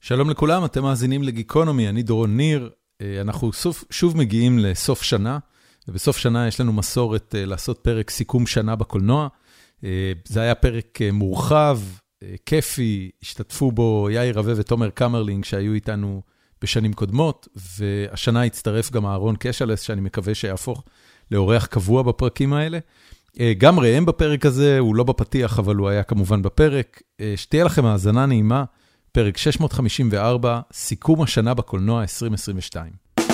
שלום לכולם, אתם מאזינים לגיקונומי, אני דורון ניר, אנחנו שוב מגיעים לסוף שנה, ובסוף שנה יש לנו מסורת לעשות פרק סיכום שנה בקולנוע, זה היה פרק מורחב, כיפי, השתתפו בו יאיר רווה ותומר קמרלינג שהיו איתנו בשנים קודמות, והשנה הצטרף גם אהרון קשלס, שאני מקווה שיהפוך לאורח קבוע בפרקים האלה, גם ראם בפרק הזה, הוא לא בפתיח, אבל הוא היה כמובן בפרק, שתהיה לכם האזנה נעימה, פרק 654, סיכום השנה בקולנוע 2022.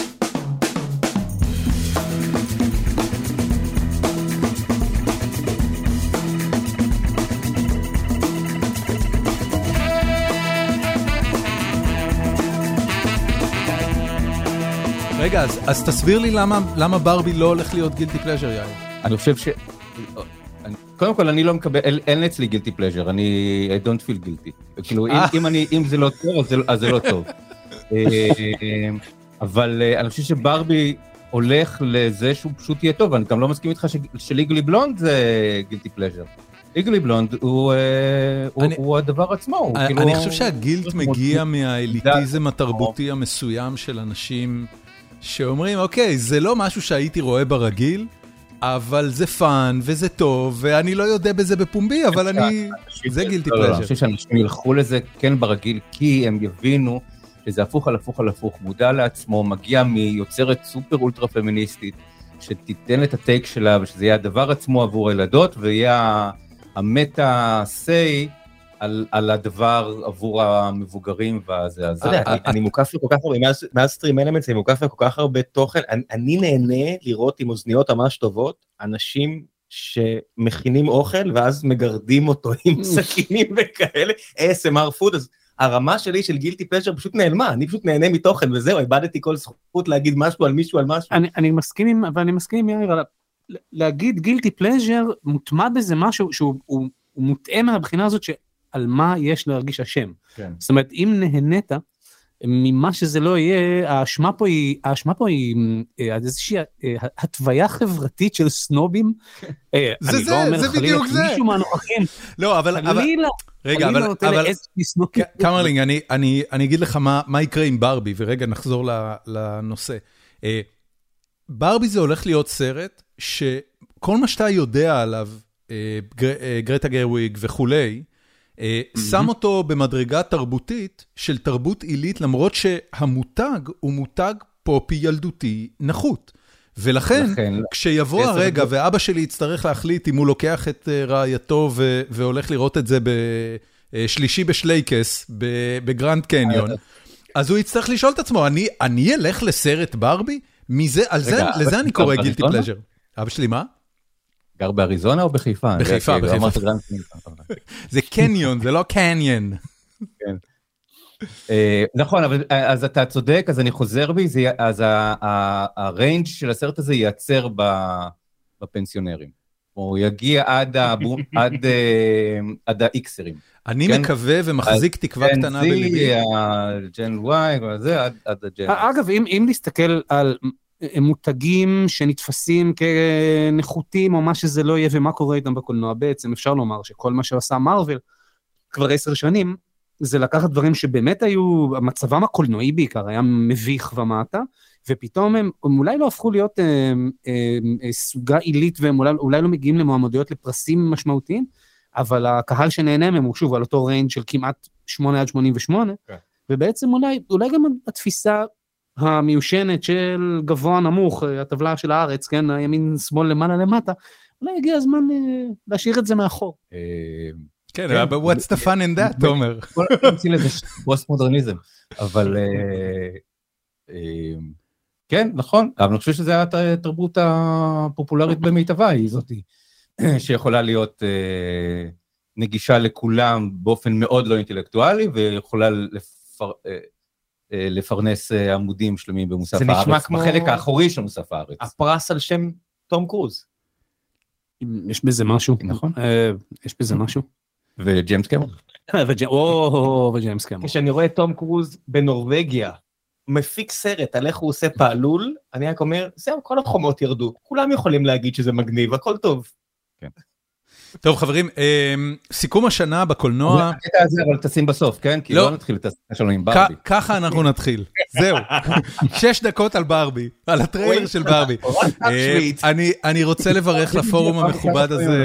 רגע, אז תסביר לי למה ברבי לא הולך להיות גילטי פלז'ר, יאיר. אני חושב קודם כל, אני לא מקבל, אין אצלי גילטי פלז'ר, I don't feel guilty. כאילו, אם זה לא טוב, אז זה לא טוב. אבל אני חושב שברבי הולך לזה שהוא פשוט יהיה טוב, ואני גם לא מסכים איתך שליגלי בלונד זה גילטי פלז'ר. ליגלי בלונד הוא הדבר עצמו. אני חושב שהגילט מגיע מהאליטיזם התרבותי המסוים של אנשים שאומרים, אוקיי, זה לא משהו שהייתי רואה ברגיל, אבל זה פאן, וזה טוב, ואני לא יודע בזה בפומבי, אבל זה גילטי פלז'ר. אני חושב שאנשים ילכו לזה כן ברגיל, כי הם יבינו שזה הפוך על הפוך על הפוך, מודע לעצמו, מגיע מיוצרת סופר אולטרה פמיניסטית, שתיתן את הטייק שלה, ושזה יהיה הדבר עצמו עבור הילדות, ויהיה המטה-סיי על הדבר עבור המבוגרים, אני מוקף לכל כך הרבה, מאז סטרים אלמנטס, אני מוקף לכל כך הרבה תוכן, אני נהנה לראות עם אוזניות ממש טובות, אנשים שמכינים אוכל, ואז מגרדים אותו עם סכינים וכאלה, ASMR food, אז הרמה שלי של גילטי פלז'ר פשוט נעלמה, אני פשוט נהנה מתוכן, וזהו, איבדתי כל זכות להגיד משהו על מישהו על משהו. אני מסכים עם יאיר, להגיד גילטי פלז'ר, מוטמע בזה משהו שהוא מוטעה מהבחינה הזאת על מה יש להרגיש השם. כן. זאת אומרת, אם נהנית, ממה שזה לא יהיה, האשמה פה היא איזושהי התוויה חברתית של סנובים. זה בדיוק זה. מישהו מהנוכחים. לא, אבל... רגע, אבל... קמרלינג, אני אגיד לך מה יקרה עם ברבי, ורגע נחזור לנושא. ברבי זה הולך להיות סרט, שכל מה שאתה יודע עליו, גרטה גרוויג וכולי, שם אותו במדרגה תרבותית של תרבות עילית, למרות שהמותג הוא מותג פופי ילדותי נחות. ולכן, כשיבוא הרגע ואבא שלי יצטרך להחליט אם הוא לוקח את רעייתו והולך לראות את זה בשלישי בשלייקס, בגרנד קניון, אז הוא יצטרך לשאול את עצמו, אני אלך לסרט ברבי? לזה אני קורא גילטי פלז'ר. אבא שלי מה? גר באריזונה או בחיפה? בחיפה. זה קניון, זה לא קניון. נכון, אבל אז אתה צודק, אז אני חוזר בי, אז הריינג' של הסרט הזה ייעצר בפנסיונרים. הוא יגיע עד האיקסרים. אני מקווה ומחזיק תקווה קטנה בליבי. ג'ן וואי, עד הג'ן. אגב, אם נסתכל על מותגים שנתפסים כנחותים או מה שזה לא יהיה ומה קורה איתם בקולנוע, בעצם אפשר לומר שכל מה שעשה מרוול כבר 10 שנים, זה לקחת דברים שבאמת היו, מצבם הקולנועי בעיקר היה מביך ומטה, ופתאום הם אולי לא הפכו להיות סוגה עילית, והם אולי לא מגיעים למועמדויות לפרסים משמעותיים, אבל הקהל שנהנה מהם הוא שוב על אותו ריינג' של כמעט 8-88, ובעצם אולי גם התפיסה המיושנת של גבוה נמוך, הטבלה של הארץ, כן, הימין שמאל למעלה למטה, אולי הגיע הזמן להשאיר את זה מאחור. כן, but what's the fun in that, תומר? כל נמציא לזה פוסט-מודרניזם, אבל כן, נכון, אבל אני חושב שזו התרבות הפופולרית במיטבה, היא זאת, שיכולה להיות נגישה לכולם באופן מאוד לא אינטלקטואלי, ויכולה לפרנס עמודים שלמים במוסף הארץ, בחלק האחורי של מוסף הארץ. הפרס על שם תום קרוז. יש בזה משהו. נכון. יש בזה משהו. וג'יימס קמרון. וג'יימס קמרון. כשאני רואה תום קרוז בנורווגיה, מפיק סרט על איך הוא עושה פעלול, אני רק אומר, זהו, כל החומות ירדו. כולם יכולים להגיד שזה מגניב, הכל טוב. כן. טוב, חברים, סיכום השנה בקולנוע... הקטע הזה, אבל תשים בסוף, כן? כי לא נתחיל את הסרט שלנו עם ברבי. ככה אנחנו נתחיל, זהו. 6 דקות על ברבי, על הטריילר של ברבי. אני רוצה לברך לפורום המכובד הזה,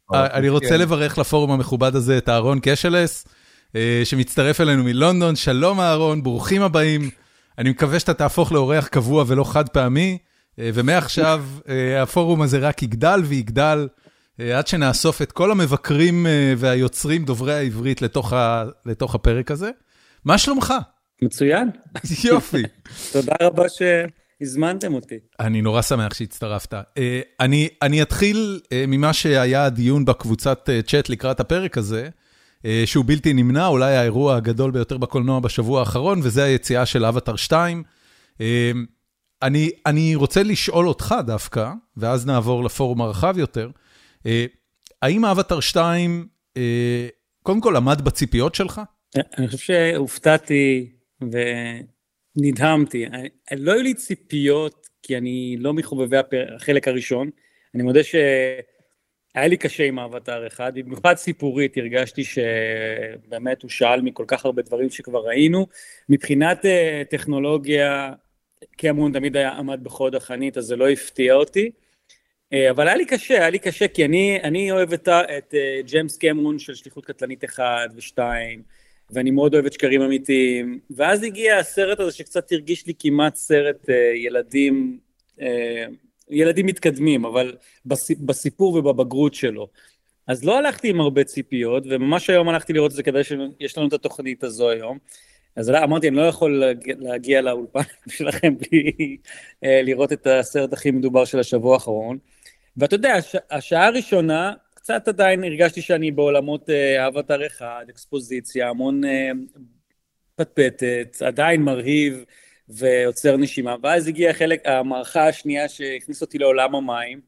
את אהרון קשלס, שמצטרף אלינו מלונדון. שלום אהרון, ברוכים הבאים. אני מקווה שאתה תהפוך לאורח קבוע ולא חד פעמי, ומעכשיו הפורום הזה רק יגדל ויגדל, עד שנאסוף את כל המבקרים והיוצרים דוברי העברית לתוך הפרק הזה. מה שלומך? מצוין. יופי. תודה רבה שהזמנתם אותי. אני נורא שמח שהצטרפת. אני אתחיל ממה שהיה הדיון בקבוצת צ'אט לקראת הפרק הזה, שהוא בלתי נמנע, אולי האירוע הגדול ביותר בקולנוע בשבוע האחרון, וזה היציאה של אבטר 2. אני רוצה לשאול אותך דווקא, ואז נעבור לפורום הרחב יותר, האם אבטר 2, קודם כל, עמד בציפיות שלך? אני חושב שהופתעתי ונדהמתי. לא היו לי ציפיות, כי אני לא מחובבי החלק הראשון. אני מודה שהיה לי קשה עם אבטר 1, במיוחד סיפורית, הרגשתי שבאמת הוא שאל מכל כך הרבה דברים שכבר ראינו. מבחינת טכנולוגיה, קמרון תמיד עמד בחוד החנית, אז זה לא הפתיע אותי. אבל היה לי קשה, כי אני אוהב את ג'יימס קמרון של שליחות קטלנית 1 ו2, ואני מאוד אוהב את שקרים אמיתיים, ואז הגיע הסרט הזה שקצת הרגיש לי כמעט סרט ילדים מתקדמים, אבל בסיפור ובבגרות שלו. אז לא הלכתי עם הרבה ציפיות, וממש היום הלכתי לראות את זה כדי שיש לנו את התוכנית הזו היום, אז אמרתי, אני לא יכול להגיע לאולפן שלכם בלי לראות את הסרט הכי מדובר של השבוע האחרון, ואתה יודע, השעה הראשונה, קצת עדיין הרגשתי שאני בעולמות אבטר 1, אקספוזיציה, המון פטפטת, עדיין מרהיב ויוצר נשימה, ואז הגיע המערכה השנייה שהכניס אותי לעולם המים,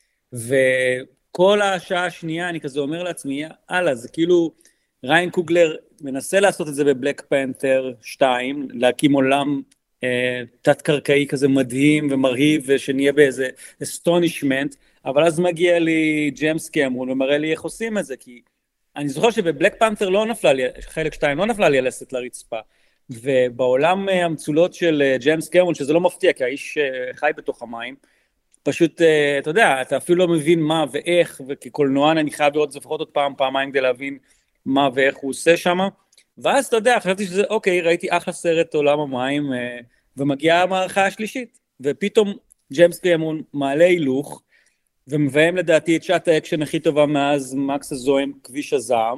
וכל השעה השנייה אני כזה אומר לעצמי, זה כאילו ריין קוגלר מנסה לעשות את זה בבלק פנתר 2, להקים עולם תת-קרקעי כזה מדהים ומרהיב, ושנהיה באיזה אסטונישמנט, אבל אז מגיע לי ג'יימס קמרון ומראה לי איך עושים את זה, כי אני זוכר שבבלק פנתר לא נפלה לי, חלק 2 לא נפלה לי הלסת לרצפה, ובעולם המצולות של ג'יימס קמרון, שזה לא מפתיע, כי האיש חי בתוך המים, פשוט, אתה יודע, אתה אפילו לא מבין מה ואיך, וכקולנוען אני חייב לראות את זה לפחות עוד פעמיים כדי להבין מה ואיך הוא עושה שם, ואז אתה יודע, חשבתי שזה, אוקיי, ראיתי אחלה סרט עולם המים, ומגיעה המערכה השלישית, ופתאום ג'יימס קמרון מעלה הילוך, ומביים לדעתי את שעת האקשן הכי טובה מאז מקס הזוהם, כביש הזעם,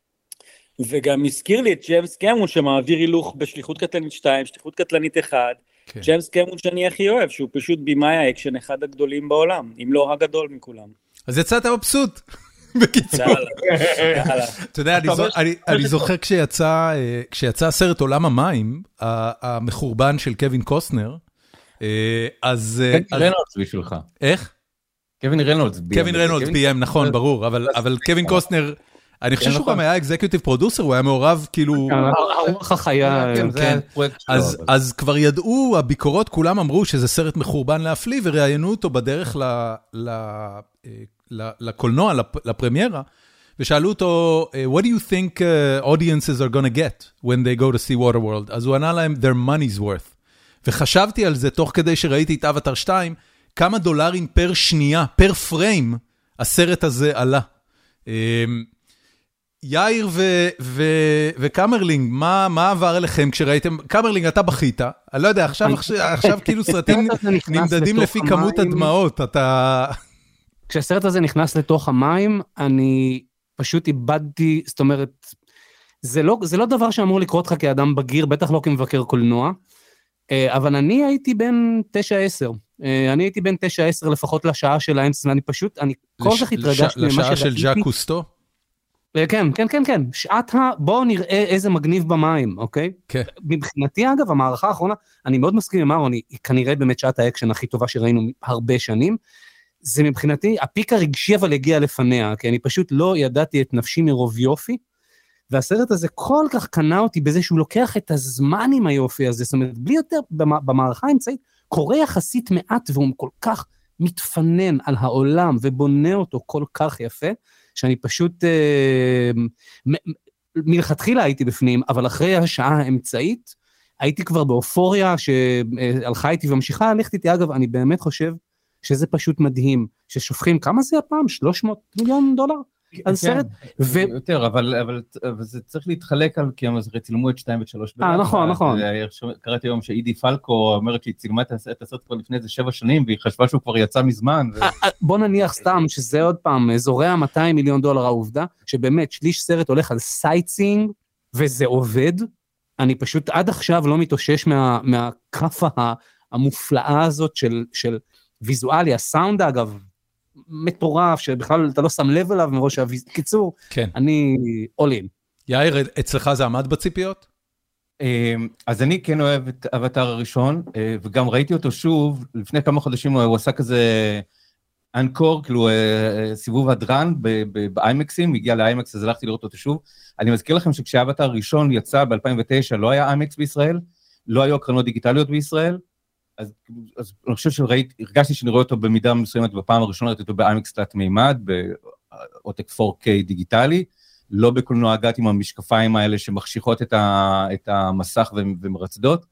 וגם הזכיר לי את ג'יימס קמרון שמעביר הילוך בשליחות קטלנית 2, שליחות קטלנית 1, כן. ג'יימס קמרון שאני הכי אוהב, שהוא פשוט בימאי האקשן אחד הגדולים בעולם, אם לא הגדול מכולם. אז יצאת מבסוט. בקיצור. אתה יודע, אני זוכר כשיצא הסרט עולם המים, המחורבן של קווין קוסטנר, אז... קווין רנולדס בשבילך. איך? קווין רנולדס ביים, נכון, ברור, אבל קווין קוסטנר, אני חושב שהוא גם היה אקזקיוטיב פרודוסר, הוא היה מעורב כאילו... הרוח החיה, כן. אז כבר ידעו, הביקורות כולם אמרו שזה סרט מחורבן להפליא, וראיינו אותו בדרך לקולנוע, לפרמיירה, ושאלו אותו, what do you think audiences are going to get when they go to see Waterworld? אז הוא ענה להם, their money's worth. וחשבתי על זה תוך כדי שראיתי את אבטר 2, כמה דולרים פר שנייה, פר פריים, הסרט הזה עלה. יאיר וקמרלינג, מה עבר אליכם כשראיתם? קמרלינג, אתה בכית, אני לא יודע, עכשיו כאילו סרטים נמדדים לפי כמות הדמעות, אתה... כשהסרט הזה נכנס לתוך המים, אני פשוט איבדתי, זאת אומרת, זה לא דבר שאמור לקרות לך כאדם בגיר, בטח לא כמבקר קולנוע, אבל אני הייתי בין 9-10, אני הייתי בין 9-10 לפחות לשעה של האמצע, ואני פשוט, אני כל כך התרגשתי ממה שראיתי. לשעה של ז'אק קוסטו? כן, שעת בואו נראה איזה מגניב במים, אוקיי? כן. מבחינתי אגב, המערכה האחרונה, אני מאוד מסכים עם אהרון, היא כנראה באמת שעת האקשן הכי טובה שראינו הרבה שנים, זה מבחינתי, הפיק הרגשי אבל הגיע לפניה, כי אני פשוט לא ידעתי את נפשי מרוב יופי, והסרט הזה כל כך קנה אותי בזה שהוא לוקח את הזמן עם היופי הזה, זאת אומרת, בלי יותר, במערכה האמצעית, קורה יחסית מעט, והוא כל כך מתפנן על העולם, ובונה אותו כל כך יפה, שאני פשוט, מלכתחילה הייתי בפנים, אבל אחרי השעה האמצעית, הייתי כבר באופוריה שהלכה איתי וממשיכה ללכת איתי. אגב, אני באמת חושב שזה פשוט מדהים, ששופכים, כמה זה הפעם? 300 מיליון דולר? על סרט? יותר, אבל זה צריך להתחלק על, כי הם צילמו את 2 ו-3. נכון. קראתי היום שאידי פלקו אומרת שהיא צילמה את הסרט כבר לפני איזה 7 שנים, והיא חשבה שהוא כבר יצא מזמן. בוא נניח סתם, שזה עוד פעם, זורע 200 מיליון דולר העובדה, שבאמת שליש סרט הולך על סייטסינג, וזה עובד. אני פשוט עד עכשיו לא מתאושש מהקפה המופלאה הזאת של ויזואליה, סאונד אגב, מטורף, שבכלל אתה לא שם לב אליו מראש, קיצור, כן. אני עולים. יאיר, אצלך זה עמד בציפיות? אז אני כן אוהב את אבטר הראשון, וגם ראיתי אותו שוב, לפני כמה חודשים הוא עשה כזה אנקור, כאילו סיבוב הדרן באיימקסים, הגיע לאיימקס, אז הלכתי לראות אותו שוב. אני מזכיר לכם שכשאבטר הראשון יצא ב-2009, לא היה איימקס בישראל, לא היו הקרנות דיגיטליות בישראל, אז אני חושב שהרגשתי שאני רואה אותו במידה מסוימת, בפעם הראשונה ראיתי אותו באיימקס תלת מימד, בעותק 4K דיגיטלי, לא בקולנוע הגת עם המשקפיים האלה שמחשיכות את המסך ומרצדות,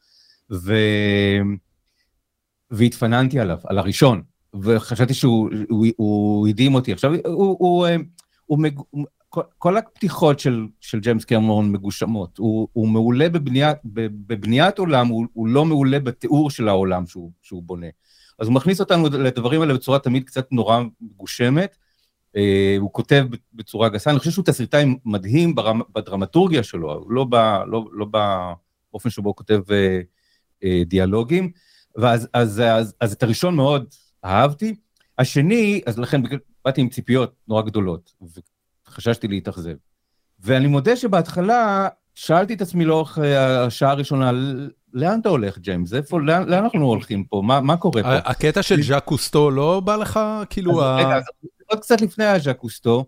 והתפננתי עליו, על הראשון, וחשבתי שהוא הדהים אותי. עכשיו, כל הפתיחות של ג'יימס קמרון מגושמות, הוא מעולה בבניית עולם, הוא לא מעולה בתיאור של העולם שהוא בונה. אז הוא מכניס אותנו לדברים האלה בצורה תמיד קצת נורא מגושמת, הוא כותב בצורה גסה, אני חושב שהוא תסריטאי מדהים בדרמטורגיה שלו, לא באופן שבו הוא כותב דיאלוגים, אז את הראשון מאוד אהבתי, השני, אז לכן באתי עם ציפיות נורא גדולות, וחששתי להתאכזב. ואני מודה שבהתחלה שאלתי את עצמי לאורך השעה הראשונה, לאן אתה הולך, ג'יימס? לאן אנחנו הולכים פה? מה קורה פה? הקטע של ז'אק קוסטו לא בא לך, כאילו... רגע, עוד קצת לפני הז'אק קוסטו,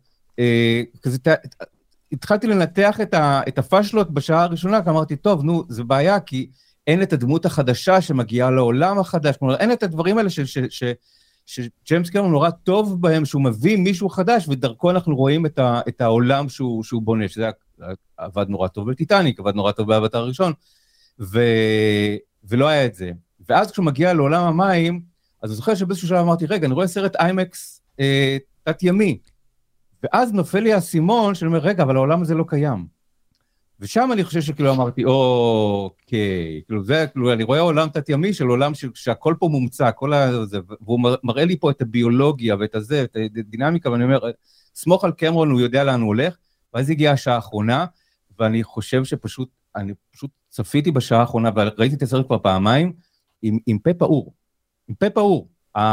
התחלתי לנתח את הפשלות בשעה הראשונה, כי אמרתי, טוב, נו, זה בעיה, כי אין את הדמות החדשה שמגיעה לעולם החדש, כלומר, אין את הדברים האלה שג'יימס קמרון נורא טוב בהם, שהוא מביא מישהו חדש, ודרכו אנחנו רואים את העולם שהוא בונה, שזה עבד נורא טוב בטיטניק, עבד נורא טוב באבטר הראשון, ולא היה את זה. ואז כשהוא מגיע לעולם המים, אז אני זוכר שבאיזשהו שלב אמרתי, רגע, אני רואה סרט איימקס תת ימי, ואז נופל לי הסימון, שאני אומר, רגע, אבל העולם הזה לא קיים. ושם אני חושב שכאילו אמרתי, אוקיי, כאילו זה, כאילו אני רואה עולם תת ימי של עולם שהכל פה מומצא, כל הזה, והוא מראה לי פה את הביולוגיה ואת הזה, את הדינמיקה, ואני אומר, סמוך על קמרון, הוא יודע לאן הוא הולך, ואז הגיעה השעה האחרונה, ואני חושב אני פשוט צפיתי בשעה האחרונה, וראיתי את הסרט כבר פעמיים, עם פה פעור, עם פה פעור.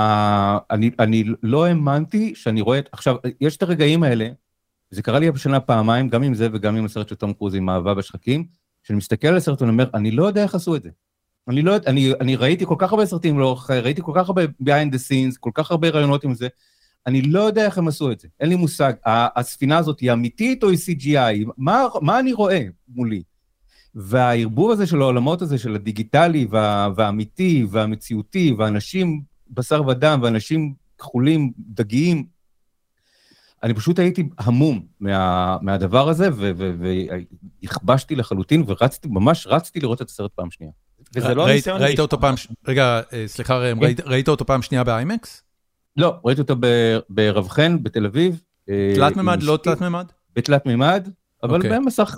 אני לא האמנתי שאני רואה עכשיו, יש את הרגעים האלה, זה קרה לי בשנה פעמיים, גם עם זה וגם עם הסרט של תום קרוז, עם אהבה בשחקים, שאני מסתכל על הסרט ואני אומר, אני לא יודע איך עשו את זה. אני ראיתי כל כך הרבה סרטים, ראיתי כל כך הרבה behind the scenes, כל כך הרבה רעיונות עם זה, אני לא יודע איך הם עשו את זה, אין לי מושג, הספינה הזאת היא אמיתית או היא CGI, מה אני רואה מולי? והערבוב הזה של העולמות הזה, של הדיגיטלי והאמיתי והמציאותי, ואנשים בשר ודם, ואנשים כחולים, דגיים, אני פשוט הייתי המום מהדבר הזה, והכבשתי לחלוטין, ממש רצתי לראות את הסרט פעם שנייה. וזה לא ניסיון... ראית אותו פעם... רגע, סליחה, ראית אותו פעם שנייה באיימקס? לא, ראיתי אותו ברב חן, בתל אביב. תלת ממד, לא תלת ממד? בתלת ממד, אבל במסך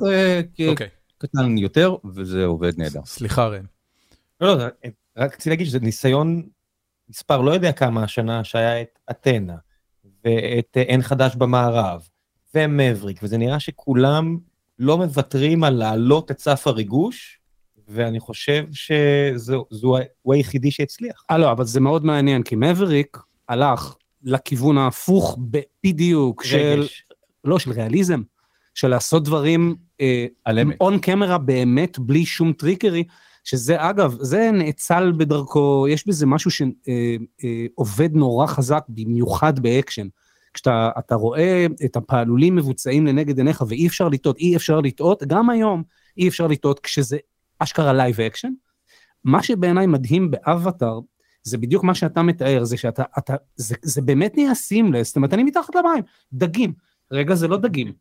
קטן יותר, וזה עובד נהדר. סליחה, ראם. לא, רק רציתי להגיד שזה ניסיון מספר, לא יודע כמה השנה שהיה את אתנה, ואת אין חדש במערב, ומבריק, וזה נראה שכולם לא מוותרים על לעלות את סף הריגוש, ואני חושב שזו הוא היחידי שהצליח. לא, אבל זה מאוד מעניין, כי מבריק הלך לכיוון ההפוך בדיוק של ריאליזם, של לעשות דברים און קמרה באמת, בלי שום טריקרי, שזה אגב, זה נאצל בדרכו, יש בזה משהו שעובד נורא חזק, במיוחד באקשן, כשאתה רואה את הפעלולים מבוצעים לנגד עיניך, ואי אפשר לטעות, אי אפשר לטעות, גם היום אי אפשר לטעות, כשזה אשכרה לייב אקשן, מה שבעיניי מדהים באבטר, זה בדיוק מה שאתה מתאר, זה שאתה, זה באמת נהיה סימלס, זאת אומרת, אני מתחת למים, דגים, רגע זה לא דגים.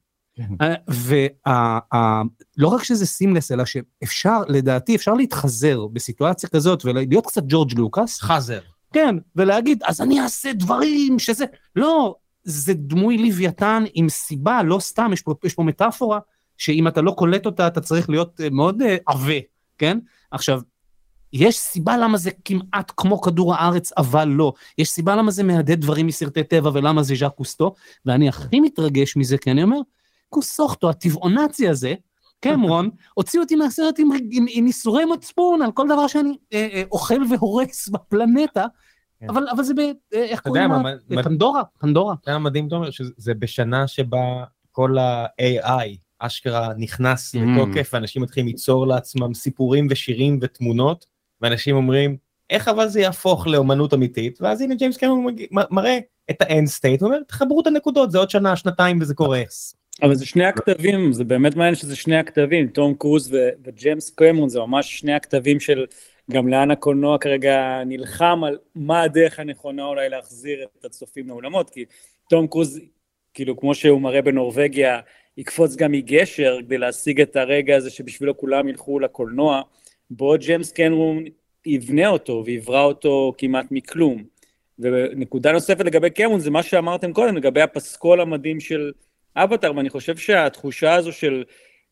ולא רק שזה סימלס, אלא שאפשר, לדעתי, אפשר להתחזר בסיטואציה כזאת, ולהיות קצת ג'ורג' לוקאס. חזר. כן, ולהגיד, אז אני אעשה דברים שזה, לא, זה דמוי לוויתן עם סיבה, לא סתם, יש פה מטאפורה, שאם אתה לא קולט אותה, אתה צריך להיות מאוד עווה, כן? עכשיו, יש סיבה למה זה כמעט כמו כדור הארץ, אבל לא. יש סיבה למה זה מהדהד דברים מסרטי טבע, ולמה זה ז'אק קוסטו, ואני הכי מתרגש מזה, כי אני אומר, קוסוכטו, הטבעונצי הזה, קמרון, הוציא אותי מהסרט עם איסורי מצפון, על כל דבר שאני אוכל והורס בפלנטה, אבל זה איך קוראים לה? פנדורה. זה מדהים, תומר, שזה בשנה שבה כל ה-AI אשכרה נכנס לתוקף, ואנשים מתחילים ליצור לעצמם סיפורים ושירים ותמונות, ואנשים אומרים, איך אבל זה יהפוך לאומנות אמיתית, ואז הנה ג'יימס קמרון מראה את האנד סטייט, הוא אומר, תחברו את הנקודות, זה עוד שנה, שנתיים, וזה קורה. אבל זה שני הכתבים, זה באמת מעניין שזה שני הכתבים, תום קרוז וג'יימס קמרון, זה ממש שני הכתבים של גם לאן הקולנוע כרגע נלחם על מה הדרך הנכונה אולי להחזיר את הצופים לאולמות, כי תום קרוז, כאילו כמו שהוא מראה בנורווגיה, יקפוץ גם מגשר כדי להשיג את הרגע הזה שבשבילו כולם ילכו לקולנוע, בעוד ג'יימס קמרון יבנה אותו ויברא אותו כמעט מכלום. ונקודה נוספת לגבי קמרון זה מה שאמרתם קודם, לגבי הפסקול המדהים של אבטר, ואני חושב שהתחושה הזו של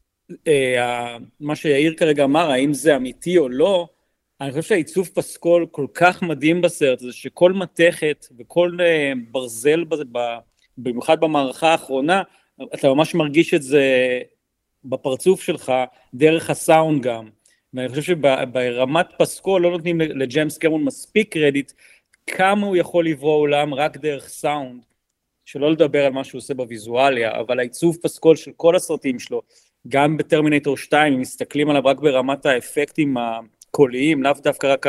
מה שיאיר כרגע אמר, האם זה אמיתי או לא, אני חושב שהעיצוב פסקול כל כך מדהים בסרט, זה שכל מתכת וכל ברזל, במיוחד במערכה האחרונה, אתה ממש מרגיש את זה בפרצוף שלך, דרך הסאונד גם, ואני חושב שברמת פסקול לא נותנים לג'יימס קמרון מספיק קרדיט, כמה הוא יכול לברוא עולם רק דרך סאונד, שלא לדבר על מה שהוא עושה בוויזואליה, אבל העיצוב פסקול של כל הסרטים שלו, גם בטרמינטור 2, אם מסתכלים עליו רק ברמת האפקטים הקוליים, לאו דווקא רק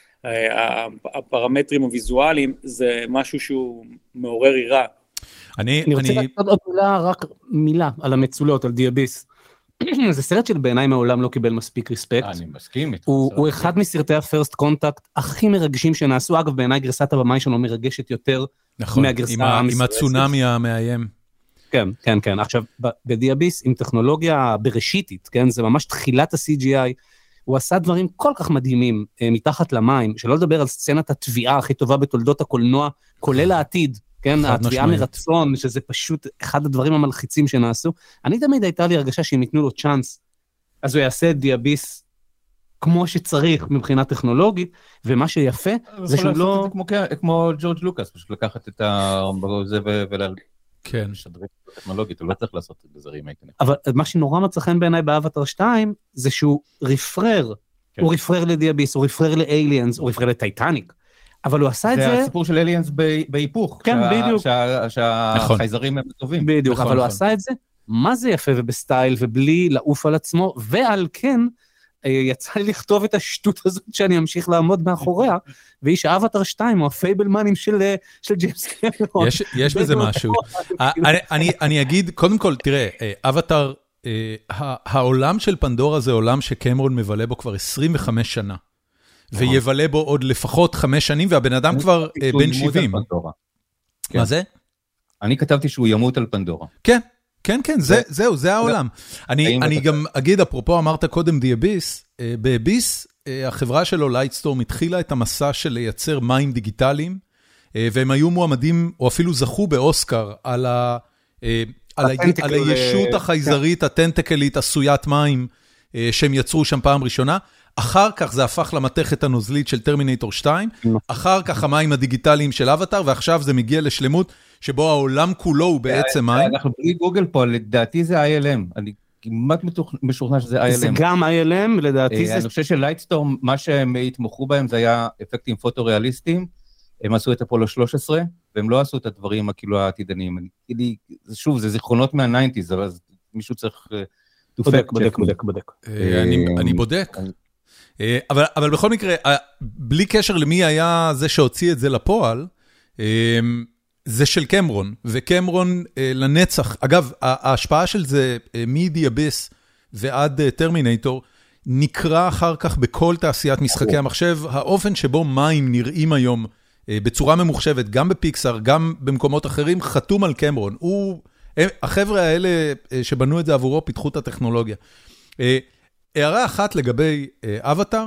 הפרמטרים הוויזואליים, זה משהו שהוא מעורר יראה. אני רוצה עוד מילה על המצולות, על דיאביס. זה סרט שבעיניי מעולם לא קיבל מספיק ריספקט. אני מסכים. הוא אחד מסרטי הפרסט קונטקט הכי מרגשים שנעשו, אגב בעיניי גרסת הבמאי שלנו מרגשת יותר מהגרסה המסרטית. עם הצונמי המאיים. כן, כן, כן. עכשיו, בדיאביס, עם טכנולוגיה בראשיתית, כן, זה ממש תחילת ה-CGI, הוא עשה דברים כל כך מדהימים מתחת למים, שלא לדבר על סצנת התביעה הכי טובה בתולדות הקולנוע, כולל העתיד, כן, התביעה מרצון, שזה פשוט אחד הדברים המלחיצים שנעשו. אני תמיד הייתה לי הרגשה שאם ייתנו לו צ'אנס, אז הוא יעשה את דיאביס כמו שצריך מבחינה טכנולוגית, ומה שיפה זה שהוא לא... זה כמו ג'ורג' לוקאס, פשוט לקחת את זה ולשדרג טכנולוגית, הוא לא צריך לעשות את זה רימייק. אבל מה שנורא מצא חן בעיניי באבטר 2, זה שהוא רפרר, הוא רפרר לדיאביס, הוא רפרר לאליאנס, הוא רפרר לטייטניק, אבל הוא עשה את זה... זה הסיפור של אליאנס בהיפוך, כן, בדיוק. שהחייזרים הם טובים. בדיוק, אבל הוא עשה את זה, מה זה יפה ובסטייל, ובלי לעוף על עצמו, ועל כן, יצא לי לכתוב את השטות הזאת שאני אמשיך לעמוד מאחוריה, והיא שאבטר 2 הוא הפייבלמנים של ג'יימס קמרון. יש בזה משהו. אני אגיד, קודם כל, תראה, אבטר, העולם של פנדורה זה עולם שקמרון מבלה בו כבר 25 שנה, ויבלה בו עוד לפחות 5 שנים, והבן אדם כבר בן 70. מה זה? אני כתבתי שהוא ימות על פנדורה. כן. כן, כן, זהו, זה העולם. אני גם אגיד, אפרופו אמרת קודם דיאביס, באביס, החברה שלו, לייטסטורם, התחילה את המסע של לייצר מים דיגיטליים, והם היו מועמדים, או אפילו זכו באוסקר, על הישות החייזרית, הטנטקלית, עשוית מים, שהם יצרו שם פעם ראשונה. אחר כך זה הפך למתכת הנוזלית של טרמינטור 2, אחר כך המים הדיגיטליים של אבטר, ועכשיו זה מגיע לשלמות, שבו העולם כולו הוא בעצם מים. אנחנו בלי גוגל פה, לדעתי זה ILM, אני כמעט משוכנע שזה ILM. זה גם ILM, לדעתי זה... אני חושב שלייטסטורם, מה שהם התמוכו בהם, זה היה אפקטים פוטו-ריאליסטיים, הם עשו את אפולו 13, והם לא עשו את הדברים כאילו העתידנים. שוב, זה זיכרונות מה-90s, אבל מישהו צריך... בודק. אני בודק. אבל בכל מקרה, בלי קשר למי היה זה שהוציא את זה לפועל, זה של קמרון, וקמרון לנצח, אגב, ההשפעה של זה מדיאביס ועד טרמינטור, נקרא אחר כך בכל תעשיית משחקי המחשב, האופן שבו מים נראים היום בצורה ממוחשבת, גם בפיקסאר, גם במקומות אחרים, חתום על קמרון. הוא החבר'ה האלה שבנו את זה עבורו, פיתחו את הטכנולוגיה. הערה אחת לגבי אבטאר,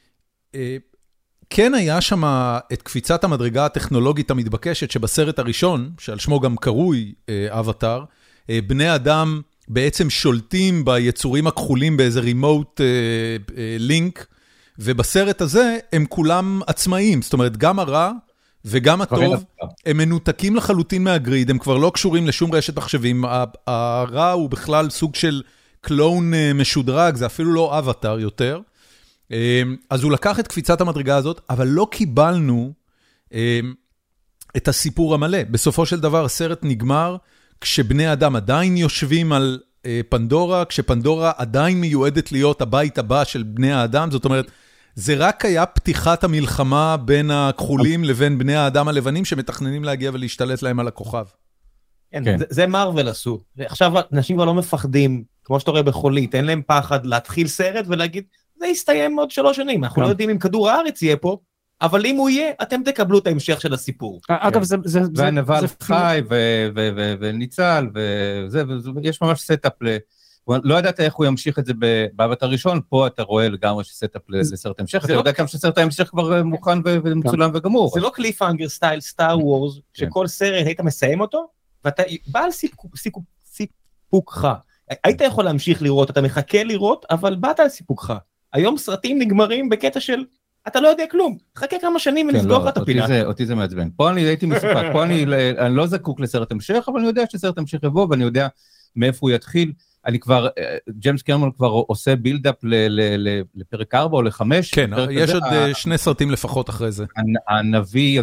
כן היה שם את קפיצת המדרגה הטכנולוגית המתבקשת, שבסרט הראשון, שעל שמו גם קרוי אבטאר, בני אדם בעצם שולטים ביצורים הכחולים באיזה רימוט לינק, ובסרט הזה הם כולם עצמאיים, זאת אומרת גם הרע וגם הטוב, הם מנותקים לחלוטין מהגריד, הם כבר לא קשורים לשום רשת מחשבים, הרע הוא בכלל סוג של קלון משודרג, זה אפילו לא אבטאר יותר, אז הוא לקח את קפיצת המדרגה הזאת, אבל לא קיבלנו את הסיפור המלא, בסופו של דבר הסרט נגמר, כשבני אדם עדיין יושבים על פנדורה, כשפנדורה עדיין מיועדת להיות הבית הבא של בני האדם, זאת אומרת, זה רק היה פתיחת המלחמה בין הכחולים לבין בני האדם הלבנים, שמתכננים להגיע ולהשתלט להם על הכוכב. כן, זה מרוול עשו. עכשיו אנשים כבר לא מפחדים, כמו שאתה רואה בחולית, אין להם פחד להתחיל סרט ולהגיד, זה יסתיים עוד 3 שנים, אנחנו לא יודעים אם כדור הארץ יהיה פה, אבל אם הוא יהיה, אתם תקבלו את ההמשך של הסיפור. אגב, זה... והנבל חי וניצל, ויש ממש סטאפ לא ידעת איך הוא ימשיך את זה באבטאר הראשון, פה אתה רואה לגמרי שסטאפ לסרט המשך, אתה יודע כמה שסרט המשך כבר מוכן ומצולם וגמור. זה לא קליפהנגר סטייל סטאר וורס, שכל סרט היית מסיים אותו, ואתה בא על סיפוקך. היית יכול להמשיך לראות, אתה מחכה לראות, אבל באת על סיפוקך. היום סרטים נגמרים בקטע של, אתה לא יודע כלום, חכה כמה שנים ונסגור את הפינה. אותי זה מעצבן. פה אני הייתי מסופק, פה אני לא זקוק לסרט המשך, אבל אני יודע שסרט המשך יבוא, ואני יודע מאיפה הוא יתחיל. אני כבר, ג'יימס קמרון כבר עושה בילדאפ לפרק 4 או ל5. כן, יש עוד 2 סרטים לפחות אחרי זה. הנביא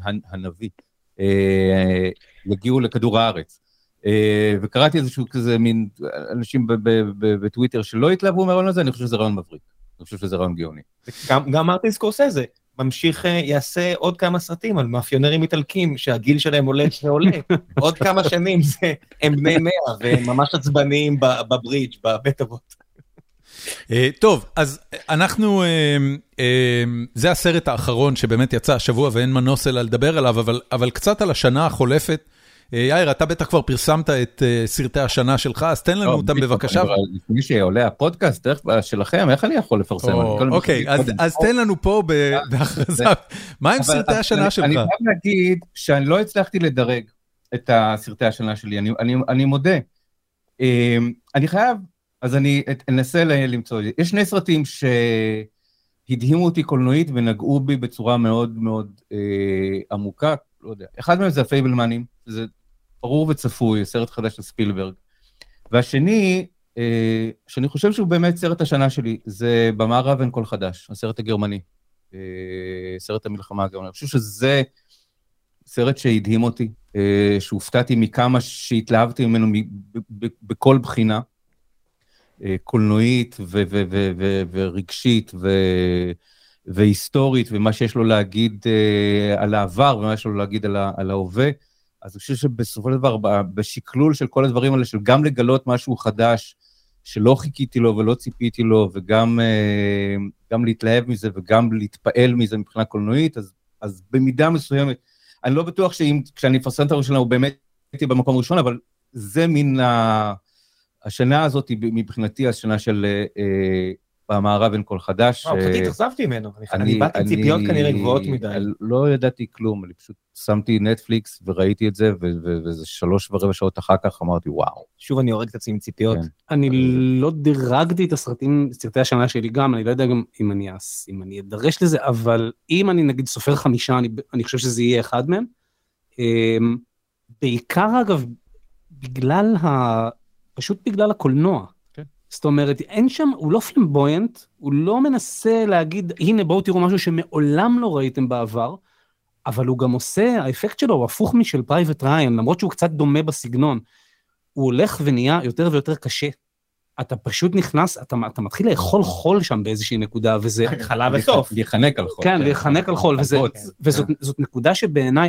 יגיעו לכדור הארץ. וקראתי איזשהו כזה מין אנשים בטוויטר שלא התלהבו מהרעיון הזה, אני חושב שזה רעיון מבריק. אני חושב שזה רעיון גאוני. גם מרטין סקורסזה ממשיך, יעשה עוד כמה סרטים על מאפיונרים איטלקים, שהגיל שלהם עולה ועולה. עוד כמה שנים הם בני 100, והם ממש עצבניים בברידג', בבית אבות. טוב, אז אנחנו, זה הסרט האחרון שבאמת יצא השבוע, ואין מנוס אלא לדבר עליו, אבל קצת על השנה החולפת, יאיר, אתה בטח כבר פרסמת את סרטי השנה שלך, אז תן לנו אותם בבקשה. לפני שעולה הפודקאסט שלכם, איך אני יכול לפרסם? אוקיי, אז תן לנו פה בהכרזה, מה עם סרטי השנה שלך? אני חייב להגיד שאני לא הצלחתי לדרג את סרטי השנה שלי, אני מודה. אני חייב, אז אני אנסה למצוא, יש 2 סרטים שהדהימו אותי קולנועית ונגעו בי בצורה מאוד מאוד עמוקה, לא יודע. אחד מהם זה הפייבלמנים, זה ברור וצפוי, סרט חדש של ספילברג. והשני, שאני חושב שהוא באמת סרט השנה שלי, זה במערב אין כל חדש, הסרט הגרמני, סרט המלחמה הגרמני. אני חושב שזה סרט שהדהים אותי, שהופתעתי מכמה שהתלהבתי ממנו בכל בחינה, קולנועית ורגשית והיסטורית, ומה שיש לו להגיד על העבר, ומה יש לו להגיד על ההווה. אז אני חושב שבסופו של דבר, בשקלול של כל הדברים האלה, של גם לגלות משהו חדש, שלא חיכיתי לו ולא ציפיתי לו, וגם להתלהב מזה, וגם להתפעל מזה מבחינה קולנועית, אז במידה מסוימת, אני לא בטוח כשאני אפרסם את הראשונה, הוא באמת הייתי במקום ראשון, אבל זה מן השנה הזאת, מבחינתי, השנה של במערב אין כל חדש. אותי תחשפתי ממנו, אני באתי ציפיות כנראה גבוהות מדי. לא ידעתי כלום, אני פשוט שמתי נטפליקס וראיתי את זה, וזה 3.25 שעות אחר כך אמרתי וואו. שוב אני הורג את עצמי עם ציפיות. אני לא דירגתי את סרטי השנה שלי גם, אני לא יודע גם אם אני אדרש לזה, אבל אם אני נגיד סופר 5, אני חושב שזה יהיה אחד מהם. בעיקר אגב, פשוט בגלל הקולנוע. זאת אומרת, אין שם, הוא לא פלמבויינט, הוא לא מנסה להגיד, הנה בואו תראו משהו שמעולם לא ראיתם בעבר, אבל הוא גם עושה, האפקט שלו הוא הפוך משל פרייבט ריין, למרות שהוא קצת דומה בסגנון, הוא הולך ונהיה יותר ויותר קשה. אתה פשוט נכנס, אתה מתחיל לאכול חול שם באיזושהי נקודה, וזה... התחלה בסוף. להיחנק על חול. כן, להיחנק על חול, וזאת נקודה שבעיניי,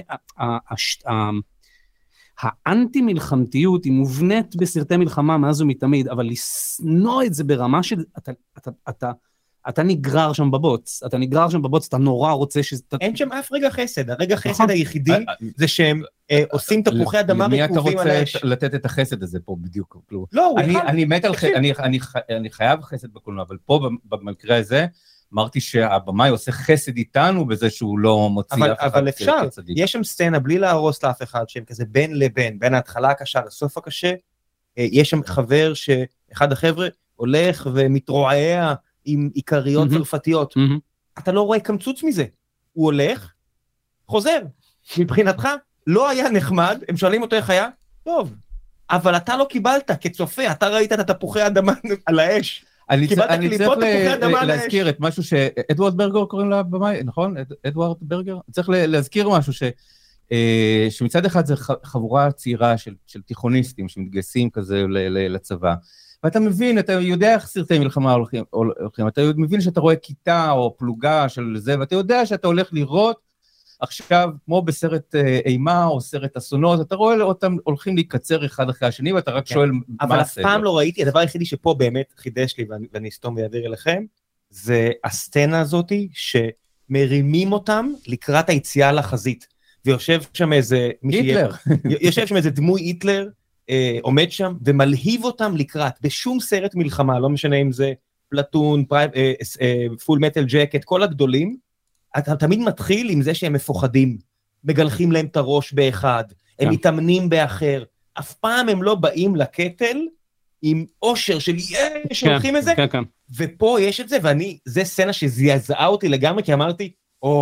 האנטי-מלחמתיות היא מובנית בסרטי מלחמה מאז ומתמיד, אבל לסנוע את זה ברמה של, אתה נגרר שם בבוץ, אתה נורא רוצה אין שם אף רגע חסד, הרגע חסד היחידי זה שהם עושים תפוחי אדמה רקובים על האש. למי אתה רוצה לתת את החסד הזה פה בדיוק? לא, אני מת על חסד, אני חייב חסד בקולנוע, אבל פה במקרה הזה, אמרתי שהבמאי עושה חסד איתנו בזה שהוא לא מוציא אף אחד. אבל אפשר, יש שם סצנה בלי להרוס לאף אחד, שהם כזה בין לבין, בין ההתחלה הקשה לסוף הקשה, יש שם חבר שאחד החבר'ה הולך ומתרועע עם עיקריות צרפתיות. אתה לא רואה קמצוץ מזה. הוא הולך, חוזר. מבחינתך, לא היה נחמד, הם שואלים אותו איך היה, טוב. אבל אתה לא קיבלת כצופה, אתה ראית את התפוחי האדמה על האש. אני צריך להזכיר את משהו שאדוארד ברגר קוראים לה במאי, נכון? אדוארד ברגר? צריך להזכיר משהו שמצד אחד זה חבורה צעירה של תיכוניסטים שמתגייסים כזה לצבא. ואתה מבין, אתה יודע איך סרטי מלחמה הולכים, אתה מבין שאתה רואה כיתה או פלוגה של זה, ואתה יודע שאתה הולך לראות עכשיו, כמו בסרט אימה או סרט אסונות, אתה רואה אותם הולכים להיקצר אחד אחרי השני, ואתה רק שואל אבל אף פעם לא ראיתי, הדבר היחידי שפה באמת חידש לי, ואני אסתום ויעביר אליכם, זה הסצנה הזאת שמרימים אותם לקראת היציאה לחזית, ויושב שם איזה... היטלר. יושב שם איזה דמוי היטלר, עומד שם ומלהיב אותם לקראת, בשום סרט מלחמה, לא משנה אם זה פלטון, פול מטל ג'קט, כל הגדולים, אתה תמיד מתחיל עם זה שהם מפוחדים, מגלחים להם את הראש באחד, הם מתאמנים באחר, אף פעם הם לא באים לקטל עם אושר של שהולכים את זה, ופה יש את זה, זה סצנה שזעזעה אותי לגמרי, כי אמרתי,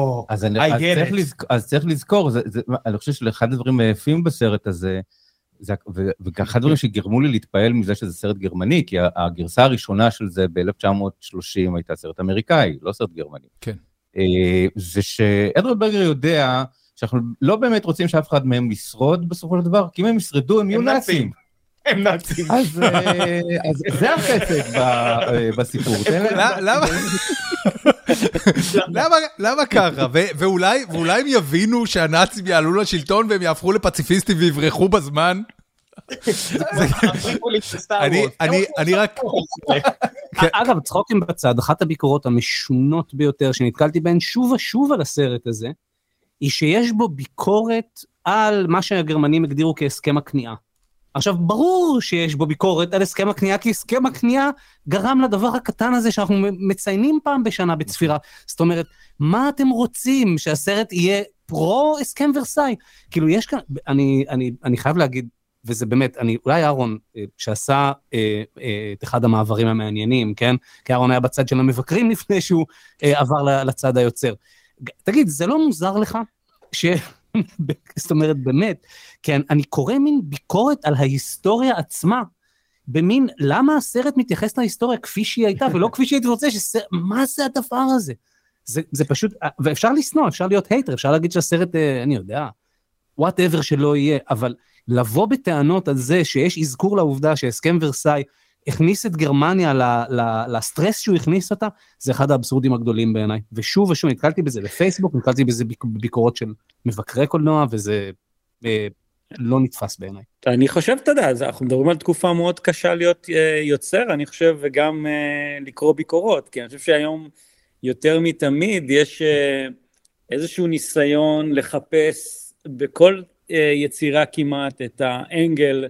אז צריך לזכור, אני חושב שלאחד הדברים היפים בסרט הזה, ואחד הדברים שגרמו לי להתפעל מזה שזה סרט גרמני, כי הגרסה הראשונה של זה ב-1930 הייתה סרט אמריקאי, לא סרט גרמני. כן. זה שאדוארד ברגר יודע שאנחנו לא באמת רוצים שאף אחד מהם ישרוד בסופו של דבר, כי אם הם ישרדו הם יהיו נאצים. הם נאצים. אז זה החסד בסיפור. למה ככה? ואולי הם יבינו שהנאצים יעלו לשלטון והם יהפכו לפציפיסטים ויברחו בזמן? אני רק... אגב, צחוקים בצד, אחת הביקורות המשונות ביותר שנתקלתי בהן שוב ושוב על הסרט הזה, היא שיש בו ביקורת על מה שהגרמנים הגדירו כהסכם הכניעה. עכשיו, ברור שיש בו ביקורת על הסכם הכניעה, כי הסכם הכניעה גרם לדבר הקטן הזה שאנחנו מציינים פעם בשנה בצפירה. זאת אומרת, מה אתם רוצים שהסרט יהיה פרו הסכם ורסאי? כאילו, יש כאן, אני חייב להגיד, וזה באמת, אולי אהרון שעשה את אחד המעברים המעניינים, כן? כי אהרון היה בצד של המבקרים לפני שהוא עבר לצד היוצר. תגיד, זה לא מוזר לך? זאת אומרת, באמת, כן, אני קורא מין ביקורת על ההיסטוריה עצמה, במין, למה הסרט מתייחס להיסטוריה כפי שהיא הייתה, ולא כפי שהייתי רוצה, מה זה הדבר הזה? זה פשוט, ואפשר לסנוע, אפשר להיות הייטר, אפשר להגיד שהסרט, אני יודע, whatever שלא יהיה, אבל לבוא בטענות על זה שיש אזכור לעובדה שהסכם ורסאי הכניס את גרמניה לסטרס שהוא הכניס אותה, זה אחד האבסורדים הגדולים בעיניי. ושוב ושוב, נתקלתי בזה בפייסבוק, נתקלתי בזה בביקורות של מבקרי קולנוע, וזה לא נתפס בעיניי. אני חושב, אתה יודע, אנחנו מדברים על תקופה מאוד קשה להיות יוצר, אני חושב, וגם לקרוא ביקורות, כי אני חושב שהיום יותר מתמיד יש איזשהו ניסיון לחפש בכל יצירה כמעט את האנגל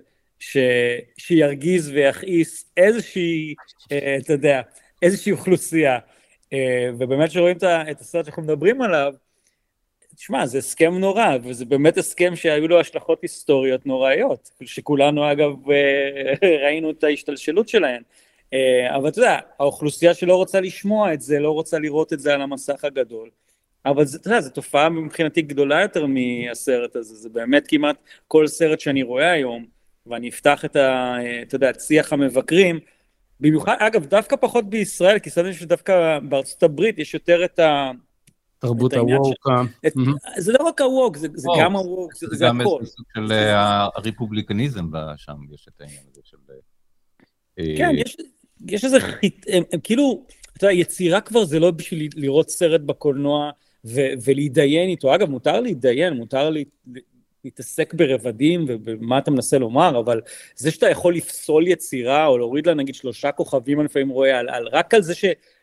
שירגיז ויכעיס איזושהי, אתה יודע, איזושהי אוכלוסייה, ובאמת שרואים את הסרט שאנחנו מדברים עליו, תשמע, זה הסכם נורא, וזה באמת הסכם שהיו לו השלכות היסטוריות נוראיות, שכולנו אגב ראינו את ההשתלשלות שלהן, אבל אתה יודע, האוכלוסייה שלא רוצה לשמוע את זה, לא רוצה לראות את זה על המסך הגדול, אבל אתה יודע, זו תופעה מבחינתי גדולה יותר מהסרט הזה, זה באמת כמעט כל סרט שאני רואה היום, ואני אפתח את אתה יודע, שיח המבקרים, במיוחד, אגב, דווקא פחות בישראל, כי סתם שדווקא בארצות הברית יש יותר את תרבות הווק. זה לא רק הווק, זה גם הווק, זה הכל. גם איזה סוג של הרפובליקניזם שם, יש את העניין הזה של... כן, יש איזה כאילו, אתה יודע, יצירה כבר זה לא בשביל לראות סרט בקולנוע ולהתדיין איתו. אגב, מותר להתדיין, מותר להתעסק ברבדים ובמה אתה מנסה לומר, אבל זה שאתה יכול לפסול יצירה או להוריד לה נגיד 3 כוכבים, אני לפעמים רואה, רק על זה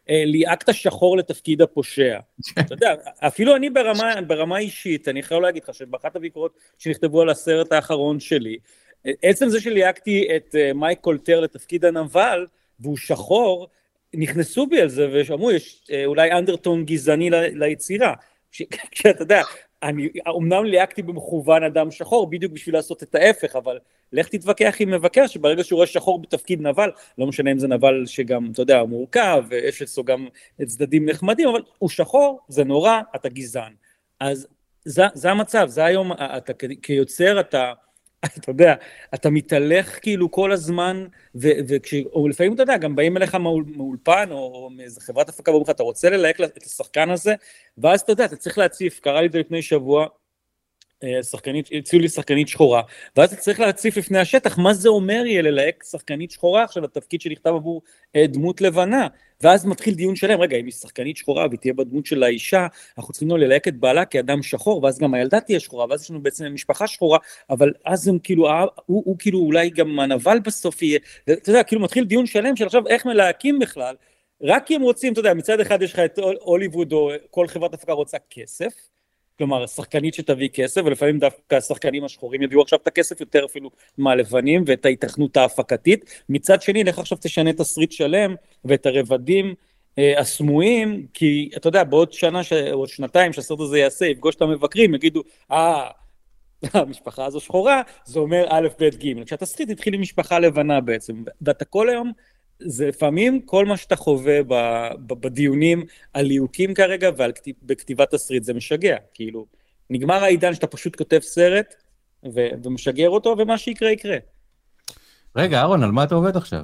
ליהקת שחור לתפקיד הפושע. אתה יודע, אפילו אני ברמה אישית, אני יכול להגיד לך שבאחת הביקורות שנכתבו על הסרט האחרון שלי, עצם זה שליהקתי את מייק קולטר לתפקיד הנבל, והוא שחור, נכנסו בי על זה ושאמרו, יש אולי אנדרטון גזעני ליצירה, כשאתה יודע, אני אומנם ליהקתי במכוון אדם שחור, בדיוק בשביל לעשות את ההפך, אבל לך תתווכח עם מבקר, שברגע שהוא רואה שחור בתפקיד נבל, לא משנה אם זה נבל שגם, אתה יודע, מורכב, ויש אצלו גם צדדים נחמדים, אבל הוא שחור, זה נורא, אתה גזען. אז זה המצב, זה היום, אתה כיוצר, אתה יודע, אתה מתהלך כאילו כל הזמן, או לפעמים אתה יודע, גם באים אליך מאולפן, או מאיזה חברת הפקה, ואומרים לך, אתה רוצה ללהק את השחקן הזה, ואז אתה יודע, אתה צריך להציף, קרה לי את זה לפני שבוע, הציעו לי שחקנית שחורה, ואז אתה צריך להציף לפני השטח, מה זה אומר יהיה ללהק שחקנית שחורה, עכשיו התפקיד שנכתב עבור דמות לבנה, ואז מתחיל דיון שלם, רגע, אם היא שחקנית שחורה, והיא תהיה בדמות של האישה, אנחנו צריכים לו ללהק את בעלה כאדם שחור, ואז גם הילדה תהיה שחורה, ואז יש לנו בעצם משפחה שחורה, אבל אז הם כאילו, הוא כאילו אולי גם הנבל בסוף יהיה, אתה יודע, כאילו מתחיל דיון שלם של עכשיו איך מלהקים בכלל, רק כי הם רוצים, אתה יודע, מצד אחד יש לך את הוליווד, או כל חברת הפקה רוצה כסף, כלומר, שחקנית שתביא כסף, ולפעמים דווקא השחקנים השחורים יביאו עכשיו את הכסף יותר אפילו מהלבנים, ואת ההתכנות ההפקתית. מצד שני, לך עכשיו תשנה את הסריט שלם, ואת הרבדים הסמויים, כי אתה יודע, בעוד שנה או שנתיים שהסרט הזה יעשה, יפגוש את המבקרים, יגידו, המשפחה הזו שחורה, זה אומר א', ב', ג'. כשהתסריט התחיל עם משפחה לבנה בעצם, ואתה כל היום, זה לפעמים כל מה שאתה חווה בדיונים על ליהוקים כרגע ובכתיבת תסריט, זה משגע, כאילו, נגמר העידן שאתה פשוט כותב סרט ומשגר אותו, ומה שיקרה יקרה. רגע, אהרון, על מה אתה עובד עכשיו?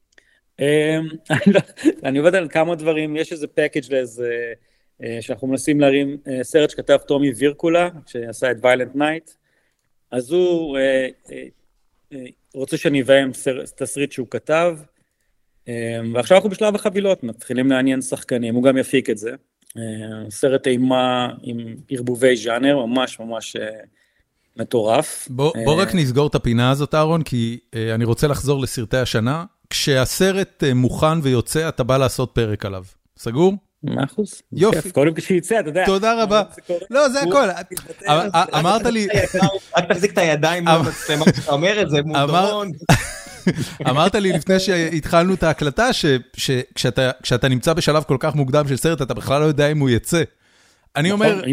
אני עובד על כמה דברים, יש איזה פאקג' לאיזה, שאנחנו מנסים להרים סרט שכתב טומי וירקולה, שעשה את Violent Night, אז הוא רוצה שאני אביים תסריט שהוא כתב, ועכשיו אנחנו בשלב החבילות, מתחילים לעניין שחקנים, הוא גם יפיק את זה, סרט אימה עם ערבובי ז'אנר, ממש ממש מטורף. בוא רק נסגור את הפינה הזאת, אהרון, כי אני רוצה לחזור לסרטי השנה, כשהסרט מוכן ויוצא, אתה בא לעשות פרק עליו, סגור? 100%. יופי. קודם כשיצא, אתה יודע. תודה רבה. לא, זה הכל. אמרת לי... רק תחזיק את הידיים, מה שאתה אומר את זה, מודרון. אמרת לי לפני שהתחלנו את ההקלטה, שכשאתה נמצא בשלב כל כך מוקדם של סרט, אתה בכלל לא יודע אם הוא יצא. אני אומר,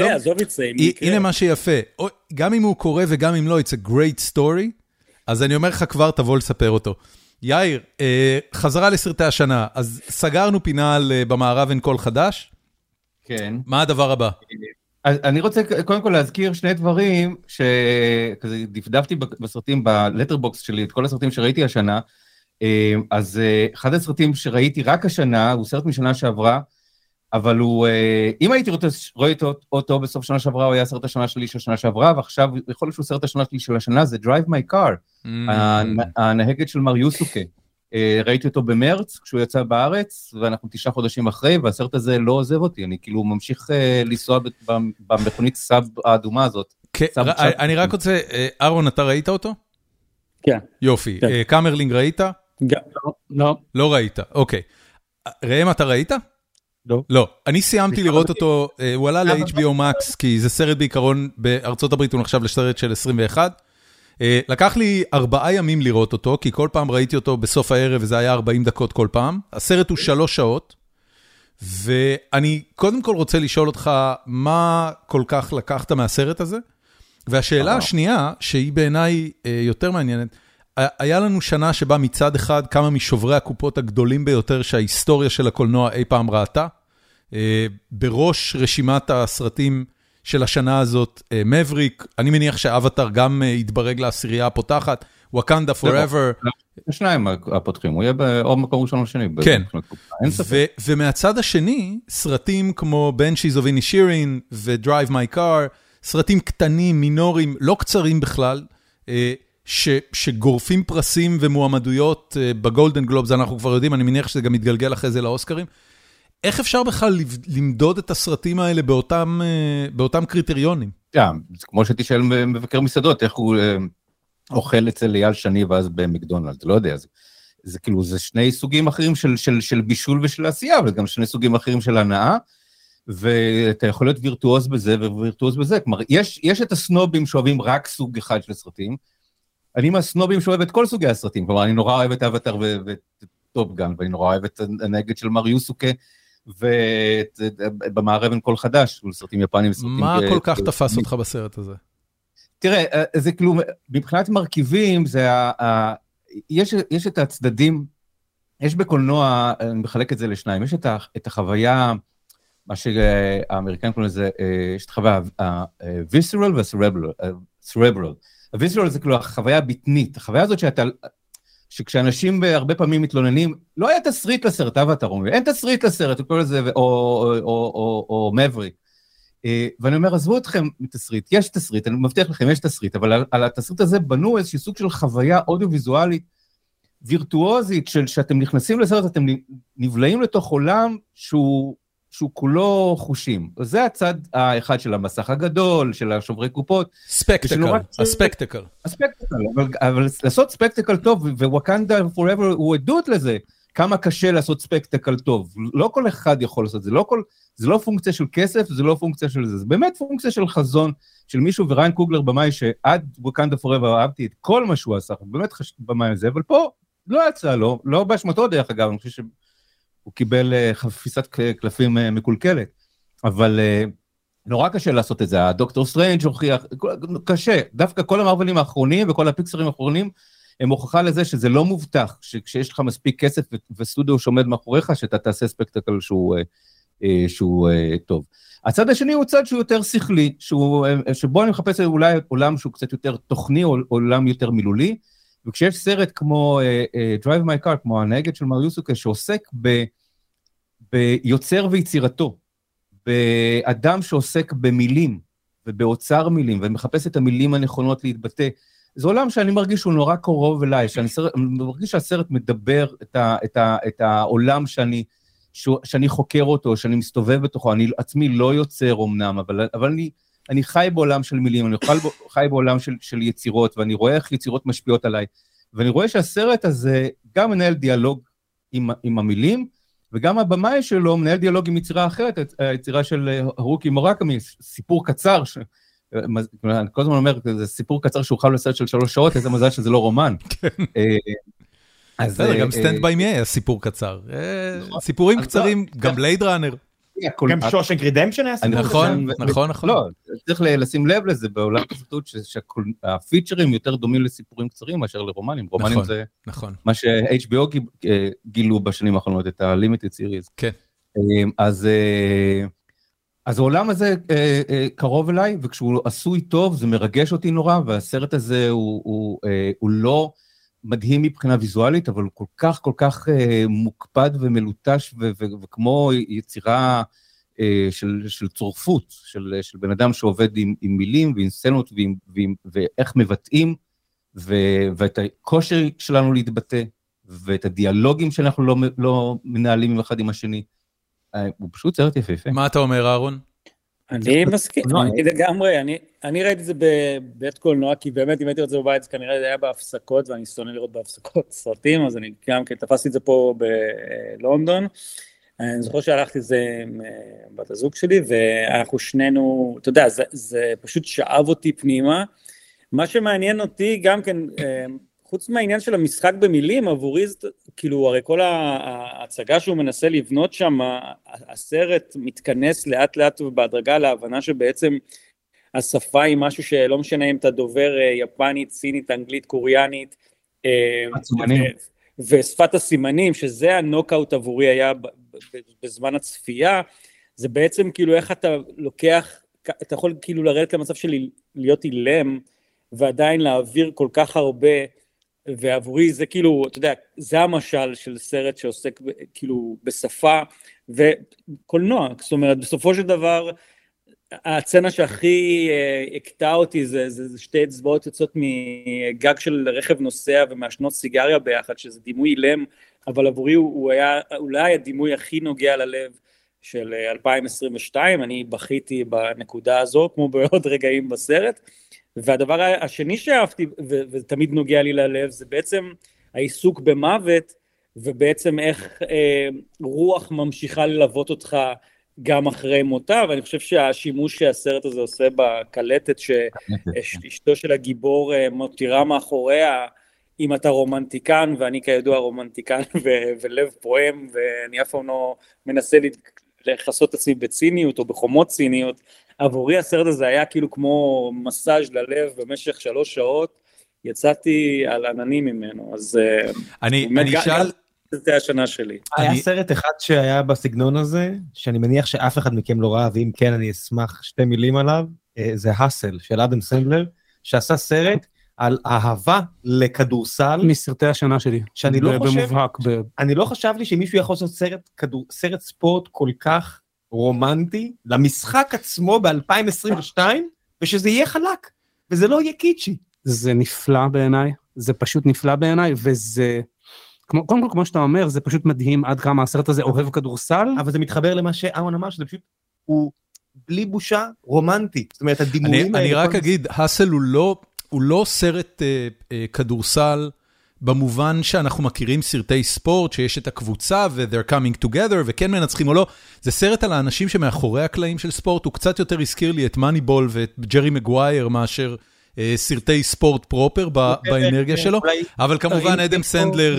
הנה מה שיפה, גם אם הוא קורא וגם אם לא, it's a great story, אז אני אומר לך כבר, תבוא לספר אותו. יאיר, חזרה לסרטי השנה, אז סגרנו פינה על במערב אין קול חדש. כן. מה הדבר הבא? אני רוצה קודם כל להזכיר שני דברים שכזה דפדפתי בסרטים בלטרבוקס שלי, את כל הסרטים שראיתי השנה, אז אחד הסרטים שראיתי רק השנה, הוא סרט משנה שעברה, אבל הוא, אם הייתי רואה אותו בסוף שנה שעברה, הוא היה סרט השנה שלי של שנה שעברה, ועכשיו יכול להיות שהוא סרט השנה שלי של השנה, זה Drive My Car, הנהגת של מר יוסוקה. ראיתי אותו במרץ, כשהוא יצא בארץ, ואנחנו 9 חודשים אחרי, והסרט הזה לא עוזב אותי, אני כאילו ממשיך לנסוע במכונית סאב האדומה הזאת. אני רק רוצה, אהרון, אתה ראית אותו? כן. יופי. קאמרלינג ראית? לא. לא ראית, אוקיי. ראם, אתה ראית? לא. לא. אני סיימתי לראות אותו, הוא עלה ל-HBO Max, כי זה סרט בעיקרון, בארצות הברית הוא נחשב לסרט של 21, לקח לי 4 ימים לראות אותו, כי כל פעם ראיתי אותו בסוף הערב, וזה היה 40 דקות כל פעם. הסרט הוא 3 שעות, ואני קודם כל רוצה לשאול אותך, מה כל כך לקחת מהסרט הזה? והשאלה השנייה, שהיא בעיניי יותר מעניינת, היה לנו שנה שבה מצד אחד, כמה משוברי הקופות הגדולים ביותר, שההיסטוריה של הקולנוע אי פעם ראתה, בראש רשימת הסרטים, של השנה הזאת, מבריק, אני מניח שאבטר גם יתברג לעשירייה הפותחת, וואקנדה פוראבר. שניים הפותחים, הוא יהיה בעוד מקום ראשון או שני. כן, ומהצד השני, סרטים כמו Banshees of Inisherin ו-Drive My Car, סרטים קטנים, מינוריים, לא קצרים בכלל, שגורפים פרסים ומועמדויות בגולדן גלובס, אנחנו כבר יודעים, אני מניח שזה גם יתגלגל אחרי זה לאוסקרים, איך אפשר בכלל למדוד את הסרטים האלה באותם קריטריונים? כמו שתשאל מבקר מסעדות, איך הוא אוכל אצל אייל שני ואז במקדונלד, לא יודע. זה כאילו, זה שני סוגים אחרים של בישול ושל עשייה, אבל גם שני סוגים אחרים של הנאה, ואתה יכול להיות וירטואוז בזה ווירטואוז בזה, כלומר, יש את הסנובים שאוהבים רק סוג אחד של סרטים, אני מהסנובים שאוהב את כל סוגי הסרטים, כלומר, אני נורא אוהב את אבטר וטופ גן, ואני נורא אוהב את הנגד של מר יוסוקה, ובמערב אין כל חדש, סרטים יפנים וסרטים... מה כל כך תפס אותך בסרט הזה? תראה, זה כאילו, מבחינת מרכיבים, יש את הצדדים, יש בקולנוע, אני מחלק את זה לשניים, יש את החוויה, מה שהאמריקאים קוראים לזה, יש את החוויה ה-visceral וה-cerebral. ה-visceral זה כאילו החוויה הביטנית, החוויה הזאת שכשאנשים הרבה פעמים מתלוננים, לא היה תסריט לסרט, אבטר, אין תסריט לסרט, הוא קורא לזה, או מבריק. ואני אומר, עזבו אתכם מתסריט, יש תסריט, אני מבטיח לכם, יש תסריט, אבל על התסריט הזה בנו איזושהי סוג של חוויה אודיו-ויזואלית, וירטואוזית, שאתם נכנסים לסרט, אתם נבלעים לתוך עולם שהוא כולו חושים. זה הצד האחד של המסך הגדול, של השוברי קופות. הספקטקל. אבל לעשות ספקטקל טוב, וווקנדה פוראבר הוא עדות לזה, כמה קשה לעשות ספקטקל טוב. לא כל אחד יכול לעשות, זה לא פונקציה של כסף, זה לא פונקציה של זה, זה באמת פונקציה של חזון, של מישהו, וריין קוגלר במאי, שעד ווקנדה פוראבר אהבתי את כל מה שהוא עשה, באמת במאי הזה, אבל פה לא יצא לו, לא באשמתו דרך אגב, אני חושב שהוא קיבל חפיסת קלפים מקולקלת, אבל נורא קשה לעשות את זה, הדוקטור סטרנג' הוכיח, קשה, דווקא כל המרוולים האחרונים וכל הפיקסרים האחרונים, הם הוכחה לזה שזה לא מובטח, שכשיש לך מספיק כסף וסטודיו שעומד מאחוריך, שאתה תעשה ספקטקל שהוא טוב. הצד השני הוא צד שהוא יותר שכלי, שבו אני מחפש אולי עולם שהוא קצת יותר תוכני, או עולם יותר מילולי, וכשיש סרט כמו Drive My Car, כמו הנגד של מר יוסוקה, שעוסק ביוצר ויצירתו, באדם שעוסק במילים, ובאוצר מילים, ומחפש את המילים הנכונות להתבטא, זה עולם שאני מרגיש שהוא נורא קרוב אליי, שאני מרגיש שהסרט מדבר את העולם שאני חוקר אותו, שאני מסתובב בתוכו, אני עצמי לא יוצר אומנם, אבל אני חי בעולם של מילים, אני חי בעולם של יצירות, ואני רואה איך יצירות משפיעות עליי, ואני רואה שהסרט הזה גם מנהל דיאלוג עם המילים, וגם הבמאי שלו מנהל דיאלוג עם יצירה אחרת, היצירה של הרוקי מורקמי, סיפור קצר, אני כל הזמן אומר, זה סיפור קצר שהוא חייב לסרט של 3 שעות, איזה מזל שזה לא רומן. גם סטנד ביי מי היה סיפור קצר. סיפורים קצרים, גם בלייד ראנר. גם שושנק רידמפשן היה סיפור קצר. נכון. לא, צריך לשים לב לזה בעולם הסרטוט, שהפיצ'רים יותר דומים לסיפורים קצרים מאשר לרומנים. רומנים זה מה ש-HBO גילו בשנים האחרונות, את ה-Limited Series. כן. אז העולם הזה קרוב אליי, וכשהוא עשוי טוב, זה מרגש אותי נורא, והסרט הזה הוא לא מדהים מבחינה ויזואלית, אבל הוא כל כך מוקפד ומלוטש, וכמו יצירה של צורפות, של בן אדם שעובד עם מילים ועם סצנות, ואיך מבטאים, ואת הכושר שלנו להתבטא, ואת הדיאלוגים שאנחנו לא מנהלים אחד עם השני, הוא פשוט סרט יפהפה. מה אתה אומר, אהרון? אני מסכים, לגמרי, אני ראיתי את זה בבית קולנוע, כי באמת אם הייתי רוצה בבית, זה כנראה היה בהפסקות, ואני שונא לראות בהפסקות סרטים, אז אני גם תפסתי את זה פה בלונדון, אני זוכר שהלכתי את זה עם בת הזוג שלי, ואנחנו שנינו, אתה יודע, זה פשוט שאב אותי פנימה, מה שמעניין אותי גם כן, חוץ מהעניין של המשחק במילים, עבורי זה כאילו, הרי כל ההצגה שהוא מנסה לבנות שם, הסרט מתכנס לאט לאט ובהדרגה להבנה שבעצם השפה היא משהו שלא משנה אם אתה דובר יפנית, סינית, אנגלית, קוריאנית, ושפת הסימנים, שזה הנוקאוט עבורי היה בזמן הצפייה, זה בעצם כאילו איך אתה לוקח, אתה יכול כאילו לרדת למצב של להיות אילם, ועדיין להעביר כל כך הרבה, ועבורי זה כאילו, אתה יודע, זה המשל של סרט שעוסק כאילו בשפה וקולנוע, זאת אומרת, בסופו של דבר, הצצנה שהכי הקטע אותי, זה שתי אצבעות יוצאות מגג של רכב נוסע ומעשנות סיגריה ביחד, שזה דימוי אילם, אבל עבורי הוא היה אולי הדימוי הכי נוגע ללב של 2022, אני בכיתי בנקודה הזו, כמו בעוד רגעים בסרט, והדבר השני שאהבתי, ותמיד נוגע לי ללב, זה בעצם העיסוק במוות, ובעצם איך רוח ממשיכה ללוות אותך גם אחרי מותה, ואני חושב שהשימוש שהסרט הזה עושה בקלטת, שאשתו של הגיבור מותירה מאחוריה, אם אתה רומנטיקן, ואני כידוע רומנטיקן ולב פועם, ואני אף פעם לא מנסה לחסות את עצמי בציניות או בחומות ציניות, עבורי הסרט הזה היה כאילו כמו מסאז' ללב במשך 3 שעות, יצאתי על עננים ממנו, אז אני אשאל... זה השנה שלי. היה סרט אחד שהיה בסגנון הזה, שאני מניח שאף אחד מכם לא ראה, ואם כן אני אשמח 2 מילים עליו, זה האסל של אדם סנדלר, שעשה סרט על אהבה לכדורסל. מסרטי השנה שלי. שאני לא חושב, אני לא חשבתי שמישהו יכול לעשות סרט ספורט כל כך רומנטי, למשחק עצמו ב-2022, ושזה יהיה חלק, וזה לא יהיה קיצ'י. זה נפלא בעיניי, זה פשוט נפלא בעיניי, וזה... קודם כל, כמו שאתה אומר, זה פשוט מדהים עד כמה הסרט הזה אוהב כדורסל. אבל זה מתחבר למה שאהרון אמר, שזה פשוט, הוא בלי בושה רומנטי. זאת אומרת, הדימויים האלה... אני רק אגיד, האסל הוא לא סרט כדורסל, במובן שאנחנו מכירים סרטי ספורט, שיש את הקבוצה, ו-they're coming together, וכן מנצחים או לא. זה סרט על האנשים שמאחורי הקלעים של ספורט, הוא קצת יותר הזכיר לי את מאניבול ואת ג'רי מגווייר, מאשר... סרטי ספורט פרופר באנרגיה שלו, אבל כמובן אדם סנדלר...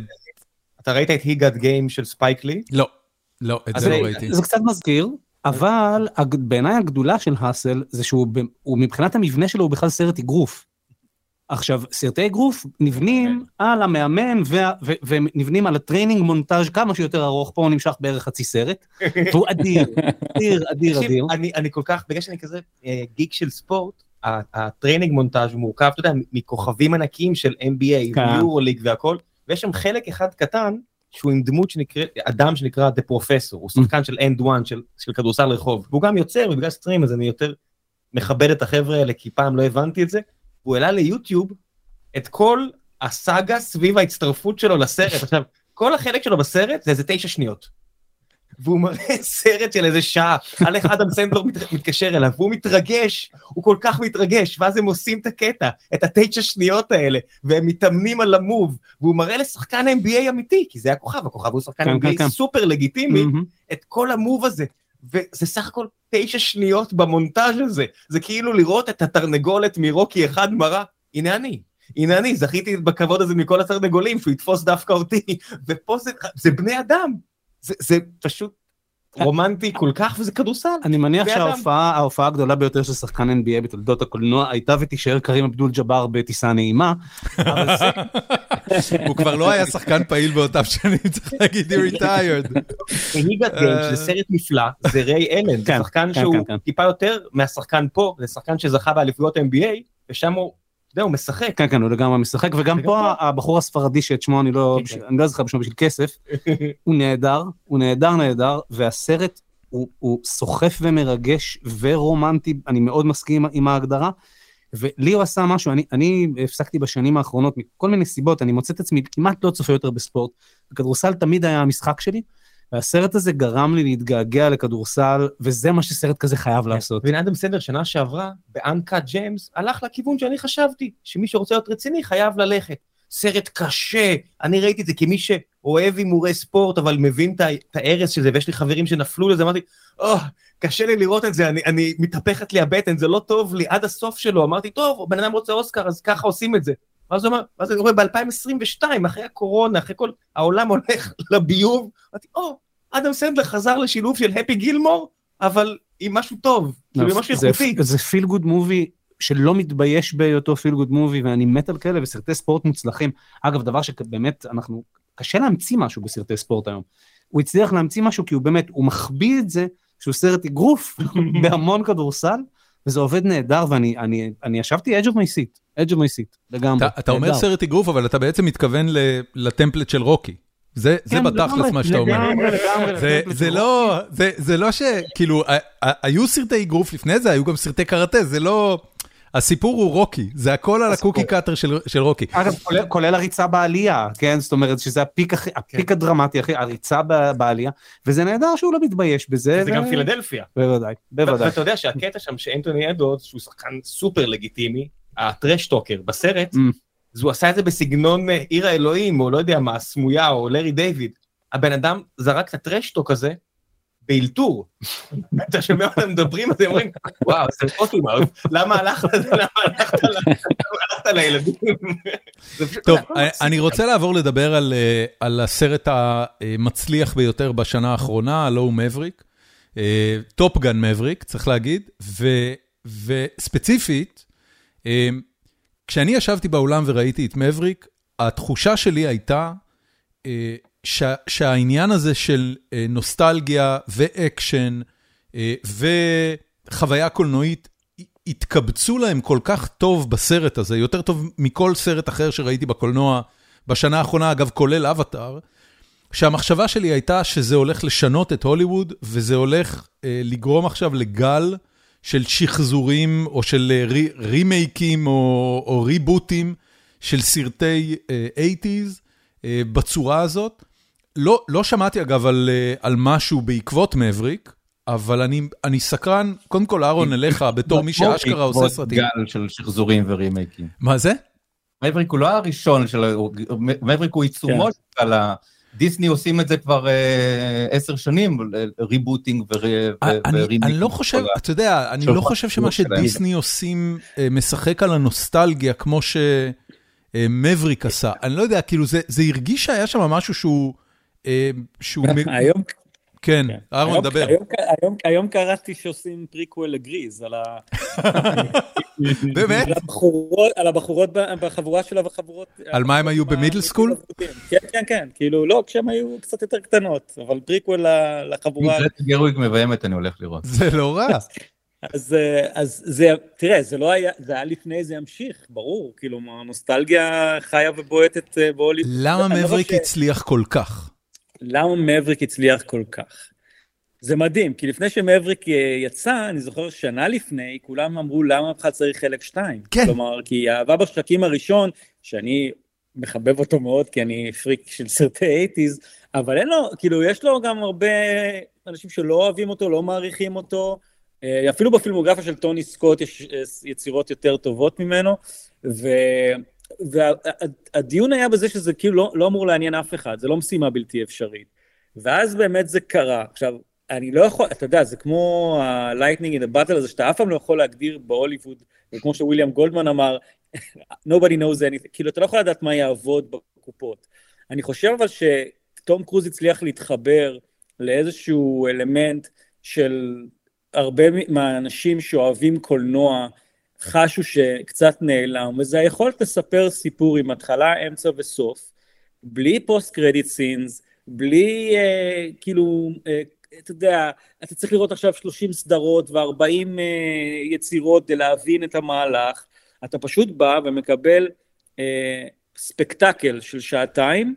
אתה ראית את He Got Game של ספייק לי? לא, את זה לא ראיתי. זה קצת מזכיר, אבל בעיניי הגדולה של האסל, זה שהוא מבחינת המבנה שלו, הוא בכלל סרט אגרוף. עכשיו, סרטי אגרוף נבנים על המאמן, ונבנים על הטריינינג מונטאז' כמה שיותר ארוך, פה הוא נמשך בערך חצי סרט, והוא אדיר, אדיר. אני כל כך, בגלל שאני כזה גיק של ספורט, הטריינינג מונטאז' הוא מורכב, אתה יודע, מכוכבים ענקיים של NBA, יורוליג והכל, ויש שם חלק אחד קטן, שהוא עם דמות אדם שנקרא The Professor, הוא שחקן של End One, של כדורסל רחוב, והוא גם יוצר, ובגלל סטרים, אז אני יותר מכבד את החבר'ה האלה, כי פעם לא הבנתי את זה, הוא העלה ליוטיוב את כל הסאגה סביב ההצטרפות שלו לסרט, עכשיו, כל החלק שלו בסרט זה איזה 9 שניות. והוא מראה סרט של איזה שעה, על איך אדם סנדלר מתקשר אליו, והוא מתרגש, הוא כל כך מתרגש, ואז הם עושים את הקטע, את 9 שניות האלה, והם מתאמנים על המוב, והוא מראה לשחקן NBA אמיתי, כי זה הכוכב הוא שחקן NBA סופר לגיטימי, את כל המוב הזה, וזה סך הכל 9 שניות במונטאז' הזה, זה כאילו לראות את התרנגולת מרוקי אחד מראה, הנה אני, זכיתי בכבוד הזה מכל התרנגולים, שהוא יתפוס דווקא אותי, ופה זה בני אדם, זה פשוט רומנטי כל כך, וזה כדורסל. אני מניח שההופעה הגדולה ביותר של שחקן NBA בתולדות הקולנוע, הייתה ותישאר קרים אבדול ג'אבר בטיסה נעימה. הוא כבר לא היה שחקן פעיל באותם שנים, צריך להגיד, he retired. He Got Game, שזה סרט נפלא, זה ריי אלן, זה שחקן שהוא טיפה יותר מהשחקן פה, זה שחקן שזכה באליפויות NBA, ושם הוא משחק. כן, הוא לגמרי משחק, וגם פה הבחור הספרדי שאת שמו, אני לא זוכר בשמו בשביל כסף, הוא נהדר, והסרט הוא סוחף ומרגש ורומנטי, אני מאוד מסכים עם ההגדרה, ולי הוא עשה משהו, אני הפסקתי בשנים האחרונות, מכל מיני סיבות, אני מוצא את עצמי כמעט לא צופה יותר בספורט, וכדורסל תמיד היה המשחק שלי, והסרט הזה גרם לי להתגעגע לכדורסל, וזה מה שסרט כזה חייב לעשות. ואדם סנדלר שנה שעברה, באנקאט ג'יימס, הלך לכיוון שאני חשבתי, שמי שרוצה להיות רציני חייב ללכת. סרט קשה, אני ראיתי את זה כמי שאוהב הימורי ספורט, אבל מבין את הערס של זה, ויש לי חברים שנפלו לזה, אמרתי, קשה לי לראות את זה, אני מתהפכת לי הבטן, זה לא טוב לי, עד הסוף שלו, אמרתי, טוב, בן אדם רוצה אוסקר, אז ככה עושים את זה. ואז הוא אומר, ב-2022, אחרי הקורונה, אחרי כל העולם הולך לביוב, אמרתי, אדם סנדלר חזר לשילוב של הפי גילמור, אבל עם משהו טוב, משהו איכותי. זה פיל גוד מובי, שלא מתבייש בהיותו פיל גוד מובי, ואני מת על כאלה, וסרטי ספורט מוצלחים. אגב, דבר שבאמת, קשה להמציא משהו בסרטי ספורט היום. הוא הצליח להמציא משהו, כי הוא באמת, הוא מחביא את זה, שהוא סרט אגרוף, בהמון כדורסל, וזה עובד נהדר, ואני ישבתי edge of my seat, לגמרי. אתה אומר סרט אגרוף, אבל אתה בעצם מתכוון לטמפלט של רוקי. זה בתכלס מה שאתה אומר. זה לא שכאילו, היו סרטי אגרוף לפני זה, היו גם סרטי קראטה, זה לא... הסיפור הוא רוקי, זה הכל על הקוקי קאטר של רוקי. אגב, כולל הריצה בעלייה, כן? זאת אומרת שזה הפיק הדרמטי, הריצה בעלייה, וזה נהדר שהוא לא מתבייש בזה. זה גם פילדלפיה. בוודאי. ואתה יודע שהקטע שם שאנטוני אדוורדס, שהוא שחקן סופר לגיטימי, הטרש טוקר בסרט, אז הוא עשה את זה בסגנון עיר האלוהים, או לא יודע מה, סמויה, או לארי דיוויד. הבן אדם זרק את הטרשטוק הזה, באלתור. אתה שומע אותם מדברים, אז הם אומרים, וואו, זה פוטימאוס, למה הלכת לילדים? טוב, אני רוצה לעבור לדבר על הסרט המצליח ביותר בשנה האחרונה, הלו הוא מבריק, טופגן מבריק, צריך להגיד, וספציפית, כשאני ישבתי באולם וראיתי את מבריק, התחושה שלי הייתה שהעניין הזה של נוסטלגיה ואקשן וחוויה קולנועית התקבצו להם כל כך טוב בסרט הזה, יותר טוב מכל סרט אחר שראיתי בקולנוע בשנה האחרונה, אגב כולל אבטאר, שהמחשבה שלי הייתה שזה הולך לשנות את הוליווד, וזה הולך לגרום עכשיו לגל של שחזורים או של רימייקים או ריבוטים של סרטי 80s בצורה הזאת. לא שמעתי אגב על משהו בעקבות מבריק, אבל אני סקרן, קודם כל אהרון אליך, בתור מי שאשכרה עושה סרטים. גל של שחזורים ורימייקים. מה זה? מבריק הוא לא הראשון, מבריק הוא עיצומו של דיסני עושים את זה כבר 10 שנים, ריבוטינג ורימייקים. אני לא חושב, אתה יודע, אני לא חושב שמה שדיסני עושים משחק על הנוסטלגיה, כמו שמבריק עשה. אני לא יודע, כאילו זה הרגיש שהיה שם משהו שהוא... היום... כן, אהרון, דבר. היום קראתי שעושים פריקוול לגריז, על באמת? על הבחורות בחבורה שלה וחבורות... על מה הם היו במידל סקול? כן, כן, כן, כאילו לא, כשהם היו קצת יותר קטנות, אבל פריקוול לחבורה... גרטה גרוויג מביימת, אני הולך לראות. זה לא רע. אז זה, תראה, זה לא היה, זה היה לפני, זה ימשיך, ברור, כאילו, הנוסטלגיה חיה ובועטת בהוליווד. למה מבריק הצליח כל כך? למה מבריק הצליח כל כך? זה מדהים, כי לפני שמבריק יצא, אני זוכר שנה לפני, כולם אמרו למה בכלל צריך חלק 2. כן. כלומר, כי האהבה בשחקים הראשון, שאני מחבב אותו מאוד, כי אני פריק של סרטי 80s, אבל אין לו, כאילו, יש לו גם הרבה אנשים שלא אוהבים אותו, לא מעריכים אותו, אפילו בפילמוגרפיה של טוני סקוט יש יצירות יותר טובות ממנו, והדיון היה בזה שזה כאילו לא אמור לעניין אף אחד, זה לא משימה בלתי אפשרית. ואז באמת זה קרה. עכשיו, אני לא יכול, אתה יודע, זה כמו ה-Lightning in the Battle הזה, שאתה אף פעם לא יכול להגדיר בהוליווד, וכמו שוויליאם גולדמן אמר, nobody knows anything, כאילו אתה לא יכול לדעת מה יעבוד בקופות. אני חושב אבל שטום קרוז הצליח להתחבר לאיזשהו אלמנט של הרבה מהאנשים שאוהבים קולנוע, חשו שקצת נעלם, וזה היכולת לספר סיפור עם התחלה, אמצע וסוף, בלי פוסט קרדיט סינס, בלי כאילו, אתה יודע, אתה צריך לראות עכשיו 30 סדרות ו40 יצירות כדי להבין את המהלך, אתה פשוט בא ומקבל ספקטקל של שעתיים,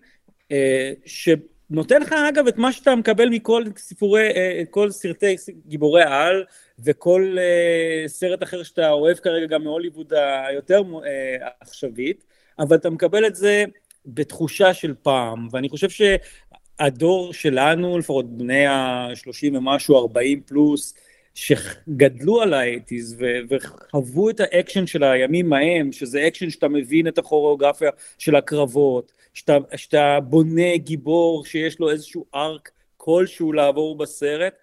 שנותן לך אגב את מה שאתה מקבל מכל סיפורי, כל סרטי גיבורי העל, וכל סרט אחר שאתה אוהב כרגע גם מהוליווד היותר עכשווית, אבל אתה מקבל את זה בתחושה של פעם, ואני חושב שהדור שלנו, לפחות בני ה-30 ומשהו, 40 פלוס, שגדלו על ה-80s וחוו את האקשן של הימים ההם, שזה אקשן שאתה מבין את הכוריאוגרפיה של הקרבות, שאתה בונה גיבור שיש לו איזשהו ארק כלשהו לעבור בסרט,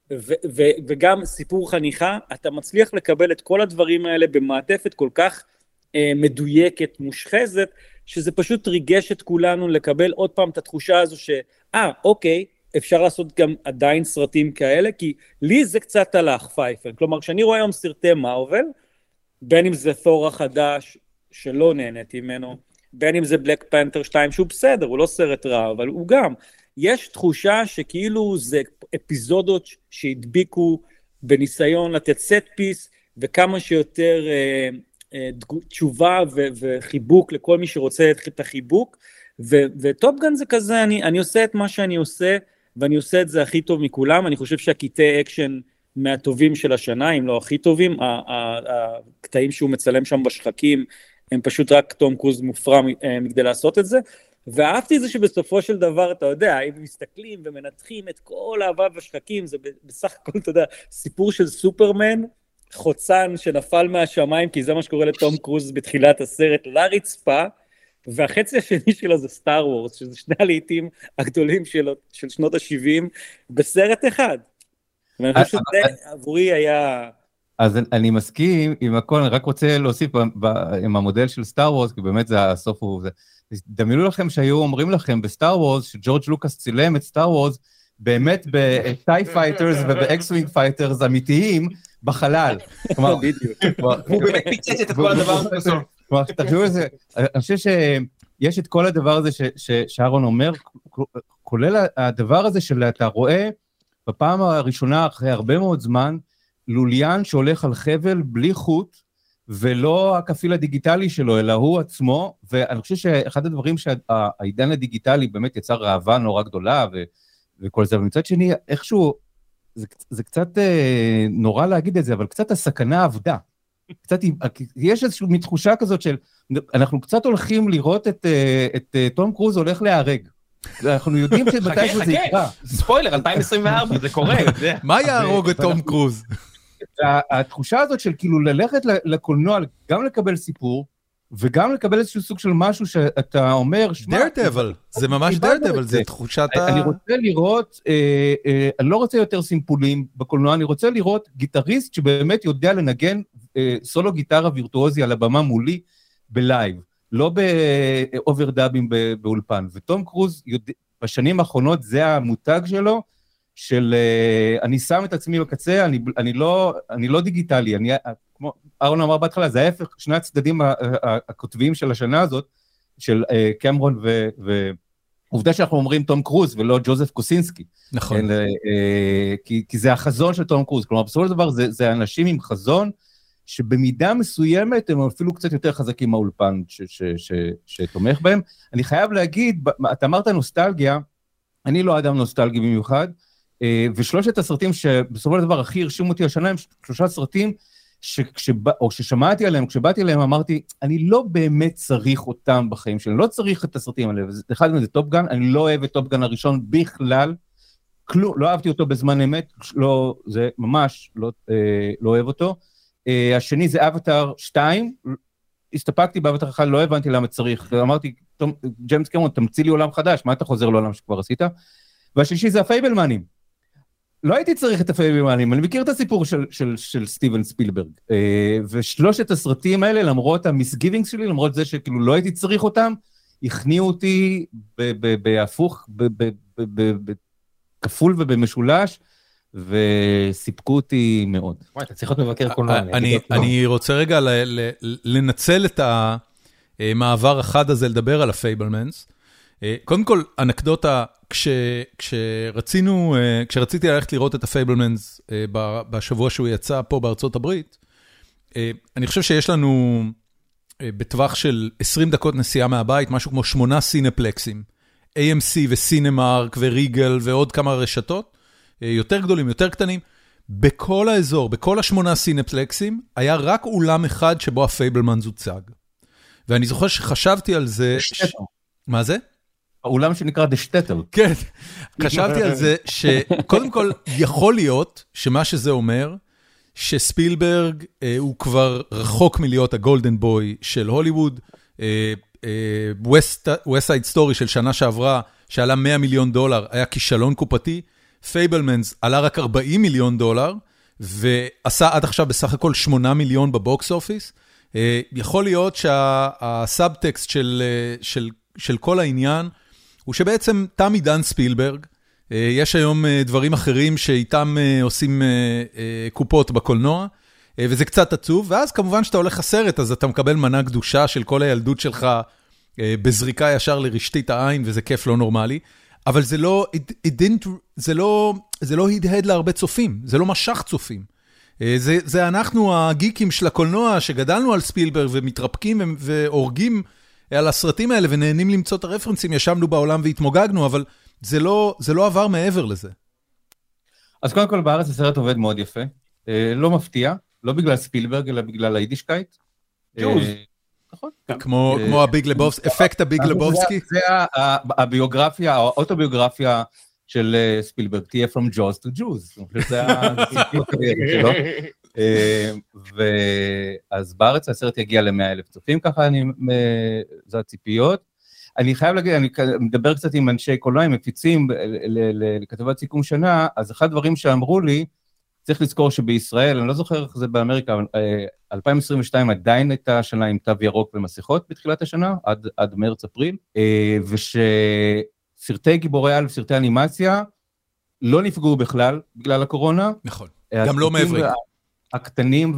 וגם סיפור חניכה, אתה מצליח לקבל את כל הדברים האלה במעטפת כל כך מדויקת, מושחזת, שזה פשוט ריגש את כולנו לקבל עוד פעם את התחושה הזו אוקיי, אפשר לעשות גם עדיין סרטים כאלה, כי לי זה קצת הלך פייפל, כלומר כשאני רואה היום סרטי מארוול, בין אם זה תור החדש שלא נהניתי ממנו, בין אם זה בלק פנתר 2 שהוא בסדר, הוא לא סרט רע, אבל הוא גם, יש תחושה שכאילו זה אפיזודות שהדביקו בניסיון לתת סט פיס, וכמה שיותר תשובה וחיבוק לכל מי שרוצה את החיבוק, וטופגן זה כזה, אני עושה את מה שאני עושה, ואני עושה את זה הכי טוב מכולם, אני חושב שהקטעי אקשן מהטובים של השנה, אם לא הכי טובים, הקטעים שהוא מצלם שם בשחקים, הם פשוט רק תום קרוז מופרע מכדי לעשות את זה, ואהבתי זה שבסופו של דבר, אתה יודע, אם מסתכלים ומנתחים את כל האהבה בשחקים, זה בסך הכל, אתה יודע, סיפור של סופרמן, חוצן שנפל מהשמיים, כי זה מה שקורה לתום קרוז בתחילת הסרט, לרצפה, והחצי השני שלו זה סטאר וורס, שזה שני הלהיטים הגדולים של שנות ה-70, בסרט אחד. ואני חושב שזה עבורי היה... אז אני מסכים עם הכל, אני רק רוצה להוסיף עם המודל של סטאר וורס, כי באמת זה הסוף הוא... דמיינו לכם שהיו אומרים לכם בסטאר וורס, שג'ורג' לוקאס צילם את סטאר וורס, באמת בטי פייטרס ובאקס-ווינג פייטרס אמיתיים בחלל. כלומר, הוא באמת פיצץ את כל הדבר הזה. כלומר, תחשבו לזה, אני חושב שיש את כל הדבר הזה שאהרון אומר, כולל הדבר הזה של אתה רואה בפעם הראשונה אחרי הרבה מאוד זמן, לוליין שהולך על חבל בלי חוט, ולא הכפיל הדיגיטלי שלו, אלא הוא עצמו, ואני חושב שאחד הדברים שהעידן הדיגיטלי באמת יצר ראווה נורא גדולה, וכל זה, ומצד שני, איכשהו, זה קצת נורא להגיד את זה, אבל קצת הסכנה עבדה. יש איזושהי מתחושה כזאת של, אנחנו קצת הולכים לראות את תום קרוז הולך להיהרג. אנחנו יודעים שמתי שזה יקרה. ספוילר, 2024, זה קורה. מה יהרוג את תום קרוז? התחושה הזאת של כאילו ללכת לקולנוע, גם לקבל סיפור, וגם לקבל איזשהו סוג של משהו שאתה אומר, דרדבל, זה ממש דרדבל, זה תחושת אני רוצה לראות, אני לא רוצה יותר סימפולים בקולנוע, אני רוצה לראות גיטריסט שבאמת יודע לנגן סולו גיטרה וירטואוזי על הבמה מולי בלייב, לא באוברדאבים באולפן, ותום קרוז בשנים האחרונות זה המותג שלו, של אני שם את עצמי בקצה, אני לא דיגיטלי, כמו אהרון אמר בהתחלה, זה ההפך, שני הצדדים הכותביים של השנה הזאת, של קמרון ועובדה שאנחנו אומרים תום קרוז ולא ג'וזף קוסינסקי. נכון. כי זה החזון של תום קרוז, כלומר בסופו של דבר זה אנשים עם חזון, שבמידה מסוימת הם אפילו קצת יותר חזקים מהאולפן שתומך בהם. אני חייב להגיד, אתה אמרת נוסטלגיה, אני לא אדם נוסטלגי במיוחד, ושלושת הסרטים שבסופו של דבר הכי הרשימו אותי השנה, הם שלושה סרטים או ששמעתי עליהם, כשבאתי עליהם אמרתי, אני לא באמת צריך אותם בחיים שלי, אני לא צריך את הסרטים האלה, אחד מהם זה טופגן, אני לא אוהב את טופגן הראשון בכלל, לא אהבתי אותו בזמן אמת, לא, זה ממש לא אוהב אותו, השני זה אבטר 2, הסתפקתי באבטר 1, לא הבנתי למה צריך, אמרתי, ג'יימס קמרון, תמציא לי עולם חדש, מה אתה חוזר לעולם שכבר עשית? והשלישי זה הפייבלמנים, לא הייתי צריך את הפייבלמנים, אני מכיר את הסיפור של סטיבן ספילברג, ושלושת הסרטים האלה, למרות המסגיבינג שלי, למרות זה שכאילו לא הייתי צריך אותם, הכניעו אותי בהפוך, בכפול ובמשולש, וסיפקו אותי מאוד. וואי, אתה צריך להיות מבקר קולנוע. אני רוצה רגע לנצל את המעבר החד הזה לדבר על הפייבלמנס. קודם כל, אנקדוטה, כשרציתי ללכת לראות את הפייבלמנס בשבוע שהוא יצא פה בארצות הברית, אני חושב שיש לנו בטווח של 20 דקות נסיעה מהבית, משהו כמו 8 סינפלקסים, AMC וסינמארק וריגל ועוד כמה רשתות, יותר גדולים, יותר קטנים, בכל האזור, בכל 8 סינפלקסים, היה רק אולם אחד שבו הפייבלמנס הוצג. ואני זוכר שחשבתי על זה... מה זה? האולם שנקרא דשטטל. כן, חשבתי על זה שקודם כל יכול להיות שמה שזה אומר, שספילברג הוא כבר רחוק מלהיות הגולדן בוי של הוליווד, West Side Story של שנה שעברה, שעלה $100 מיליון, היה כישלון קופתי, פייבלמנס עלה רק $40 מיליון, ועשה עד עכשיו בסך הכל 8 מיליון בבוקס אופיס. יכול להיות שהסאבטקסט של כל העניין, הוא שבעצם תם עידן ספילברג, יש היום דברים אחרים שאיתם עושים קופות בקולנוע, וזה קצת עצוב, ואז כמובן שאתה הולך לסרט, אז אתה מקבל מנה קדושה של כל הילדות שלך, בזריקה ישר לרשתית העין, וזה כיף לא נורמלי, אבל זה לא הדהד להרבה צופים, זה לא משך צופים. זה אנחנו הגיקים של הקולנוע, שגדלנו על ספילברג, ומתרפקים והורגים על הסרטים האלה, ונהנים למצוא את הרפרנסים, ישבנו בעולם והתמוגגנו, אבל זה לא עבר מעבר לזה. אז קודם כל בארץ הסרט עובד מאוד יפה, לא מפתיע, לא בגלל ספילברג, אלא בגלל היידישקייט. ג'וז. נכון. כמו הביג לבובסקי, אפקט הביג לבובסקי. זה הביוגרפיה, האוטוביוגרפיה של ספילברג, תהיה From Jaws to Jews. זה הסיפור הקריירה שלו. אז בארץ הסרט יגיע ל100,000 צופים, ככה זה הציפיות. אני חייב להגיד, אני מדבר קצת עם אנשי קולנוע, עם מפיצים לכתבת סיכום שנה, אז אחד הדברים שאמרו לי, צריך לזכור שבישראל, אני לא זוכר איך זה באמריקה, אבל 2022 עדיין הייתה שנה עם תו ירוק ומסכות בתחילת השנה, עד מרץ-אפריל, ושסרטי גיבורי על וסרטי אנימציה לא נפגעו בכלל בגלל הקורונה. נכון, גם לא מעברי. הקטנים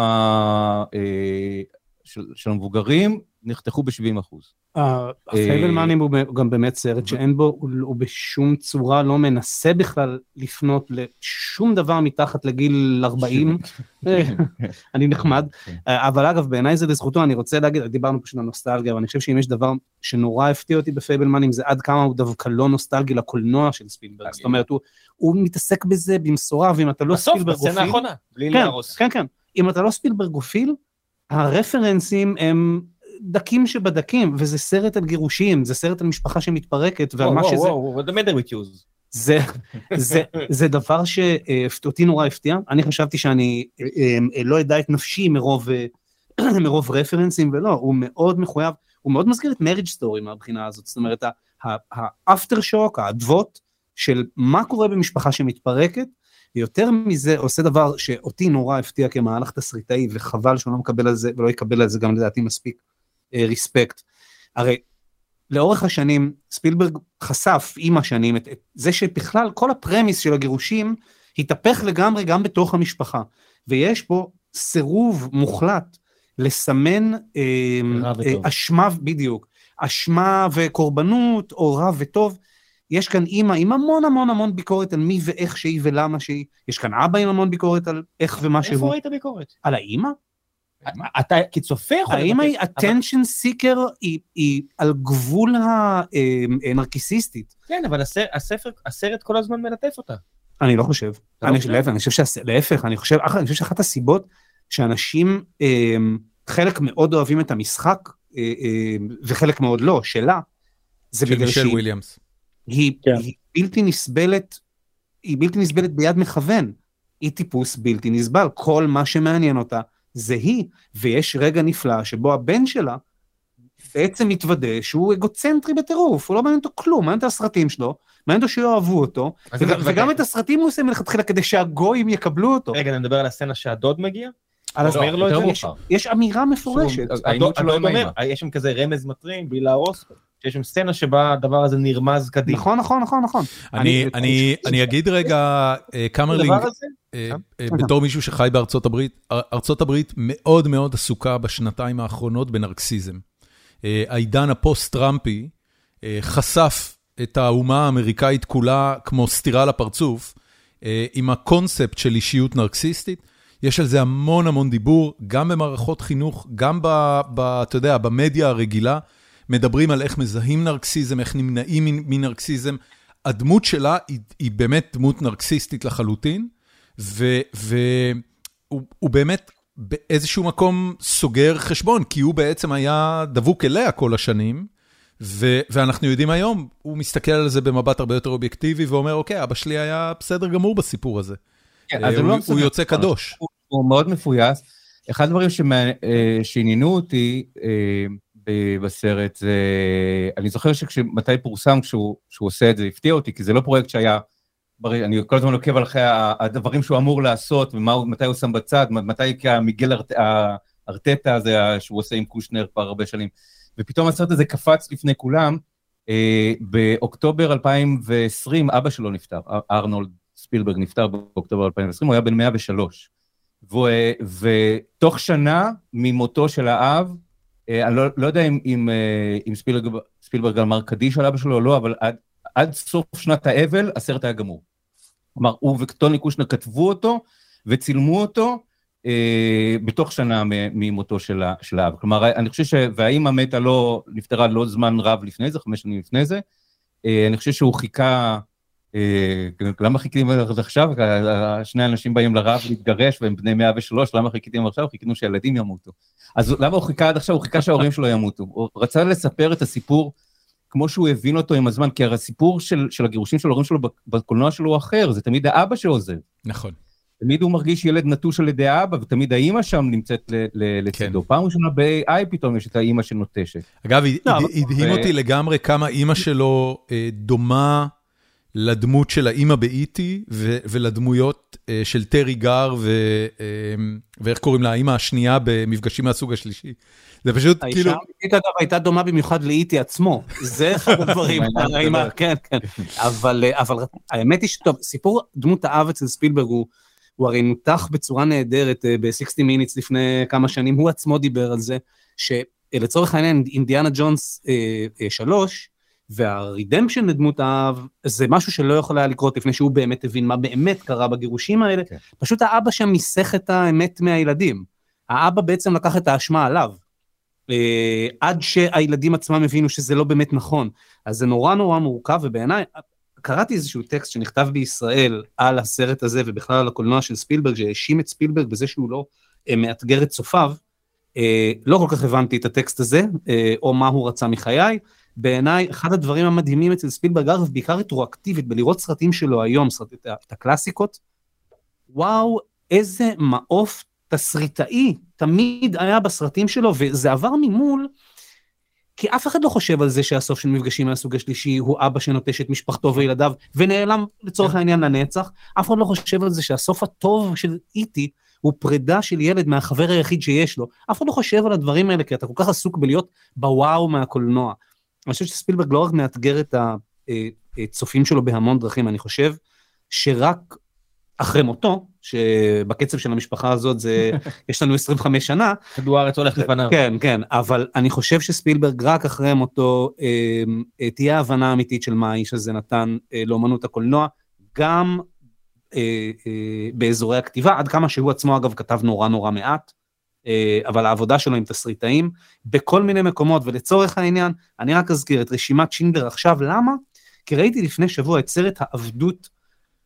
של המבוגרים נחתכו ב-70%. הפייבלמנים הוא גם באמת סרט שאין בו, הוא בשום צורה לא מנסה בכלל לפנות לשום דבר מתחת לגיל 40, אני נחמד, אבל אגב בעיניי זה לזכותו, אני רוצה להגיד, דיברנו פשוט על נוסטלגיה, ואני חושב שאם יש דבר שנורא הפתיע אותי בפייבלמנים, זה עד כמה הוא דווקא לא נוסטלגי לקולנוע של ספילברג, זאת אומרת, הוא מתעסק בזה במשורה, ואם אתה לא ספילברגופיל, בסוף, בסצנה האחרונה, בלי להרוס. כן, כן, אם אתה לא ספילברגופיל, הרפרנסים הם דקים שבדקים, וזה סרט על גירושים, זה סרט על משפחה שמתפרקת, ומה שזה... what the matter with you? זה דבר שאותי נורא הפתיע, אני חשבתי שאני לא אדע את נפשי מרוב רפרנסים, ולא, הוא מאוד מחויב, הוא מאוד מזכיר את מריג' סטורי מהבחינה הזאת, זאת אומרת, האפטר שוק, האדוות של מה קורה במשפחה שמתפרקת, יותר מזה עושה דבר שאותי נורא הפתיע כמהלך תסריטאי, וחבל שהוא לא מקבל על זה, ולא יקבל על זה גם לדעתי מספיק ריספקט. הרי לאורך השנים, ספילברג חשף עם השנים את זה שבכלל כל הפרמיס של הגירושים, התהפך לגמרי גם בתוך המשפחה, ויש פה סירוב מוחלט, לסמן אשמה בדיוק, אשמה וקורבנות, או רע וטוב, יש כאן אימא עם המון המון המון ביקורת על מי ואיך שהיא ולמה שהיא, יש כאן אבא עם המון ביקורת על איך ומה שהוא. איפה ראית ביקורת? על האימא? אתה כצופה יכול... האמא היא attention seeker, היא על גבול הנרקיסיסטית. כן, אבל הסרט כל הזמן מלטף אותה. אני לא חושב. להפך, אני חושב שאחת הסיבות שאנשים חלק מאוד אוהבים את המשחק, וחלק מאוד לא, שלה, זה בגלל שהיא... וויליאמס. היא בלתי נסבלת, היא בלתי נסבלת ביד מכוון, היא טיפוס בלתי נסבל, כל מה שמעניין אותה זה היא, ויש רגע נפלא שבו הבן שלה בעצם מתוודה שהוא אגוצנטרי בטירוף, הוא לא מעניין אותו כלום, מעניין את הסרטים שלו, מעניין אותו שיאהבו אותו, וגם את הסרטים הוא עושה מלכתחילה כדי שהגויים יקבלו אותו. רגע, אני מדבר על הסצנה שהדוד מגיע? יש אמירה מפורשת. יש שם כזה רמז מטרים בלי להרוס, שיש שם סצנה שבה הדבר הזה נרמז קדימה. נכון. אני אגיד רגע, קמרלינג, בתור מישהו שחי בארצות הברית, ארצות הברית מאוד מאוד עסוקה בשנתיים האחרונות בנרקסיזם. העידן הפוסט-טראמפי חשף את האומה האמריקאית כולה כמו סתירה לפרצוף, עם הקונספט של אישיות נרקסיסטית. יש על זה המון המון דיבור, גם במערכות חינוך, גם אתה יודע, במדיה הרגילה, מדברים על איך מזהים נרקסיזם, איך נמנעים מנרקסיזם. הדמות שלה היא באמת דמות נרקסיסטית לחלוטין, והוא באמת באיזשהו מקום סוגר חשבון, כי הוא בעצם היה דבוק אליה כל השנים, ואנחנו יודעים היום, הוא מסתכל על זה במבט הרבה יותר אובייקטיבי, ואומר, אוקיי, אבא שלי היה בסדר גמור בסיפור הזה. הוא יוצא קדוש. הוא מאוד מפויס. אחד הדברים שעניינו אותי בסרט, זה, אני זוכר שמתי פורסם כשהוא עושה את זה, הפתיע אותי, כי זה לא פרויקט שהיה, אני כל הזמן עוקב אחרי הדברים שהוא אמור לעשות, ומתי הוא שם בצד, מתי כמיגל ארטטה הזה, שהוא עושה עם קושנר כבר הרבה שנים, ופתאום הסרט הזה קפץ לפני כולם, באוקטובר 2020, אבא שלו נפטר, ארנולד ספילברג נפטר באוקטובר 2020, הוא היה בן 103, ותוך שנה ממותו של האב, אני לא יודע אם ספילברג אמר קדיש על אבא שלו או לא, אבל עד סוף שנת האבל, הסרט היה גמור. כלומר, הוא וטוני קושנר כתבו אותו, וצילמו אותו, בתוך שנה ממותו של האב. כלומר, אני חושב והאמא מתה נפטרה לא זמן רב לפני זה, 5 שנים לפני זה, אני חושב שהוא חיכה, למה חיכיתם עכשיו? שני אנשים באים לרב להתגרש, והם בני 103, למה חיכיתם עכשיו? חיכינו שהילדים ימותו. אז למה הוא חיכה עד עכשיו? הוא חיכה שההורים שלו ימותו. הוא רצה לספר את הסיפור, כמו שהוא הבין אותו עם הזמן, כי הסיפור של הגירושים של ההורים שלו בקולנוע שלו הוא אחר, זה תמיד האבא שעוזב. נכון. תמיד הוא מרגיש ילד נטוש על ידי האבא, ותמיד האמא שם נמצאת לצידו. פעם ראשונה ב-AI פתאום יש את האמא שנוטשת. אגב, הדהים אותי לגמרי כמה אמא שלו דומה לדמות של האמא באיטי, ולדמויות של טרי גר, ואיך קוראים לה, האמא השנייה במפגשים מהסוג השלישי. זה פשוט כאילו... האישה אגב הייתה דומה במיוחד לאיטי עצמו, זה אחד הדברים, כן, כן. אבל האמת היא שטוב, סיפור דמות האב אצל ספילברג הוא הרי נותח בצורה נהדרת ב-60 Minutes לפני כמה שנים, הוא עצמו דיבר על זה, שלצורך העניין אינדיאנה ג'ונס 3, והרידמפשן לדמות האב, זה משהו שלא יכול היה לקרות לפני שהוא באמת הבין מה באמת קרה בגירושים האלה, פשוט האבא שם מיסך את האמת מהילדים, האבא בעצם לקח את האשמה עליו, עד שהילדים עצמם הבינו שזה לא באמת נכון, אז זה נורא נורא מורכב, ובעיניי, קראתי איזשהו טקסט שנכתב בישראל על הסרט הזה, ובכלל על הקולנוע של ספילברג, שהאשים את ספילברג בזה שהוא לא מאתגר את צופיו, לא כל כך הבנתי את הטקסט הזה, או מה הוא רצה מחיי, בעיניי, אחד הדברים המדהימים אצל ספילברג, אגב, בעיקר רטרואקטיבית, בלראות סרטים שלו היום, את הקלאסיקות, וואו, איזה מעוף תסריטאי, תמיד היה בסרטים שלו, וזה עבר ממול, כי אף אחד לא חושב על זה שהסוף של מפגשים מהסוג השלישי, הוא אבא שנוטש את משפחתו וילדיו, ונעלם לצורך העניין לנצח, אף אחד לא חושב על זה שהסוף הטוב של איטי, הוא פרידה של ילד מהחבר היחיד שיש לו, אף אחד לא חושב על הדברים האלה, כי אתה כל כך עסוק בלהיות בוואו מהקולנוע. אני חושב שספילברג לא רק מאתגר את הצופים שלו בהמון דרכים, אני חושב שרק אחרי מותו, שבקצב של המשפחה הזאת זה, יש לנו 25 שנה. כדור הארץ הולך לפניו. כן, כן, אבל אני חושב שספילברג רק אחרי מותו, תהיה הבנה אמיתית של מה האיש הזה נתן לאומנות הקולנוע, גם באזורי הכתיבה, עד כמה שהוא עצמו אגב כתב נורא נורא מעט, אבל העבודה שלו עם תסריטאים, בכל מיני מקומות, ולצורך העניין, אני רק אזכיר את רשימת שינדלר עכשיו, למה? כי ראיתי לפני שבוע את סרט העבדות,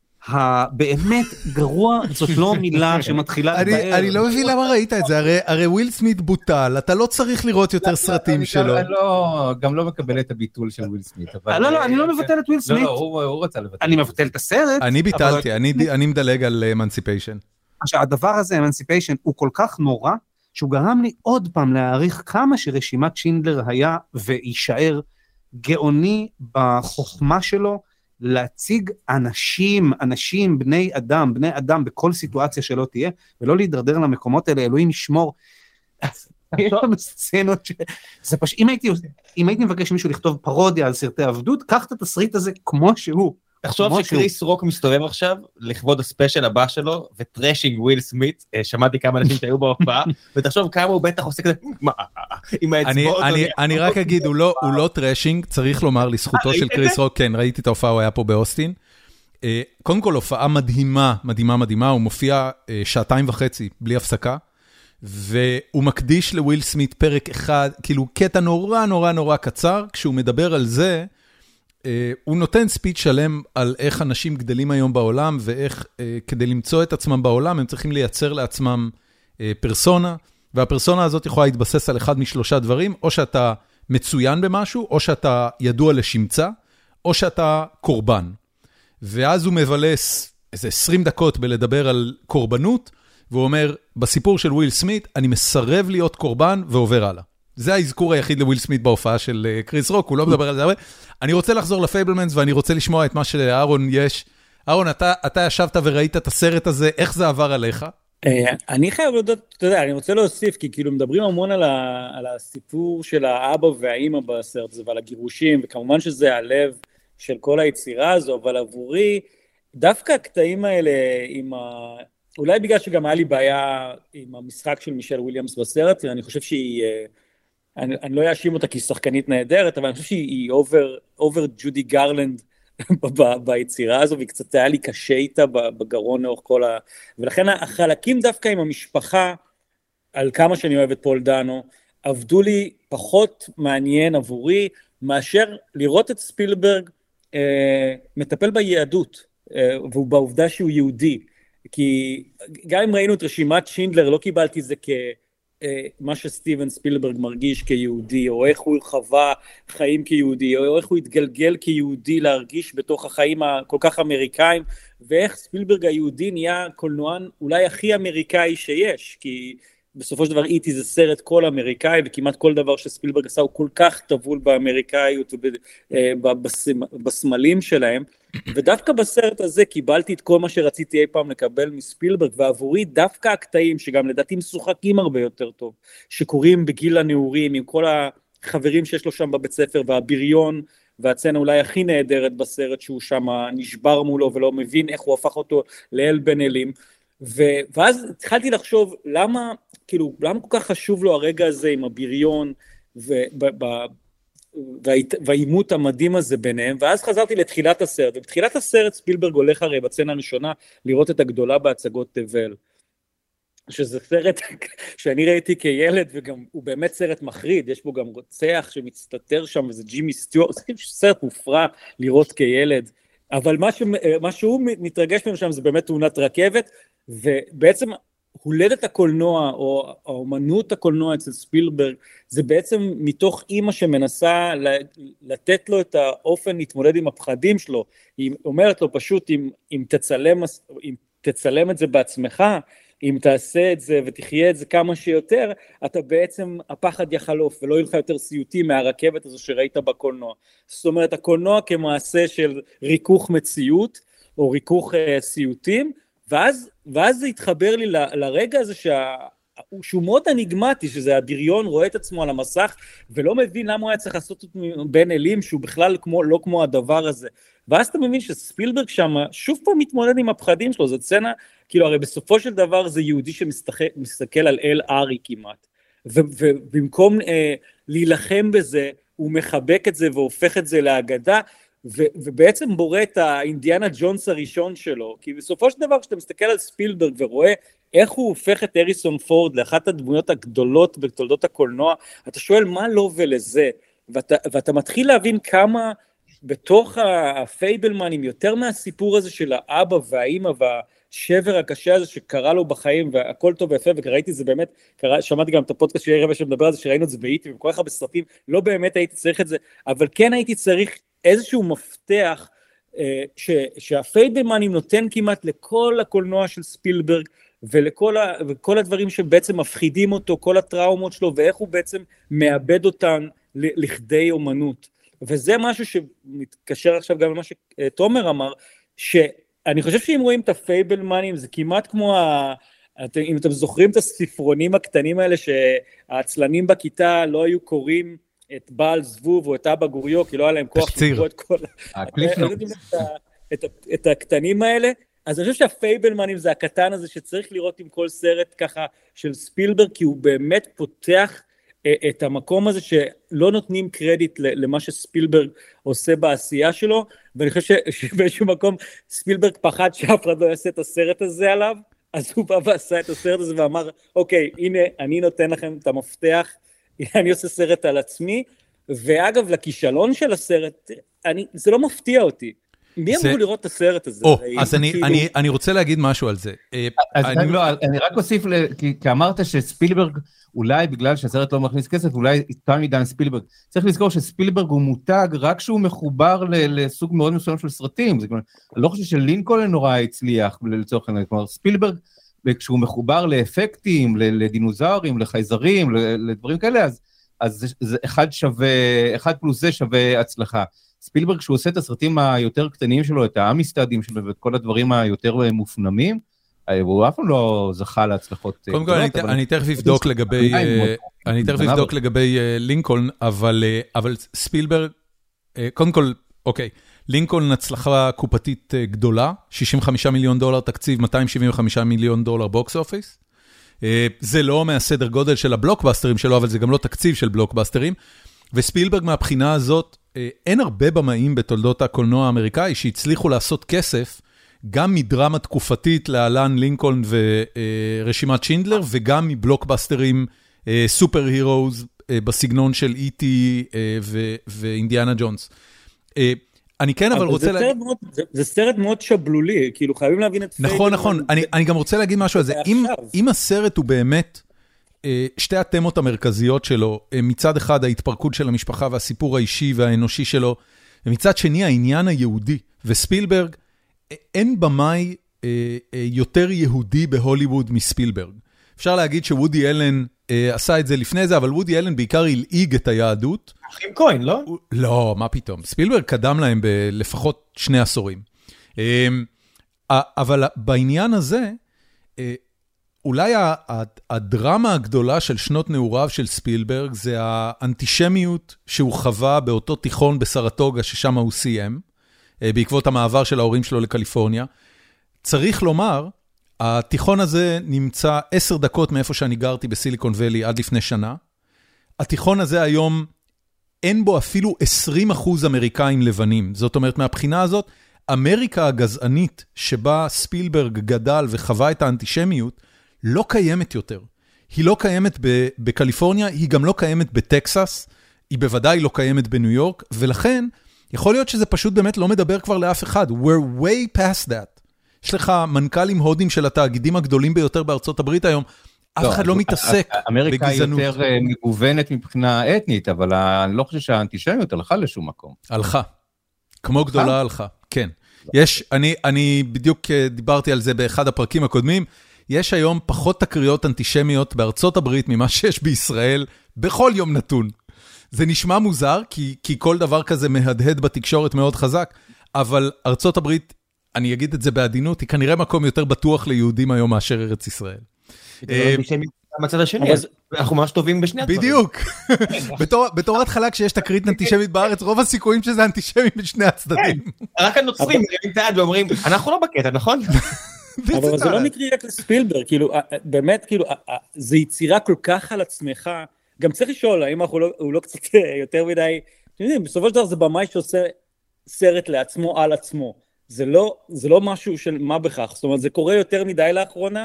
הבאמת גרוע, זאת לא מילה שמתחילה לתאר. אני לא מבין למה ראית את זה, הרי וויל סמית בוטל, אתה לא צריך לראות יותר סרטים שלו. אני גם לא מקבל את הביטול של וויל סמית. לא, אני לא מבטל את וויל סמית. לא, הוא רצה לבטל. אני מבטל את הסרט. אני ביטלתי, אני מדלג על אמנסיפיישן. עכשיו, הדבר הזה, אמנסיפיישן, הוא כל כך נורא, שהוא גרם לי עוד פעם להעריך כמה שרשימת שינדלר היה ויישאר גאוני בחוכמה שלו, להציג אנשים, בני אדם בכל סיטואציה שלא תהיה, ולא להידרדר למקומות האלה, אלוהים ישמור. יש לנו סצנות זה פשוט, אם הייתי מבקש מישהו לכתוב פרודיה על סרטי עבדות, קח את התסריט הזה כמו שהוא. תחשוב שקריס רוק מסתובב עכשיו לכבוד הספיישל הבא שלו, וטרשינג וויל סמית, שמעתי כמה אנשים שהיו בהופעה, ותחשוב כמה הוא בטח עושה כזה, עם האצבעות. אני רק אגיד, הוא לא טרשינג, צריך לומר לזכותו של קריס רוק, כן, ראיתי את ההופעה, הוא היה פה באוסטין. קודם כל, הופעה מדהימה, הוא מופיע 2.5 בלי הפסקה, והוא מקדיש לוויל סמית פרק אחד, כאילו קטע נורא קצר, כשהוא מדבר על זה, הוא נותן ספיץ' שלם על איך אנשים גדלים היום בעולם, ואיך כדי למצוא את עצמם בעולם, הם צריכים לייצר לעצמם פרסונה, והפרסונה הזאת יכולה להתבסס על אחד משלושה דברים, או שאתה מצוין במשהו, או שאתה ידוע לשמצה, או שאתה קורבן. ואז הוא מבלס איזה 20 דקות בלדבר על קורבנות, והוא אומר, בסיפור של וויל סמית, אני מסרב להיות קורבן ועובר הלאה. זה האזכור היחיד לוויל סמית בהופעה של קריס רוק, הוא לא מדבר על זה הרבה. אני רוצה לחזור לפייבלמנס, ואני רוצה לשמוע את מה שלארון יש. ארון, אתה ישבת וראית את הסרט הזה, איך זה עבר עליך? אני חייב לדעת, אתה יודע, אני רוצה להוסיף, כי כאילו מדברים המון על הסיפור של האבא והאימא בסרט הזה, ועל הגירושים, וכמובן שזה הלב של כל היצירה הזו, אבל עבורי, דווקא הקטעים האלה, אולי בגלל שגם היה לי בעיה עם המשחק של מישל וויליאמס בסרט, אני חושב שהיא, אני לא אאשים אותה כשחקנית נהדרת, אבל אני חושב שהיא אובר ג'ודי גרלנד ביצירה הזו, והיא קצת היה לי קשה איתה בגרון לאורך כל ולכן החלקים דווקא עם המשפחה, על כמה שאני אוהב את פול דאנו, עבדו לי פחות מעניין עבורי, מאשר לראות את ספילברג מטפל ביהדות, ובעובדה שהוא יהודי, כי גם אם ראינו את רשימת שינדלר, לא קיבלתי זה מה שסטיבן ספילברג מרגיש כיהודי, או איך הוא חווה חיים כיהודי, או איך הוא התגלגל כיהודי להרגיש בתוך החיים הכל כך אמריקאים, ואיך ספילברג היהודי נהיה קולנוען אולי הכי אמריקאי שיש, כי בסופו של דבר איטי זה סרט כל אמריקאי, וכמעט כל דבר שספילברג עשה הוא כל כך טבול באמריקאיות ובסמלים שלהם, ודווקא בסרט הזה קיבלתי את כל מה שרציתי אי פעם לקבל מספילברג, ועבורי דווקא הקטעים שגם לדעתי משוחקים הרבה יותר טוב, שקוראים בגיל הנעורים עם כל החברים שיש לו שם בבית ספר, והבריון, והצנה אולי הכי נהדרת בסרט שהוא שם נשבר מולו ולא מבין איך הוא הפך אותו לאל בן אלים, ואז התחלתי לחשוב למה כל כך חשוב לו הרגע הזה עם הבריון והאימות המדהים הזה ביניהם, ואז חזרתי לתחילת הסרט, ובתחילת הסרט ספילברג הולך הרי בצנה הראשונה לראות את הגדולה בהצגות תבל, שזה סרט שאני ראיתי כילד, וגם הוא באמת סרט מחריד, יש בו גם רוצח שמצטטר שם, וזה ג'ימי סטיוארט, זה סרט מופרע לראות כילד, אבל מה שהוא מתרגש ממנו שם זה באמת תאונת רכבת, ובעצם הולדת הקולנוע, או האומנות הקולנוע אצל ספילברג, זה בעצם מתוך אימא שמנסה לתת לו את האופן להתמודד עם הפחדים שלו, היא אומרת לו פשוט, אם תצלם את זה בעצמך, אם תעשה את זה ותחיה את זה כמה שיותר, אתה בעצם הפחד יחלוף, ולא יהיה לך יותר סיוטים מהרכבת הזו שראית בקולנוע. זאת אומרת, הקולנוע כמעשה של ריכוך מציאות, או ריכוך סיוטים, ואז זה התחבר לי לרגע הזה שהוא מאוד אניגמטי, שזה הבריון רואה את עצמו על המסך, ולא מבין למה הוא היה צריך לעשות בין אלים, שהוא בכלל לא כמו הדבר הזה. ואז אתה מבין שספילברג שם, שוב פה מתמודד עם הפחדים שלו, זאת סצנה, כאילו הרי בסופו של דבר זה יהודי שמסתכל על אל ארי כמעט, ובמקום להילחם בזה, הוא מחבק את זה והופך את זה לאגדה, ובעצם בורא את האינדיאנה ג'ונס הראשון שלו, כי בסופו של דבר כשאתה מסתכל על ספילברג ורואה איך הוא הופך את הריסון פורד לאחת הדמויות הגדולות בתולדות הקולנוע, אתה שואל מה לא ולזה, ואתה מתחיל להבין כמה בתוך הפייבלמנים, יותר מהסיפור הזה של האבא והאימא והשבר הקשה הזה שקרה לו בחיים, והכל טוב ויפה, וראיתי זה באמת, שמעתי גם את הפודקאסט של רבע שמדבר על זה, שראינו את זה באיטי, וכל כך הרבה סרטים, לא באמת הייתי צריך את זה, אבל כן הייתי צריך איזשהו מפתח, שהפייבלמנים נותן כמעט לכל הקולנוע של ספילברג, וכל הדברים שבעצם מפחידים אותו, כל הטראומות שלו, ואיך הוא בעצם מאבד אותן לכדי אומנות. וזה משהו שמתקשר עכשיו גם למה שתומר אמר, שאני חושב שאם רואים את הפייבלמנים, זה כמעט כמו, אם אתם זוכרים את הספרונים הקטנים האלה, שהעצלנים בכיתה לא היו קוראים את בעל זבוב או את אבא גוריו, כי לא היה להם כוח לקרוא את כל... את הקטנים האלה, אז אני חושב שהפייבלמנים זה הקטן הזה, שצריך לראות עם כל סרט ככה של ספילברג, כי הוא באמת פותח את המקום הזה שלא נותנים קרדיט למה שספילברג עושה בעשייה שלו, ואני חושב שבאיזשהו מקום ספילברג פחד שאף אחד לא יעשה את הסרט הזה עליו, אז הוא בא ועשה את הסרט הזה ואמר, אוקיי, הנה אני נותן לכם את המפתח, אני עושה סרט על עצמי, ואגב לכישלון של הסרט, זה לא מפתיע אותי. מי אמרו לראות את הסרט הזה? אז אני רוצה להגיד משהו על זה. אני רק אוסיף, כי אמרת שספילברג, אולי בגלל שהסרט לא מכניס כסף, אולי תם עידן ספילברג. צריך לזכור שספילברג הוא מותג רק שהוא מחובר לסוג מאוד מסוים של סרטים. אני לא חושב שלינקולן נורא הצליח לצורך העניין. כלומר, ספילברג, כשהוא מחובר לאפקטים, לדינוזאורים, לחייזרים, לדברים כאלה, אז אחד פלוס זה שווה הצלחה. ספילברג, כשהוא עושה את הסרטים היותר קטנים שלו, את האמיסטאדים שלו, ואת כל הדברים היותר מופנמים, הוא אף פעם לא זכה להצלחות. קודם כל, אני תכף אבדוק לגבי לינקולן, אבל ספילברג, קודם כל, אוקיי, לינקולן הצלחה קופתית גדולה, $65 מיליון תקציב, $275 מיליון בוקס אופיס. זה לא מהסדר גודל של הבלוקבאסטרים שלו, אבל זה גם לא תקציב של בלוקבאסטרים. וספילברג מהבחינה הזאת, אין הרבה במאים בתולדות הקולנוע האמריקאי שהצליחו לעשות כסף, גם מדרמה תקופתית להלן לינקולן ורשימת שינדלר, וגם מבלוקבאסטרים סופר הירוז בסגנון של איטי ואינדיאנה ג'ונס. אני כן אבל רוצה להגיד... זה סרט מאוד שבלולי, כאילו חייבים להבין את... נכון, אני גם רוצה להגיד משהו על זה. אם הסרט הוא באמת שתי התמות המרכזיות שלו, מצד אחד ההתפרקות של המשפחה והסיפור האישי והאנושי שלו, ומצד שני העניין היהודי. וספילברג, אין במאי יותר יהודי בהוליווד מספילברג. אפשר להגיד שוודי אלן עשה את זה לפני זה, אבל וודי אלן בעיקר הלעיג את היהדות. אחים כהן, לא? לא, מה פתאום. ספילברג קדם להם בלפחות 2 עשורים. אבל בעניין הזה, אולי הדרמה הגדולה של שנות נעוריו של ספילברג, זה האנטישמיות שהוא חווה באותו תיכון בסרטוגה, ששם הוא סיים, בעקבות המעבר של ההורים שלו לקליפורניה. צריך לומר, התיכון הזה נמצא 10 דקות מאיפה שאני גרתי בסיליקון ואלי עד לפני שנה. התיכון הזה היום, אין בו אפילו 20% אמריקאים לבנים. זאת אומרת, מהבחינה הזאת, אמריקה הגזענית שבה ספילברג גדל וחווה את האנטישמיות, לא קיימת יותר. היא לא קיימת בקליפורניה, היא גם לא קיימת בטקסס, היא בוודאי לא קיימת בניו יורק, ולכן יכול להיות שזה פשוט באמת לא מדבר כבר לאף אחד. We're way past that. יש לך מנכ"לים הודים של התאגידים הגדולים ביותר בארצות הברית היום, אף אחד לא מתעסק בגזענות. אמריקה היא יותר מגוונת מבחינה אתנית, אבל אני לא חושב שהאנטישמיות הלכה לשום מקום. הלכה. כמו גדולה הלכה, כן. אני בדיוק דיברתי על זה באחד הפרקים הקודמים, יש היום פחות תקריות אנטישמיות בארצות הברית ממה שיש בישראל בכל יום נתון. זה נשמע מוזר, כי כל דבר כזה מהדהד בתקשורת מאוד חזק, אבל ארצות הברית, אני אגיד את זה בעדינות, היא כנראה מקום יותר בטוח ליהודים היום מאשר ארץ ישראל. מצד השני, אנחנו ממש טובים בשני הדברים. בדיוק. בתור התחלה כשיש תקרית אנטישמית בארץ, רוב הסיכויים שזה אנטישמי בשני הצדדים. רק הנוצרים מרימים את היד ואומרים, אנחנו לא בקטע, נכון? אבל זה לא מקרי רק לספילברג, כאילו, באמת, כאילו, זה יצירה כל כך על עצמך, גם צריך לשאול, האם הוא לא קצת יותר מדי, אתם יודעים, בסופו של דבר זה במאי שעושה סרט לעצמו על עצמו, זה לא משהו של מה בכך, זאת אומרת, זה קורה יותר מדי לאחרונה,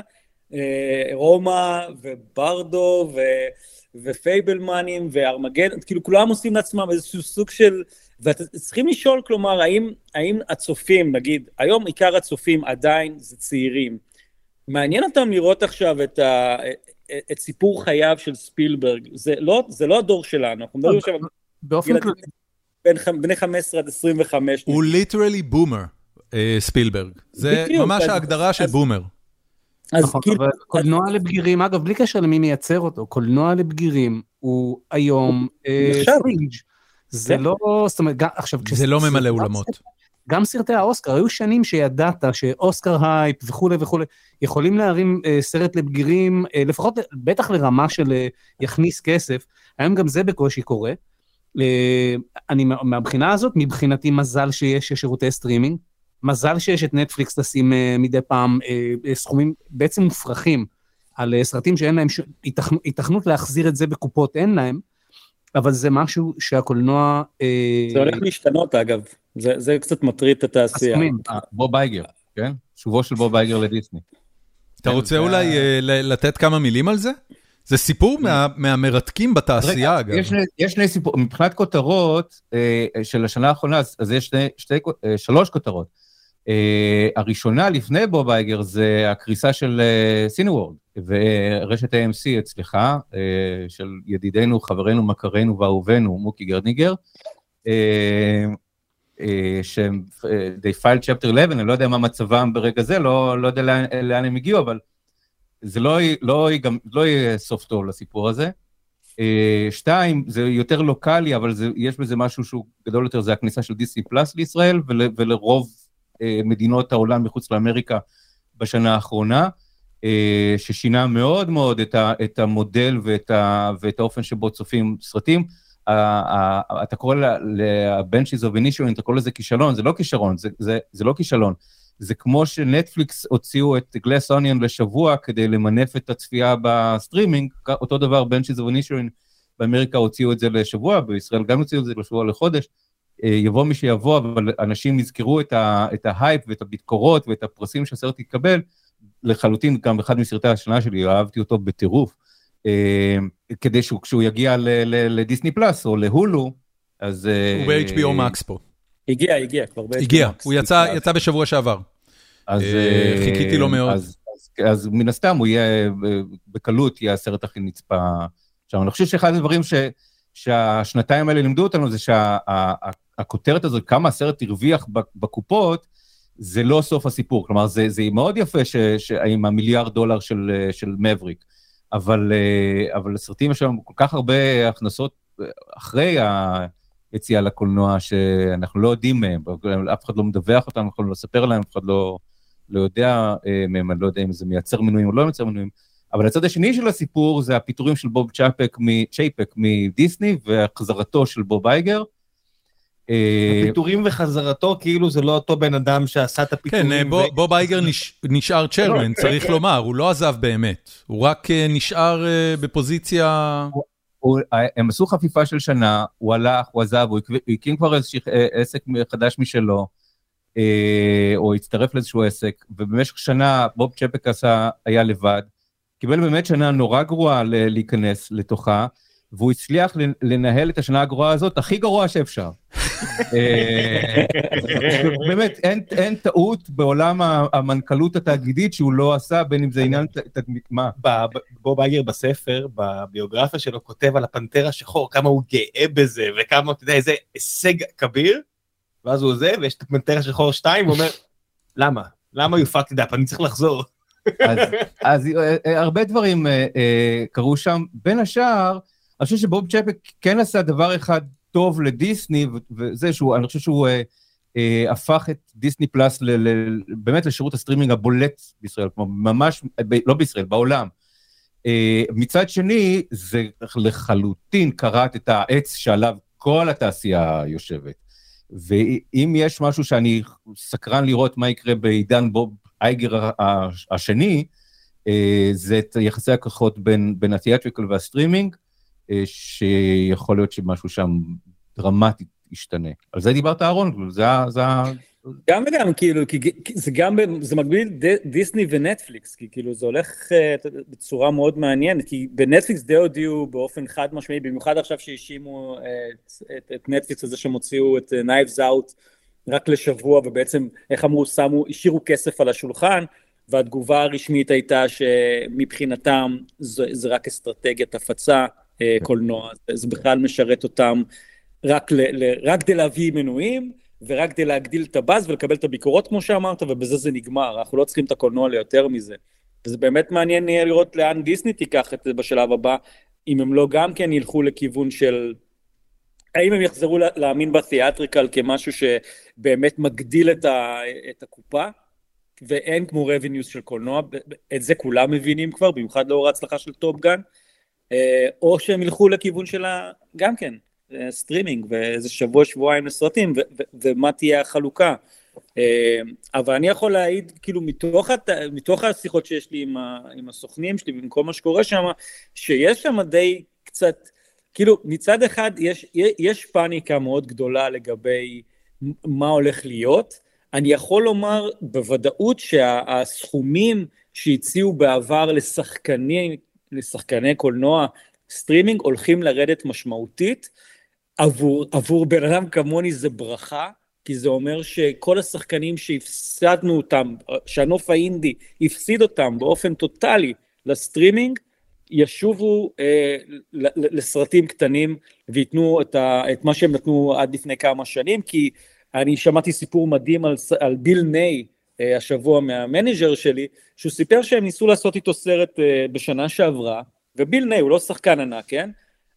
רומא וברדו ופייבלמנים וארמגדון, כאילו כולם עושים לעצמם איזשהו סוג של, וצריכים לשאול, כלומר, האם הצופים, נגיד, היום עיקר הצופים עדיין זה צעירים, מעניין אותם לראות עכשיו את סיפור חייו של ספילברג, זה לא הדור שלנו, אנחנו מדברים עכשיו, באופן כללי, בני 15 עד 25. הוא ליטרלי בומר, ספילברג, זה ממש ההגדרה של בומר. נכון, אבל קולנוע לבגירים, אגב, בלי קשר למי מייצר אותו, קולנוע לבגירים הוא היום פרינג'. זה לא, זאת אומרת, עכשיו, זה לא ממלא אולמות. גם סרטי האוסקר, היו שנים שידעת שאוסקר הייפ וכו' וכו', יכולים להרים סרט לבגירים, לפחות בטח לרמה של יכניס כסף, היום גם זה בקושי קורה. אני מהבחינה הזאת, מבחינתי מזל שיש שירותי סטרימינג, מזל שיש את נטפליקס לשים מדי פעם סכומים בעצם מופרכים על סרטים שאין להם התכנות להחזיר את זה בקופות, אין להם, אבל זה משהו שהקולנוע... זה הולך להשתנות אגב, זה קצת מטריד את התעשייה. בוב אייגר, כן? שובו של בוב אייגר לדיסני. אתה רוצה אולי לתת כמה מילים על זה? זה סיפור מהמרתקים בתעשייה אגב. יש שני סיפורים, מבחינת כותרות של השנה האחרונה, אז יש 3 כותרות. הראשונה לפני בוב אייגר זה הקריסה של סינוורד, ורשת AMC אצלך, של ידידנו, חברנו, מכרנו ואהובנו, מוקי גרדניגר, שהם, they filed chapter 11, אני לא יודע מה מצבם ברגע זה, לא יודע לאן הם הגיעו, אבל זה לא יהיה סוף טוב לסיפור הזה. 2, זה יותר לוקלי, אבל יש בזה משהו שהוא גדול יותר, זה הכניסה של דיסני פלאס לישראל, ולרוב מדינות העולם מחוץ לאמריקה בשנה האחרונה, ששינה מאוד מאוד את המודל ואת האופן שבו צופים סרטים. אתה קורא ל-Benches of Inisherin, אתה קורא לזה כישלון, זה לא כישרון, זה לא כישלון. זה כמו שנטפליקס הוציאו את Glass Onion לשבוע כדי למנף את הצפייה בסטרימינג, אותו דבר Benches of Inisherin באמריקה הוציאו את זה לשבוע, בישראל גם הוציאו את זה לשבוע לחודש, יבוא מי שיבוא, אבל אנשים יזכרו את ההייפ ואת הביקורות ואת הפרסים שהסרט יתקבל, לחלוטין גם אחד מסרטי השנה שלי, אהבתי אותו בטירוף, כדי כשהוא יגיע לדיסני פלאס או להולו, אז... הוא ב-HBO Max פה. הגיע כבר. הגיע, הוא יצא בשבוע שעבר. אז חיכיתי לו מאוד. אז אז מן הסתם הוא יהיה, בקלות יהיה הסרט הכי נצפה. עכשיו, אני חושב שאחד הדברים שהשנתיים האלה לימדו אותנו, זה שהכותרת הזאת, כמה הסרט הרוויח בקופות, זה לא סוף הסיפור. כלומר, זה מאוד יפה עם $1 מיליארד של מבריק, אבל הסרטים יש שם כל כך הרבה הכנסות אחרי היציאה לקולנוע, שאנחנו לא יודעים מהם, אף אחד לא מדווח אותם, אנחנו לא נספר להם, אף אחד לא יודע מהם, אני לא יודע אם זה מייצר מנויים או לא מייצר מנויים, אבל הצד השני של הסיפור זה הפיטורים של בוב צ'ייפק מדיסני, והחזרתו של בוב אייגר. הפיטורים וחזרתו, כאילו זה לא אותו בן אדם שעשה את הפיטורים. כן, בוב אייגר נשאר צ'רמן, צריך לומר, הוא לא עזב באמת, הוא רק נשאר בפוזיציה... הם עשו חפיפה של שנה, הוא הלך, הוא עזב, הוא הקים כבר איזשהו עסק חדש משלו, או הצטרף לאיזשהו עסק, ובמשך שנה בוב צ'ייפק היה לבד, קיבל באמת שנה נורא גרועה להיכנס לתוכה, והוא הצליח לנהל את השנה הגרועה הזאת הכי גרוע שאפשר. באמת, אין טעות בעולם המנכ"לות התאגידית שהוא לא עשה, בין אם זה עניין מה. בוב אייגר בספר, בביוגרפיה שלו, כותב על הפנתר השחור, כמה הוא גאה בזה, וכמה, אתה יודע, איזה הישג כביר, ואז הוא עוזב, ויש את הפנתר השחור 2, הוא אומר, למה? למה יופק דאפ? אני צריך לחזור. אז הרבה דברים קרו שם, בין השאר, אני חושב שבוב צ'ייפק כן עשה דבר אחד טוב לדיסני, וזה שהוא, אני חושב שהוא הפך את דיסני פלאס באמת לשירות הסטרימינג הבולט בישראל, כמו ממש, לא בישראל, בעולם. מצד שני, זה לחלוטין קראת את העץ שעליו כל התעשייה יושבת. ואם יש משהו שאני סקרן לראות מה יקרה בעידן בוב אייגר השני, זה את יחסי הכוחות בין התיאטריקל והסטרימינג, שיכול להיות שמשהו שם דרמטית ישתנה. על זה דיברת אהרון, זה... גם וגם, כאילו, זה מקביל דיסני ונטפליקס, כי כאילו זה הולך בצורה מאוד מעניינת, כי בנטפליקס די הודיעו באופן חד משמעי, במיוחד עכשיו שהאשימו את נטפליקס הזה שהם הוציאו את Knives Out רק לשבוע, ובעצם, איך אמרו, השאירו כסף על השולחן, והתגובה הרשמית הייתה שמבחינתם זה רק אסטרטגיית הפצה, קולנוע, זה בכלל משרת אותם רק כדי להביא מנויים, ורק כדי להגדיל את הבאז ולקבל את הביקורות כמו שאמרת, ובזה זה נגמר, אנחנו לא צריכים את הקולנוע ליותר מזה. וזה באמת מעניין יהיה לראות לאן דיסני תיקח את זה בשלב הבא, אם הם לא גם כן ילכו לכיוון של, האם הם יחזרו להאמין בתיאטריקל כמשהו שבאמת מגדיל את הקופה, ואין כמו revenues של קולנוע, את זה כולם מבינים כבר, במיוחד לאור ההצלחה של טופ גן, או שהם ילכו לכיוון שלה גם כן, סטרימינג, ואיזה שבועיים לסרטים, ומה תהיה החלוקה. אבל אני יכול להעיד, כאילו, מתוך השיחות שיש לי עם הסוכנים שלי, עם כל מה שקורה שם, שיש שם די קצת, כאילו, מצד אחד יש פאניקה מאוד גדולה לגבי מה הולך להיות. אני יכול לומר בוודאות שהסכומים שהציעו בעבר לשחקני קולנוע סטרימינג הולכים לרדת משמעותית. עבור בן אדם כמוני זה ברכה, כי זה אומר שכל השחקנים שהפסדנו אותם, שהנוף האינדי הפסיד אותם באופן טוטלי לסטרימינג, ישובו לסרטים קטנים ויתנו את מה שהם נתנו עד לפני כמה שנים, כי אני שמעתי סיפור מדהים על ביל ניי השבוע מהמנג'ר שלי, שהוא סיפר שהם ניסו לעשות איתו סרט בשנה שעברה, וביל ניי הוא לא שחקן ענק, כן?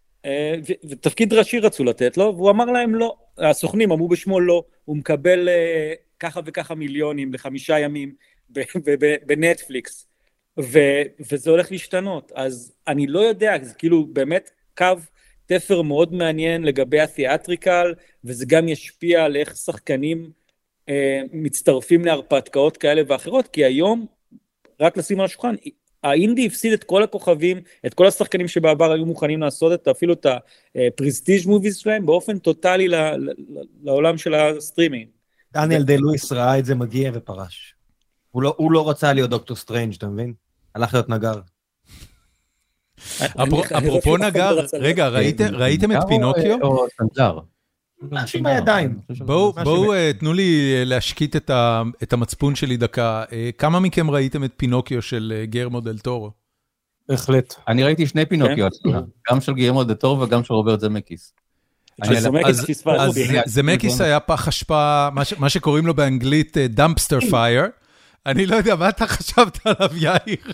ותפקיד ראשי רצו לתת לו, והוא אמר להם לא, הסוכנים אמרו בשמו לא, הוא מקבל ככה וככה מיליונים ל5 ימים בנטפליקס, וזה הולך להשתנות, אז אני לא יודע, זה כאילו באמת קו תפר מאוד מעניין לגבי התיאטריקל, וזה גם ישפיע על איך שחקנים מצטרפים להרפתקאות כאלה ואחרות, כי היום, רק לשים על השולחן, האינדי הפסיד את כל הכוכבים, את כל השחקנים שבעבר היו מוכנים לעשות אפילו את הפרסטיג' מוביז שלהם, באופן טוטלי לעולם של הסטרימינג. דניאל די לואיס ראה את זה מגיע ופרש. הוא לא רצה להיות דוקטור סטרנג', אתה מבין? הלך להיות נגר. אפרופו נגר, רגע, ראיתם את פינוקיו? או סנג'ר. משהו בידיים. בואו תנו לי להשקיט את המצפון שלי דקה. כמה מכם ראיתם את פינוקיו של גילרמו דל טורו? בהחלט. אני ראיתי שני פינוקיו, גם של גילרמו דל טורו וגם של רוברט זמקיס. אז זמקיס היה פח אשפה, מה שקוראים לו באנגלית dumpster fire. אני לא יודע, מה אתה חשבת עליו, יאיר?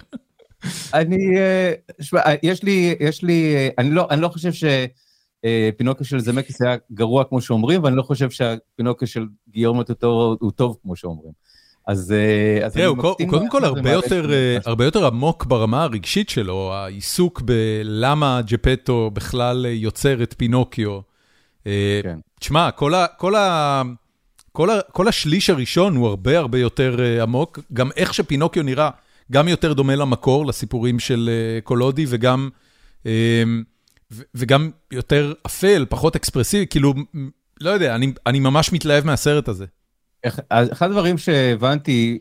אני לא חושב שפינוקיו של זמקיס היה גרוע כמו שאומרים, ואני לא חושב שהפינוקיו של גילרמו דל טורו הוא טוב כמו שאומרים. הוא קודם כל הרבה יותר עמוק ברמה הרגשית שלו, העיסוק בלמה ג'פטו בכלל יוצר את פינוקיו. תשמע, כל השליש הראשון הוא הרבה הרבה יותר עמוק, גם איך שפינוקיו נראה, גם יותר דומה למקור, לסיפורים של קולודי, וגם יותר אפל, פחות אקספרסיבי, כאילו, לא יודע, אני ממש מתלהב מהסרט הזה. אחד הדברים שהבנתי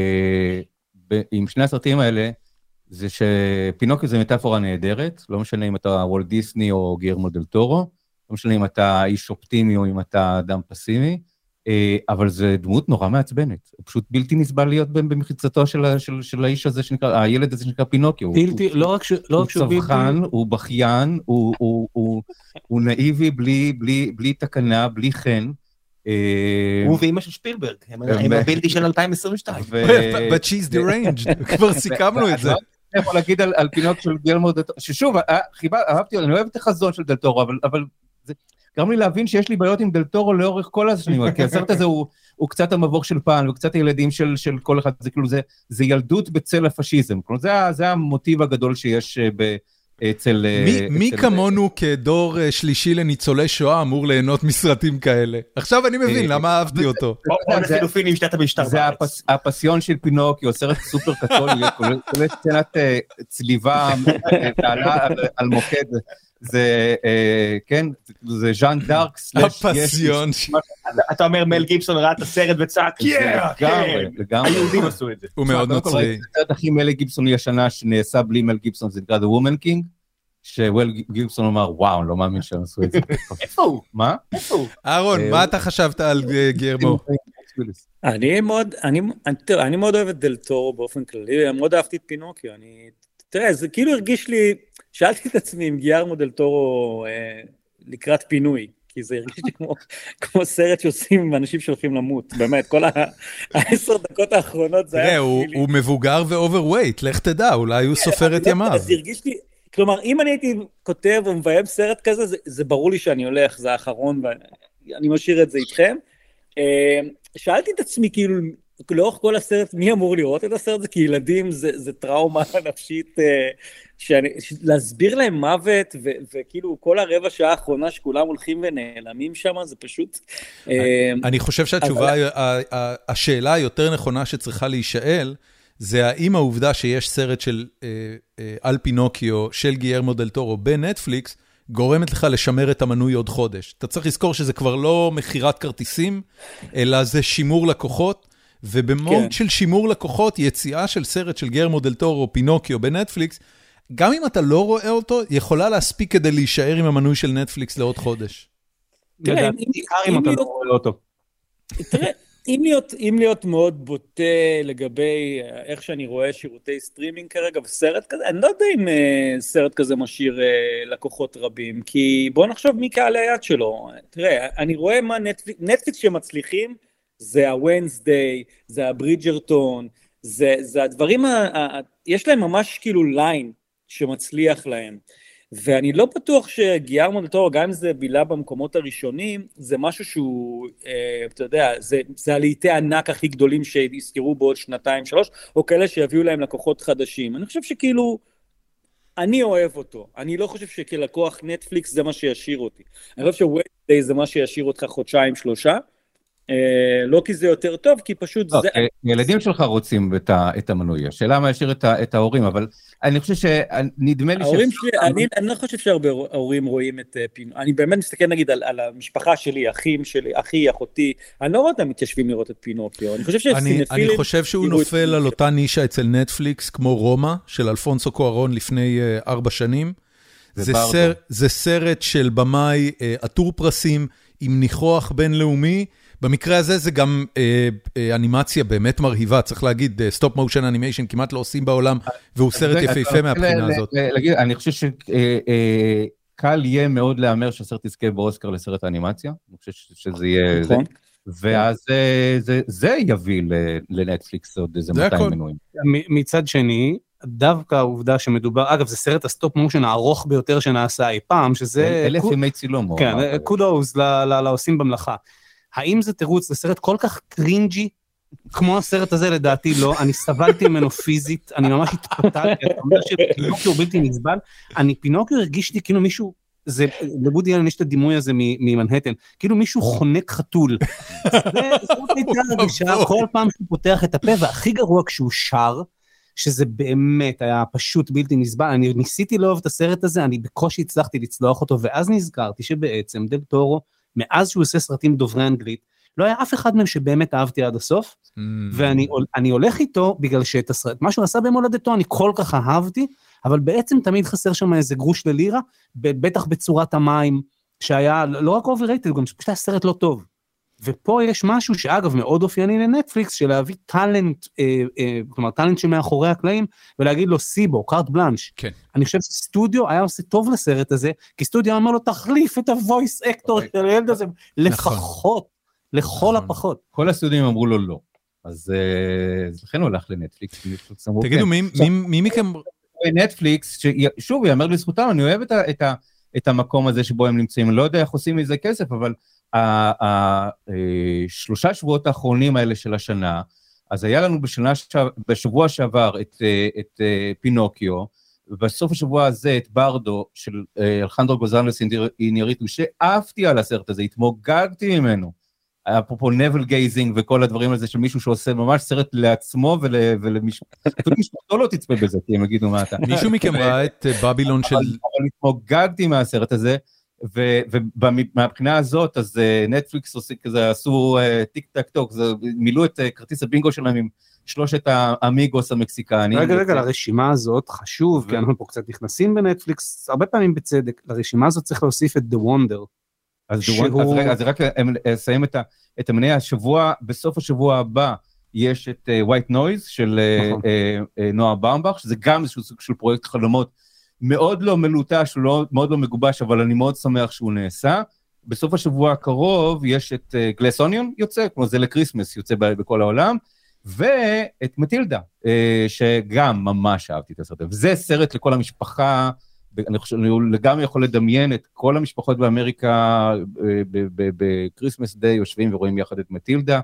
עם שני הסרטים האלה, זה שפינוקיו זה מטאפורה נהדרת, לא משנה אם אתה וולט דיסני או גילרמו דל טורו, לא משנה אם אתה איש אופטימי או אם אתה אדם פסימי, אבל זה דמות נורא מעצבנת, הוא פשוט בלתי נסבל להיות במחיצתו של האיש הזה שנקרא, הילד הזה שנקרא פינוקיו. לא רק הוא צווחן, הוא בכיין, הוא נאיבי בלי תקנה, בלי חן, הוא ואימא של שפילברג, הם הבלתי של 2022. But she's deranged, כבר סיכמנו את זה. אני יכול להגיד על פינוקיו של גילרמו דל טורו, ששוב, אהבתי, אני אוהב את החזון של דל טורו, אבל זה גרם לי להבין שיש לי בעיות עם דל טורו לאורך כל השנים, כי הסרט הזה הוא קצת המבוך של פעם, וקצת הילדים של כל אחד, זה כאילו, זה ילדות בצל הפשיזם, זה המוטיב הגדול שיש אצל... מי כמונו כדור שלישי לניצולי שואה אמור ליהנות מסרטים כאלה? עכשיו אני מבין למה אהבתי אותו. זה הפסיון של פינוקיו, סרט סופר קתולי, כולל סצנת צליבה על מוקד, זה, כן, זה ז'אן דארק סלש... הפסיון. אתה אומר מל גיבסון ראה את הסרט וצעק, לגמרי. היהודים עשו את זה. הוא מאוד נוצרי. הסרט הכי מל גיבסוני השנה שנעשה בלי מל גיבסון, זה נקרא The Woman King, שוול גיבסון אומר, וואו, אני לא מאמין שהם עשו את זה. איפה הוא? מה? אהרון, מה אתה חשבת על גילרמו? אני מאוד אוהב את דל טורו באופן כללי, אני מאוד אהבתי את פינוקיו, תראה, זה כאילו הרגיש לי, שאלתי את עצמי אם גילרמו דל טורו לקראת פינוי, כי זה הרגיש לי כמו סרט שעושים עם אנשים שהולכים למות, באמת, כל 10 דקות האחרונות זה היה... תראה, הוא מבוגר ואוברווייט, לך תדע, אולי הוא סופר את ימיו. אז הרגיש לי, כלומר, אם אני הייתי כותב ומביים סרט כזה, זה ברור לי שאני הולך, זה האחרון, ואני משאיר את זה איתכם. שאלתי את עצמי, כאילו, לאורך כל הסרט, מי אמור לראות את הסרט הזה? כי ילדים זה טראומה נפשית, להסביר להם מוות, וכאילו כל הרבע שעה האחרונה שכולם הולכים ונעלמים שם, זה פשוט... אני חושב שהתשובה, השאלה היותר נכונה שצריכה להישאל, זה האם העובדה שיש סרט של על פינוקיו של גילרמו דל טורו בנטפליקס, גורמת לך לשמר את המנוי עוד חודש. אתה צריך לזכור שזה כבר לא מחירת כרטיסים, אלא זה שימור לקוחות, ובמוד של שימור לקוחות, יציאה של סרט של גילרמו דל טורו, פינוקיו בנטפליקס, גם אם אתה לא רואה אותו, יכולה להספיק כדי להישאר עם המנוי של נטפליקס לעוד חודש. תראה, אם אתה לא רואה אותו. תראה, אם להיות מאוד בוטה לגבי איך שאני רואה שירותי סטרימינג כרגע, וסרט כזה, אני לא יודע אם סרט כזה משאיר לקוחות רבים, כי בוא נחשוב מי קהל היד שלו. תראה, אני רואה מה נטפליקס שמצליחים, זה הוונסדיי, זה הברידג'רטון, זה הדברים, יש להם ממש כאילו ליין שמצליח להם. ואני לא בטוח שגילרמו דל טורו, גם אם זה בילה במקומות הראשונים, זה משהו שהוא, אתה יודע, זה הלהיטי ענק הכי גדולים שיזכרו בעוד 2-3, או כאלה שיביאו להם לקוחות חדשים. אני חושב שכאילו, אני אוהב אותו. אני לא חושב שכלקוח נטפליקס זה מה שישאיר אותי. אני חושב שווייטדיי זה מה שישאיר אותך 1-2-3, לא כי זה יותר טוב, כי פשוט זה... ילדים שלך רוצים את המנוי, השאלה מה ישאיר את ההורים, אבל אני חושב שנדמה לי... ההורים שלי, אני לא חושב שהרבה הורים רואים את פינו, אני באמת מסתכל נגיד על המשפחה שלי, אחים שלי, אחי, אחותי, אני לא רואה אותם מתיישבים לראות את פינוקיו, אני חושב שהוא נופל על אותה נישה אצל נטפליקס, כמו רומא, של אלפונסו קוארון לפני 4 שנים, זה סרט של במאי עטור פרסים, עם ניחוח בינלאומי, במקרה הזה זה גם אנימציה באמת מרהיבה, צריך להגיד, סטופ מושן אנימיישן כמעט לא עושים בעולם, והוא סרט יפהפה מהבחינה הזאת. אני חושב שקל יהיה מאוד לאמר שהסרט יזכה באוסקר לסרט האנימציה, אני חושב שזה יהיה זה, ואז זה יביא לנטפליקס עוד איזה 200 מנויים. מצד שני, דווקא העובדה שמדובר, אגב, זה סרט הסטופ מושן הארוך ביותר שנעשה אי פעם, שזה... 1000 ימי צילום. כן, קודוס לעושים במלאכה. האם זה תירוץ לסרט כל כך קרינג'י, כמו הסרט הזה לדעתי לא, אני סבלתי ממנו פיזית, אני ממש התפתלתי, אתה אומר שפינוקיו בלתי נסבל, פינוקיו הרגיש לי כאילו מישהו, לבודי אלן יש את הדימוי הזה ממנהטן, כאילו מישהו חונק חתול, זאת הייתה הרגישה, כל פעם שהוא פותח את הפה, והכי גרוע כשהוא שר, שזה באמת היה פשוט בלתי נסבל, אני ניסיתי לאהוב את הסרט הזה, אני בקושי הצלחתי לצלוח אותו, ואז נזכרתי שבעצם דל טורו, מאז שהוא עושה סרטים דוברי אנגלית, לא היה אף אחד מהם שבאמת אהבתי עד הסוף, ואני הולך איתו, בגלל שאת הסרט, מה שהוא עשה במולדתו, אני כל כך אהבתי, אבל בעצם תמיד חסר שם איזה גרוש ללירה, בטח בצורת המים, שהיה לא רק אובררייטד, גם פשוט היה סרט לא טוב. ופה יש משהו שאגב מאוד אופייני לנטפליקס, של להביא טלנט, כלומר טלנט שמאחורי הקלעים, ולהגיד לו סיבו, קארט בלנש. כן. אני חושב שסטודיו היה עושה טוב לסרט הזה, כי סטודיו אמר לו תחליף את הוויס אקטור של הילד הזה, לפחות, לכל הפחות. כל הסטודיו אמרו לו לא, אז לכן הוא הולך לנטפליקס. תגידו, מי מכם... נטפליקס, שוב, יאמר לזכותם, אני אוהב את המקום הזה שבו הם נמצאים, אני לא יודע איך עושים מזה כסף, אבל השלושה שבועות האחרונים האלה של השנה, אז היה לנו בשבוע שעבר את פינוקיו, ובסוף השבוע הזה את ברדו של אלחנדרו גונזלס אינייריטו, שאהבתי על הסרט הזה, התמוגגתי ממנו, אפרופו נבל גייזינג וכל הדברים הזה של מישהו שעושה ממש סרט לעצמו ולמשפחתו לא תצפה בזה, כי הם יגידו מה אתה. מישהו מכם ראה את בבילון של... אבל התמוגגתי מהסרט הזה, ומהבחינה הזאת, אז נטפליקס עשו טיק טק טוק, מילאו את כרטיס הבינגו שלהם עם שלושת האמיגוס המקסיקנים. רגע, לרשימה הזאת חשוב, כי אנחנו פה קצת נכנסים בנטפליקס, הרבה פעמים בצדק, לרשימה הזאת צריך להוסיף את The Wonder. אז רק אסיים את המניה, השבוע, בסוף השבוע הבא, יש את White Noise של נועה באומבך, שזה גם איזשהו סוג של פרויקט חלומות, מאוד לא מלוטש, מאוד לא מגובש, אבל אני מאוד שמח שהוא נעשה. בסוף השבוע הקרוב יש את גלס אוניון יוצא, כמו זה לקריסמס יוצא בכל העולם, ואת מטילדה, שגם ממש אהבתי את הסרט. וזה סרט לכל המשפחה, אני חושב, אני לגמרי יכול לדמיין את כל המשפחות באמריקה, בקריסמס דיי, יושבים ורואים יחד את מטילדה,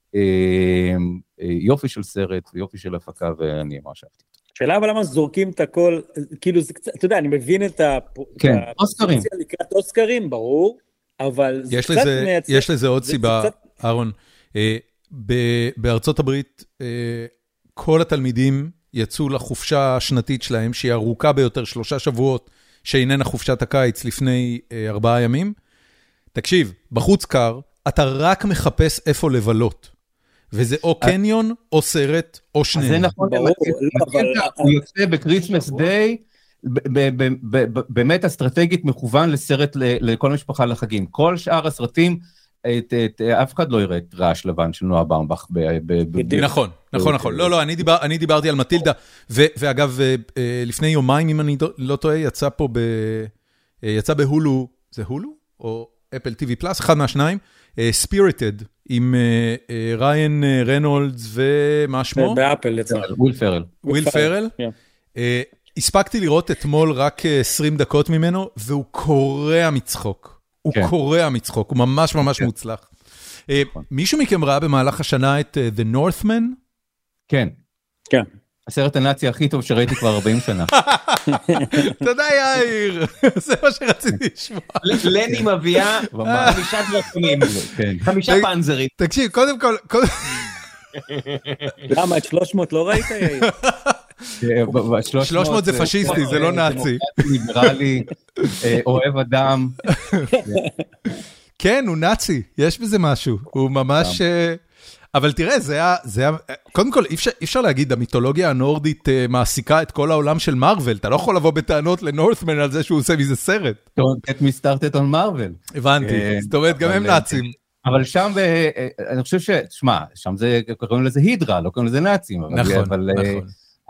יופי של סרט, יופי של הפקה, ואני ממש אהבתי. שאלה אבל למה זורקים את הכל, כאילו זה קצת, אתה יודע, אני מבין את אוסקרים. לקראת אוסקרים, ברור, אבל זה קצת מייצר. יש לזה עוד סיבה, אהרון, בארצות הברית, כל התלמידים יצאו לחופשה השנתית שלהם, שהיא ארוכה ביותר 3 שבועות, שאיננה חופשת הקיץ לפני 4 ימים. תקשיב, בחוץ קר, אתה רק מחפש איפה לבלות. וזה או קניון, או סרט, או שניהם. זה נכון, הוא יוצא בקריסמס דיי, באמת אסטרטגית מכוון לסרט לכל המשפחה לחגים. כל שאר הסרטים, אף אחד לא יראה את רעש לבן של נועה באומבך. נכון. לא, אני דיברתי על מטילדה, ואגב, לפני יומיים, אם אני לא טועה, יצא בהולו, זה הולו? או אפל TV פלאס, אחד מהשניים, ספיריטד, עם ריין רנולדס ומה שמו? באפל יצא. וויל פרל. הספקתי לראות אתמול רק 20 דקות ממנו, והוא קורע מצחוק. הוא ממש ממש מוצלח. מישהו מכם ראה במהלך השנה את The Northman? כן. כן. הסרט הנאצי הכי טוב שראיתי כבר 40 שנה. תודה יאיר, זה מה שרציתי לשמוע. לני מביאה 5 דרקונים, 5 פנזרים. תקשיב, קודם כל... למה, את 300 לא ראית יאיר? 300 זה פשיסטי, זה לא נאצי. ליברלי, אוהב אדם. כן, הוא נאצי, יש בזה משהו. הוא ממש... אבל תראה, קודם כל, אי אפשר להגיד, המיתולוגיה הנורדית מעסיקה את כל העולם של מרוול, אתה לא יכול לבוא בטענות לנורת'מן על זה שהוא עושה מזה סרט. Don't get me started on Marvel. הבנתי, זאת אומרת, גם הם נאצים. אבל שם, אני חושב שמה, שם זה, קוראים לזה הידרה, לא קוראים לזה נאצים. נכון, אבל נכון.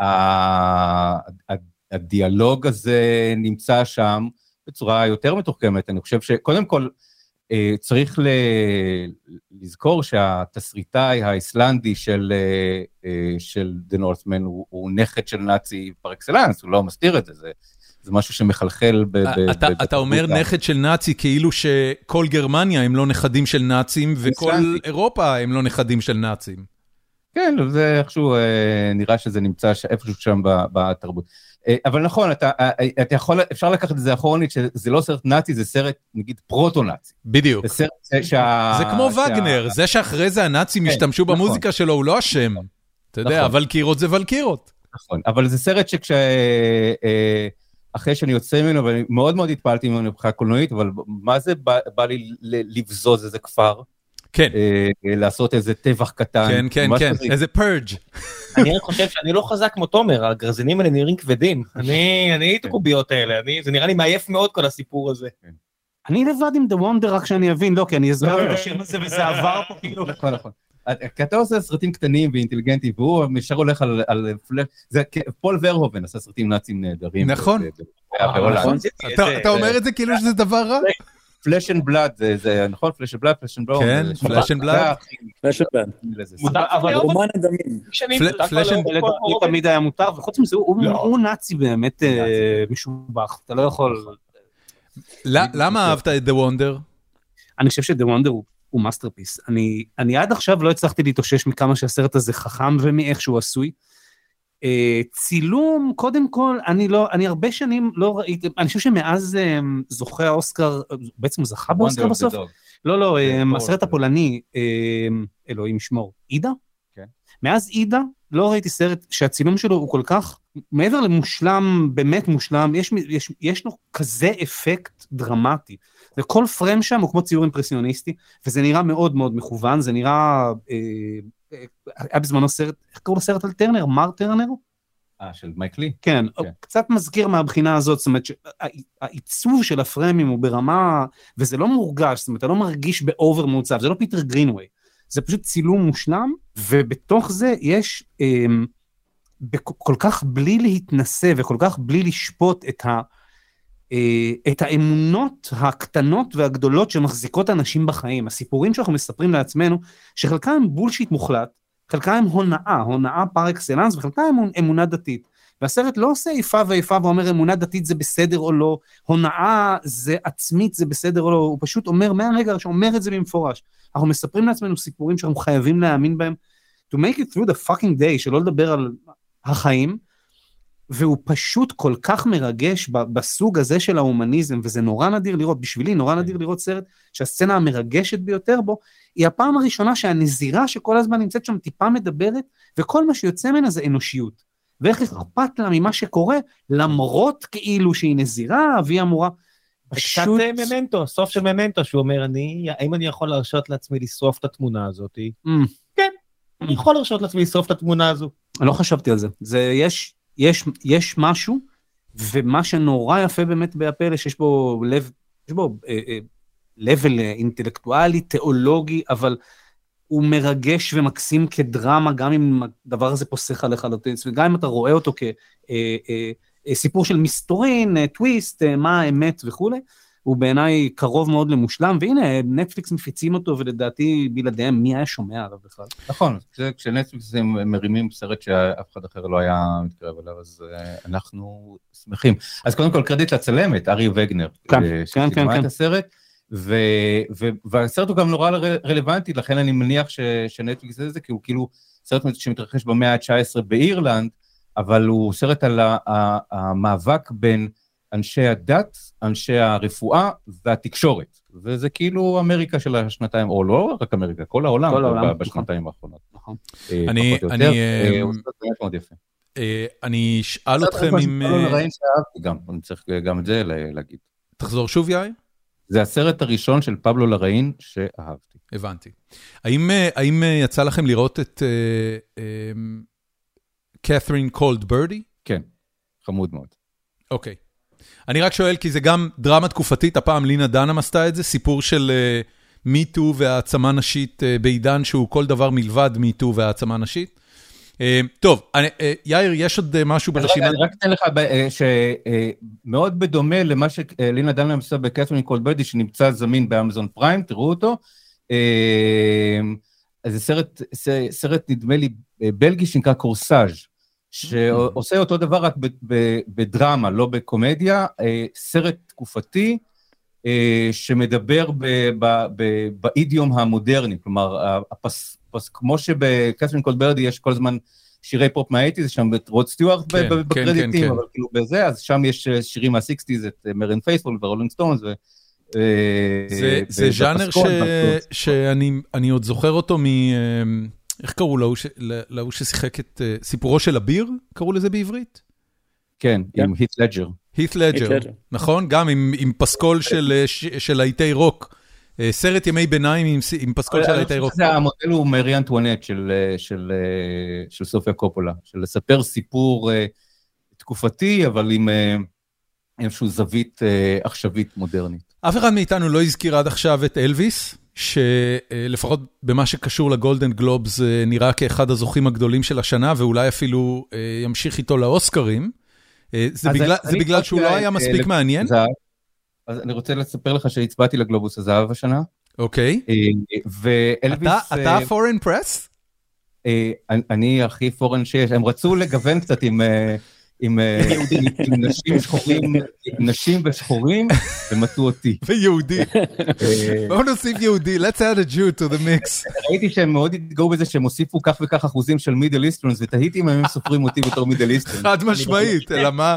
הדיאלוג הזה נמצא שם בצורה יותר מתוחכמת. אני חושב שקודם כל, צריך לזכור שהתסריטאי האיסלנדי של The Northman הוא נכד של נאצי פר אקסלנס, הוא לא מסתיר את זה, זה משהו שמחלחל אתה אומר נכד של נאצי כאילו שכל גרמניה הם לא נכדים של נאצים, וכל אירופה הם לא נכדים של נאצים. כן, זה איכשהו נראה שזה נמצא איפשהו שם בתרבות. אבל נכון, אפשר לקחת את זה אחורנית, שזה לא סרט נאצי, זה סרט, נגיד, פרוטו-נאצי. בדיוק. זה כמו וגנר, זה שאחרי זה הנאצים השתמשו במוזיקה שלו, הוא לא אשם. אתה יודע, ולקירות זה ולקירות. נכון, אבל זה סרט אחרי שאני יוצא ממנו, ואני מאוד מאוד התפעלתי ממנו מבחינה קולנועית, אבל מה זה בא לי לבזוז איזה כפר? כן. לעשות איזה טבח קטן. כן, כן, כן, איזה פרג'. אני חושב שאני לא חזק כמו תומר, הגרזינים האלה נראים כבדים. אני את הקוביות האלה, זה נראה לי מעייף מאוד כל הסיפור הזה. אני לבד עם The Wonder רק שאני אבין, לא, כי אני אסגר את השם הזה וזה עבר פה כאילו. נכון, נכון. כי אתה עושה סרטים קטנים ואינטליגנטים, והוא משאר הולך על פול ורהובן עשה סרטים נאצים נהדרים. נכון. אתה אומר את זה כאילו שזה דבר רע? פלש אנד בלאד, זה נכון? פלש אנד בלאד, פלש אנד בלאד. כן, פלש אנד בלאד. פלש אנד בלאד. אבל רומן הדמים. פלש אנד בלאד תמיד היה מותר, וחוץ מזה הוא נאצי באמת משובח, אתה לא יכול... למה אהבת את The Wonder? אני חושב ש-The Wonder הוא מאסטרפיס. אני עד עכשיו לא הצלחתי להתאושש מכמה שהסרט הזה חכם ומאיך שהוא עשוי. צילום, קודם כל, אני הרבה שנים לא ראיתי, אני חושב שמאז זוכה האוסקר, בעצם הוא זכה באוסקר בסוף? לא, הסרט הפולני, אלוהים שמור, אידה? מאז אידה לא ראיתי סרט שהצילום שלו הוא כל כך, מעבר למושלם, באמת מושלם, יש לו כזה אפקט דרמטי, וכל פרם שם הוא כמו ציור אימפרסיוניסטי, וזה נראה מאוד מאוד מכוון, זה נראה... היה בזמנו סרט, איך קראו לסרט על טרנר? מר טרנר? של מייק לי? כן, קצת מזכיר מהבחינה הזאת, זאת אומרת שהעיצוב של הפרמים הוא ברמה, וזה לא מורגש, זאת אומרת, אתה לא מרגיש באובר מעוצב, זה לא פיטר גרינווי, זה פשוט צילום מושלם, ובתוך זה יש, כל כך בלי להתנסה, וכל כך בלי לשפוט את האמונות הקטנות והגדולות שמחזיקות אנשים בחיים, הסיפורים שאנחנו מספרים לעצמנו, שחלקם הם בולשיט מוחלט, חלקם הם הונאה פר אקסלנס, וחלקם הם אמונה דתית, והסרט לא עושה איפה ואיפה ואומר אמונה דתית זה בסדר או לא, הונאה זה עצמית זה בסדר או לא, הוא פשוט אומר מהרגע שאומר את זה במפורש, אנחנו מספרים לעצמנו סיפורים שאנחנו חייבים להאמין בהם, to make it through the fucking day, שלא לדבר על החיים, והוא פשוט כל כך מרגש בסוג הזה של ההומניזם, וזה נורא נדיר לראות, בשבילי נורא נדיר לראות סרט שהסצנה המרגשת ביותר בו, היא הפעם הראשונה שהנזירה שכל הזמן נמצאת שם טיפה מדברת, וכל מה שיוצא ממנה זה אנושיות, ואיך אכפת לה ממה שקורה, למרות כאילו שהיא נזירה, והיא אמורה... קצת ממנטו, סוף של ממנטו, שהוא אומר, האם אני יכול להרשות לעצמי לשרוף את התמונה הזאת? כן, אני יכול להרשות לעצמי לשרוף את התמונה הזו. אני לא חשבתי על זה, יש משהו, ומה שנורא יפה באמת בהפלא, שיש בו level אינטלקטואלי, תיאולוגי, אבל הוא מרגש ומקסים כדרמה, גם אם הדבר הזה פוסח עליך, וגם אם אתה רואה אותו כסיפור של מסתורין, טוויסט, מה האמת וכו', הוא בעיניי קרוב מאוד למושלם, והנה, נטפליקס מפיצים אותו, ולדעתי בלעדיהם מי היה שומע עליו בכלל. נכון, כשנטפליקס הם מרימים סרט שאף אחד אחר לא היה מתקרב עליו, אז אנחנו שמחים. אז קודם כל קרדיט לצלמת, ארי וגנר, שצילמה את הסרט, והסרט הוא גם נורא רלוונטי, לכן אני מניח שנטפליקס זה, כי הוא כאילו סרט שמתרחש במאה ה-19 באירלנד, אבל הוא סרט על המאבק בין אנשי הדת, אנשי הרפואה והתקשורת, וזה כאילו אמריקה של השנתיים, או לא רק אמריקה, כל העולם בשנתיים האחרונות. נכון. אני אשאל אתכם אם... אני צריך גם את זה להגיד. תחזור שוב, יאי? זה הסרט הראשון של פבלו לראין שאהבתי. הבנתי. האם יצא לכם לראות את קת'רין קולד ברדי? כן, חמוד מאוד. אוקיי. אני רק שואל, כי זה גם דרמה תקופתית, הפעם לינה דנהאם עשתה את זה, סיפור של מיטו והעצמה נשית בעידן שהוא כל דבר מלבד מיטו והעצמה נשית. טוב, יאיר, יש עוד משהו ברשימה? אני רק אתן לך שמאוד בדומה למה שלינה דנהאם עושה בקת'רין קולד ברדי, שנמצא זמין באמזון פריים, תראו אותו. זה סרט נדמה לי בלגי שנקרא קורסאז' שעושה אותו דבר רק בדרמה, לא בקומדיה, סרט תקופתי שמדבר באידיום המודרני, כלומר, כמו שבקת'רין קולד ברדי יש כל הזמן שירי פופ מה-80s, זה שם את רוד סטיוארט בקרדיטים, אבל כאילו בזה, אז שם יש שירים מה-60s, את מרין פייספול ורולינג סטונס, זה ז'אנר שאני עוד זוכר אותו איך קראו להוא ששיחק את סיפורו של אביר? קראו לזה בעברית? כן, עם הית' לג'ר. הית' לג'ר, נכון? גם עם פסקול של להיטי רוק. סרט ימי ביניים עם פסקול של להיטי רוק. המודל הוא מרי אנטואנט של סופיה קופולה, של לספר סיפור תקופתי, אבל עם איזושהי זווית עכשווית מודרנית. אף אחד מאיתנו לא הזכיר עד עכשיו את אלוויס, שלפחות במה שקשור לגולדן גלובס נראה כאחד הזוכים הגדולים של השנה, ואולי אפילו ימשיך איתו לאוסקרים. זה בגלל שהוא לא היה מספיק מעניין? אז אני רוצה לספר לך שהצבעתי לגלובוס הזהב השנה. אוקיי. אתה פורן פרס? אני הכי פורן שיש. הם רצו לגוון קצת עם נשים ושחורים, ומצאו אותי. ויהודי. בואו נוסיף יהודי, let's add a Jew to the mix. ראיתי שהם מאוד התגאו בזה שהם הוסיפו כך וכך אחוזים של מידל איסטרונס, ותהיתי אם הם סופרים אותי בתור מידל איסטרונס. חד משמעית, אלא מה?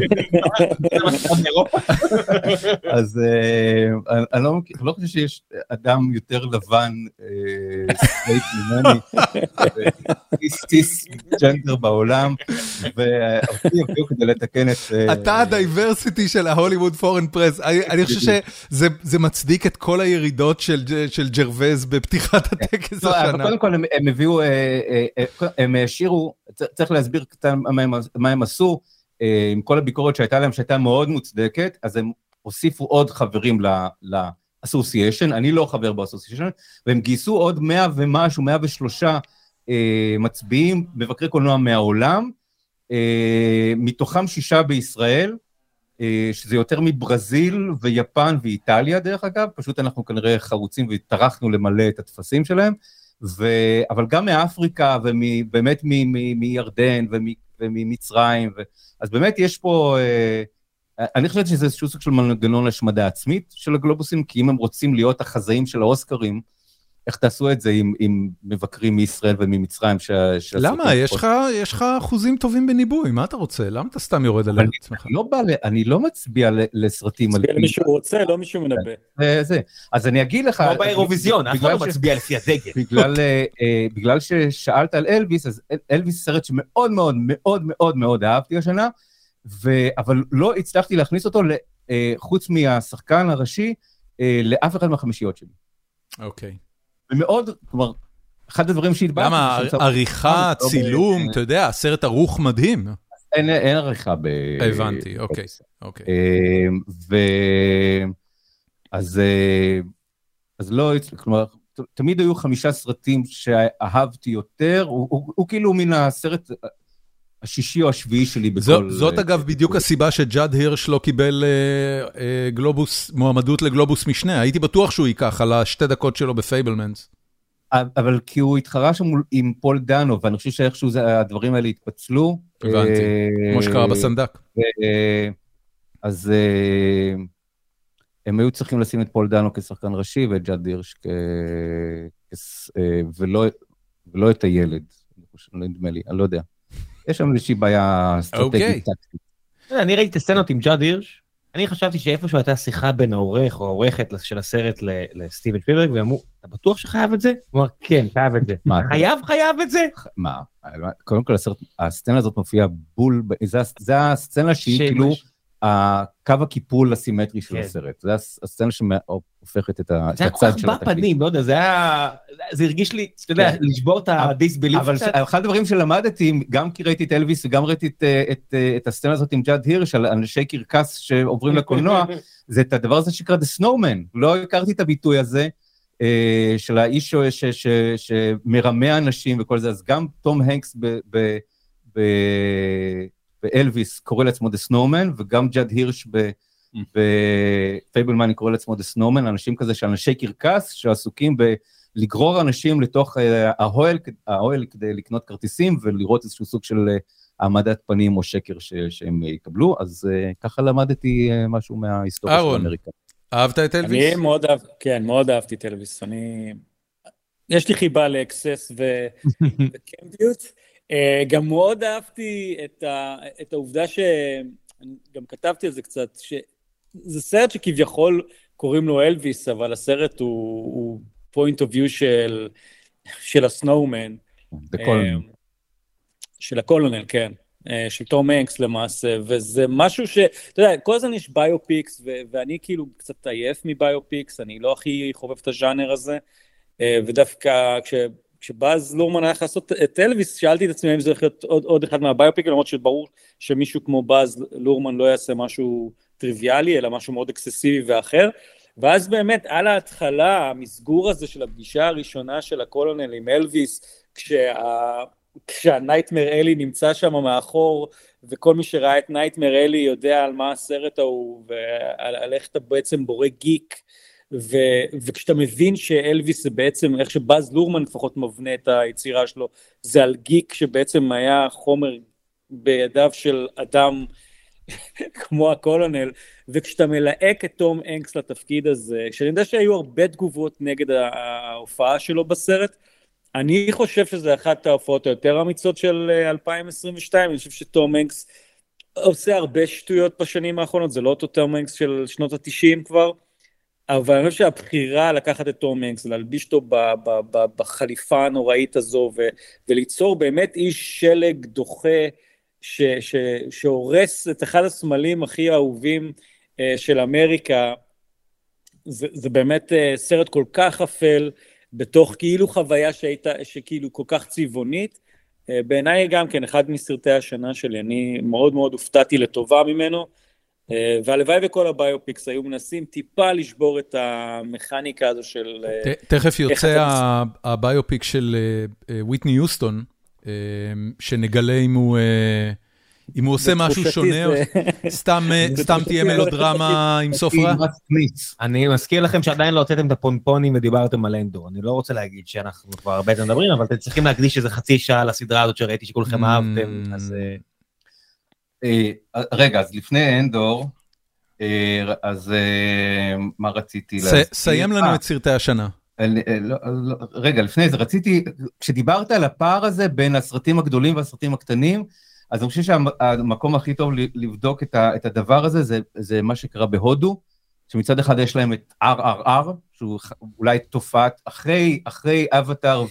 אז אני לא חושב שיש אדם יותר לבן, סטרייט ממני, סיס ג'נדר בעולם, כדי לתקן את... אתה הדייברסיטי של ההוליווד פורן פרס. אני חושב שזה מצדיק את כל הירידות של ג'רווז בפתיחת הטקס השנה. קודם כל הם הביאו, הם השאירו, צריך להסביר קצת מה הם עשו, עם כל הביקורת שהייתה להם, שהייתה מאוד מוצדקת, אז הם הוסיפו עוד חברים לאסוסיישן, אני לא חבר באסוסיישן, והם גייסו עוד 100 ומשהו, 103 מצביעים, מבקרי קולנוע מהעולם, מתוכם 6 בישראל, שזה יותר מברזיל ויפן ואיטליה דרך אגב, פשוט אנחנו כנראה חרוצים והתארחנו למלא את התפסים שלהם, אבל גם מאפריקה ובאמת מירדן וממצרים, אז באמת יש פה, אני חושבת שזה איזשהו סוג של מנגנון להשמדה עצמית של הגלובוסים, כי אם הם רוצים להיות החזאים של האוסקרים, איך תעשו את זה עם מבקרים מישראל וממצרים? למה? יש לך אחוזים טובים בניבוי, מה אתה רוצה? למה אתה סתם יורד עליהם עצמך? אני לא מצביע לסרטים. מצביע למי שהוא רוצה, לא מי שהוא מנבא. אז אני אגיד לך... כמו באירוויזיון, אף אחד לא מצביע לפי הדגל. בגלל ששאלת על אלוויס, אז אלוויס סרט שמאוד מאוד מאוד מאוד מאוד אהבתי השנה, אבל לא הצלחתי להכניס אותו, חוץ מהשחקן הראשי, לאף אחד מהחמישיות שלי. אוקיי. ומאוד, כלומר, אחד הדברים שהתבאתי... למה? עריכה, צילום, אתה יודע, הסרט ערוך מדהים. אין עריכה ב... הבנתי, אוקיי. אז לא, כלומר, תמיד היו 5 סרטים שאהבתי יותר, הוא כאילו מן הסרט השישי או השביעי שלי בכל... זאת אגב בדיוק הסיבה שג'אד הירש לא קיבל מועמדות לגלובוס משנה, הייתי בטוח שהוא ייקח על 2 דקות שלו בפייבלמנס. אבל כי הוא התחרה שם עם פול דאנו, ואני חושב שאיכשהו הדברים האלה התפצלו. הבנתי, כמו שקרה בסנדק. אז הם היו צריכים לשים את פול דאנו כשחקן ראשי, ואת ג'אד הירש ולא את הילד, נדמה לי, אני לא יודע. יש שם איזושהי בעיה אסטרטגית טקטית. אני ראיתי את הסצנות עם ג'אד הירש, אני חשבתי שאיפשהו הייתה שיחה בין העורך או העורכת של הסרט לסטיבן ספילברג, ואמרו, אתה בטוח שחייב את זה? הוא אמר, כן, חייב את זה. חייב את זה? מה? קודם כל הסצנה הזאת מופיעה בול, זה הסצנה שהיא כאילו קו הקיפול הסימטרי של הסרט. זה הסצנה שהופכת את הצד של התקליט. זה היה כל כך בפנים, לא יודע, זה הרגיש לי, אתה יודע, לשבור את הדיסבליף. אבל אחד הדברים שלמדתי, גם כי ראיתי את אלוויס וגם ראיתי את הסצנה הזאת עם ג'אד הירש, על אנשי קרקס שעוברים לקולנוע, זה את הדבר הזה שקרא The Snowman. לא הכרתי את הביטוי הזה, של האיש שמרמה אנשים וכל זה, אז גם תום הנקס באלוויס קורא לעצמו The Snowman, וגם ג'אד הירש בפייבלמן קורא לעצמו The Snowman, אנשים כזה שאנשי קרקס שעסוקים בלגרור אנשים לתוך האוהל כדי לקנות כרטיסים ולראות איזשהו סוג של העמדת פנים או שקר שהם יקבלו, אז ככה למדתי משהו מההיסטוריה של אמריקה. אהבת את אלוויס? אני מאוד אהבתי את אלוויס, יש לי חיבה לאקסס וקמפיות, גם מאוד אהבתי את העובדה גם כתבתי על זה קצת, שזה סרט שכביכול קוראים לו אלוויס, אבל הסרט הוא point of view של הסנואומן, של הקולונל, כן. של תום הנקס למעשה, וזה משהו אתה יודע, כל הזמן יש ביופיקס, ואני כאילו קצת עייף מביופיקס, אני לא הכי חובב את הז'אנר הזה, ודווקא כשבאז לורמן היה לעשות את אלוויס, שאלתי את עצמי אם זה הולך להיות עוד אחד מהביופיק, למרות שברור שמישהו כמו באז לורמן לא יעשה משהו טריוויאלי, אלא משהו מאוד אקססיבי ואחר, ואז באמת על ההתחלה, המסגור הזה של הפגישה הראשונה של הקולונל עם אלוויס, כשהנייטמר אלי נמצא שם מאחור, וכל מי שראה את נייטמר אלי יודע על מה הסרט ההוא, ועל איך אתה בעצם בורא גיק, וכשאתה מבין שאלוויס זה בעצם, איך שבאז לורמן לפחות מבנה את היצירה שלו, זה על גיק שבעצם היה חומר בידיו של אדם כמו הקולונל, וכשאתה מלהק את תום הנקס לתפקיד הזה, כשאני יודע שהיו הרבה תגובות נגד ההופעה שלו בסרט, אני חושב שזה אחת ההופעות היותר אמיצות של 2022, אני חושב שתום הנקס עושה הרבה שטויות בשנים האחרונות, זה לא אותו תום הנקס של שנות ה-90 כבר, אבל אני חושב שהבחירה לקחת את תום הנקס, להלביש אותו בחליפה הנוראית הזו, וליצור באמת איש שלג דוחה, שהורס את אחד הסמלים הכי אהובים של אמריקה, זה באמת סרט כל כך אפל, בתוך כאילו חוויה שכאילו כל כך צבעונית, בעיניי גם כן אחד מסרטי השנה שלי, אני מאוד מאוד הופתעתי לטובה ממנו, והלוואי וכל הביופיקס היו מנסים טיפה לשבור את המכניקה הזו של... תכף יוצא הביופיק של וויטני יוסטון, שנגלה אם הוא עושה משהו שונה, או סתם תהיה מלודרמה עם סוף רע. אני מזכיר לכם שעדיין לא הוצאתם את הפונפונים ודיברתם על אנדור. אני לא רוצה להגיד שאנחנו כבר הרבה יותר מדברים, אבל אתם צריכים להקדיש איזה חצי שעה לסדרה הזאת שראיתי שכולכם אהבתם, אז... רגע, אז לפני אנדור, אז מה רציתי להזכיר? סיים לנו את סרטי השנה. רגע, לפני זה רציתי, כשדיברת על הפער הזה בין הסרטים הגדולים והסרטים הקטנים, אז אני חושב שהמקום הכי טוב לבדוק את הדבר הזה, זה מה שקרה בהודו, שמצד אחד יש להם את RRR, שהוא אולי תופעת, אחרי אבטר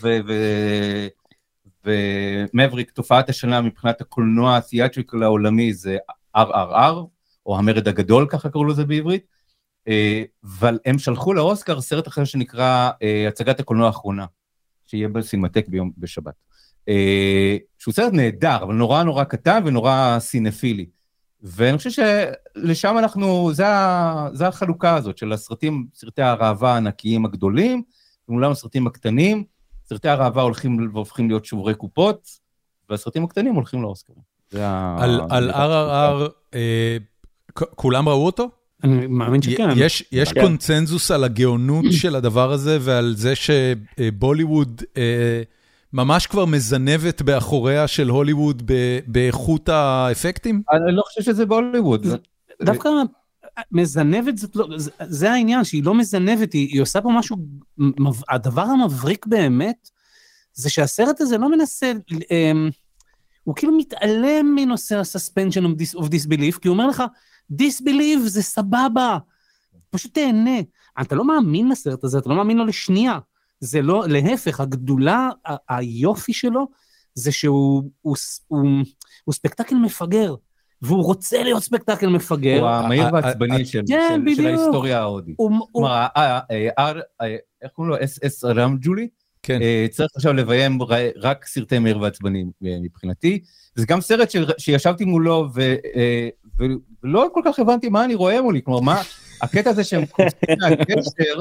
ומבריק, תופעת השנה מבחינת הקולנוע התיאטריקל העולמי, זה RRR, או המרד הגדול, ככה קראו לזה בעברית, אבל הם שלחו לאוסקר סרט אחר שנקרא הצגת הקולנוע האחרונה, שיהיה בסינמטק בשבת. שהוא סרט נהדר, אבל נורא נורא קטן ונורא סינפילי. ואני חושב שלשם זה החלוקה הזאת של סרטי הראווה הענקיים הגדולים, ומולם הסרטים הקטנים, סרטי הראווה הופכים להיות שבורי קופות, והסרטים הקטנים הולכים לאוסקרים. על RRR, כולם ראו אותו? אני מאמין שכן. יש קונצנזוס על הגאונות של הדבר הזה, ועל זה שבוליווד ממש כבר מזנבת באחוריה של הוליווד באיכות האפקטים? אני לא חושב שזה בוליווד. דווקא מזנבת, זה העניין, שהיא לא מזנבת, היא עושה פה משהו, הדבר המבריק באמת, זה שהסרט הזה לא מנסה, הוא כאילו מתעלם מנושא ה-suspension of disbelief, כי הוא אומר לך, disbelief זה סבבה, פשוט תהנה. אתה לא מאמין לסרט הזה, אתה לא מאמין לו לשנייה. זה לא, להפך, הגדולה, היופי שלו, זה שהוא ספקטקל מפגר. והוא רוצה להיות ספקטקל מפגר. הוא המהיר והעצבני של ההיסטוריה ההודית. כלומר, איך קוראים לו? אס רמג'ולי? צריך עכשיו לביים רק סרטי מהיר ועצבנים מבחינתי. זה גם סרט שישבתי מולו ולא כל כך הבנתי מה אני רואה מולי, כלומר, מה הקטע הזה שהם קופצים מהקשר,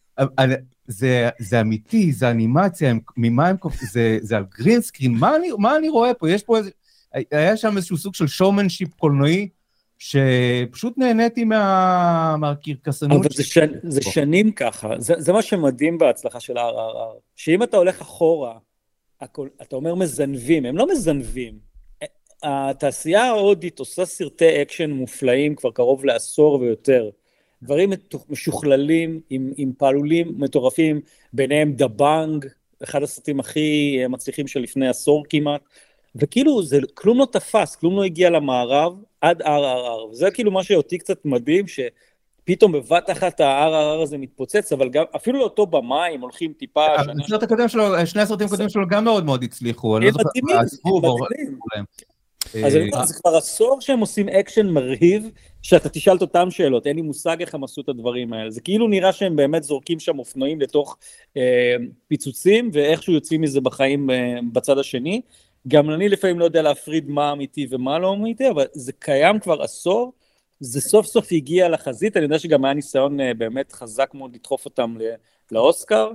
זה אמיתי, זה אנימציה, ממה הם קופצים, זה על גרינסקרין, מה אני רואה פה? יש פה איזה, היה שם איזשהו סוג של שואומנשיפ קולנועי, שפשוט נהניתי מהקרקסנות. אבל זה שנים ככה, זה מה שמדהים בהצלחה של RRR, שאם אתה הולך אחורה, אתה אומר מזנבים, הם לא מזנבים, התעשייה ההודית עושה סרטי אקשן מופלאים כבר קרוב לעשור ויותר, דברים משוכללים עם פעלולים מטורפים, ביניהם דבנג, אחד הסרטים הכי מצליחים של לפני עשור כמעט, וכאילו זה כלום לא תפס, כלום לא הגיע למערב עד RRR, וזה כאילו מה שאותי קצת מדהים, שפתאום בבת אחת ה-RRR הזה מתפוצץ, אבל גם אפילו לאותו במים הולכים טיפה... שני הסרטים הקודמים שלו גם מאוד מאוד הצליחו, הם מדהימים. אז זה כבר עשור שהם עושים אקשן מרהיב, שאתה תשאל את אותם שאלות, אין לי מושג איך הם עשו את הדברים האלה, זה כאילו נראה שהם באמת זורקים שם אופנועים לתוך פיצוצים, ואיכשהו יוצאים מזה בחיים בצד השני, גם אני לפעמים לא יודע להפריד מה אמיתי ומה לא אמיתי, אבל זה קיים כבר עשור, זה סוף סוף הגיע לחזית, אני יודע שגם היה ניסיון באמת חזק מאוד לדחוף אותם לאוסקר,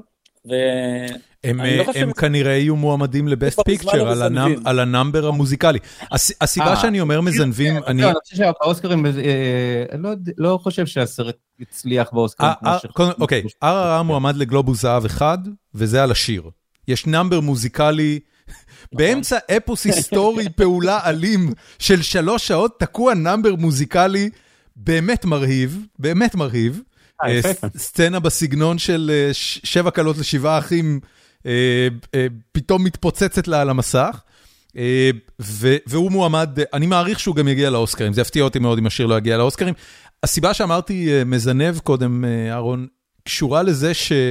הם כנראה יהיו מועמדים לבסט פיקצ'ר על הנאמבר המוזיקלי. הסיבה שאני אומר מזנבים, אני חושב שהאוסקרים, לא חושב שהסרט הצליח באוסקרים. אוקיי, RRR מועמד לגלובוס זהב אחד, וזה על השיר. יש נאמבר מוזיקלי, באמצע אפוס היסטורי פעולה אלים של 3 שעות, תקוע נאמבר מוזיקלי באמת מרהיב, באמת מרהיב. סצנה בסגנון של 7 כלות ל7 אחים, פתאום מתפוצצת לה על המסך, והוא מועמד, אני מעריך שהוא גם יגיע לאוסקרים, זה יפתיע אותי מאוד אם השיר לא יגיע לאוסקרים. הסיבה שאמרתי מזנב קודם, אהרון, קשורה לזה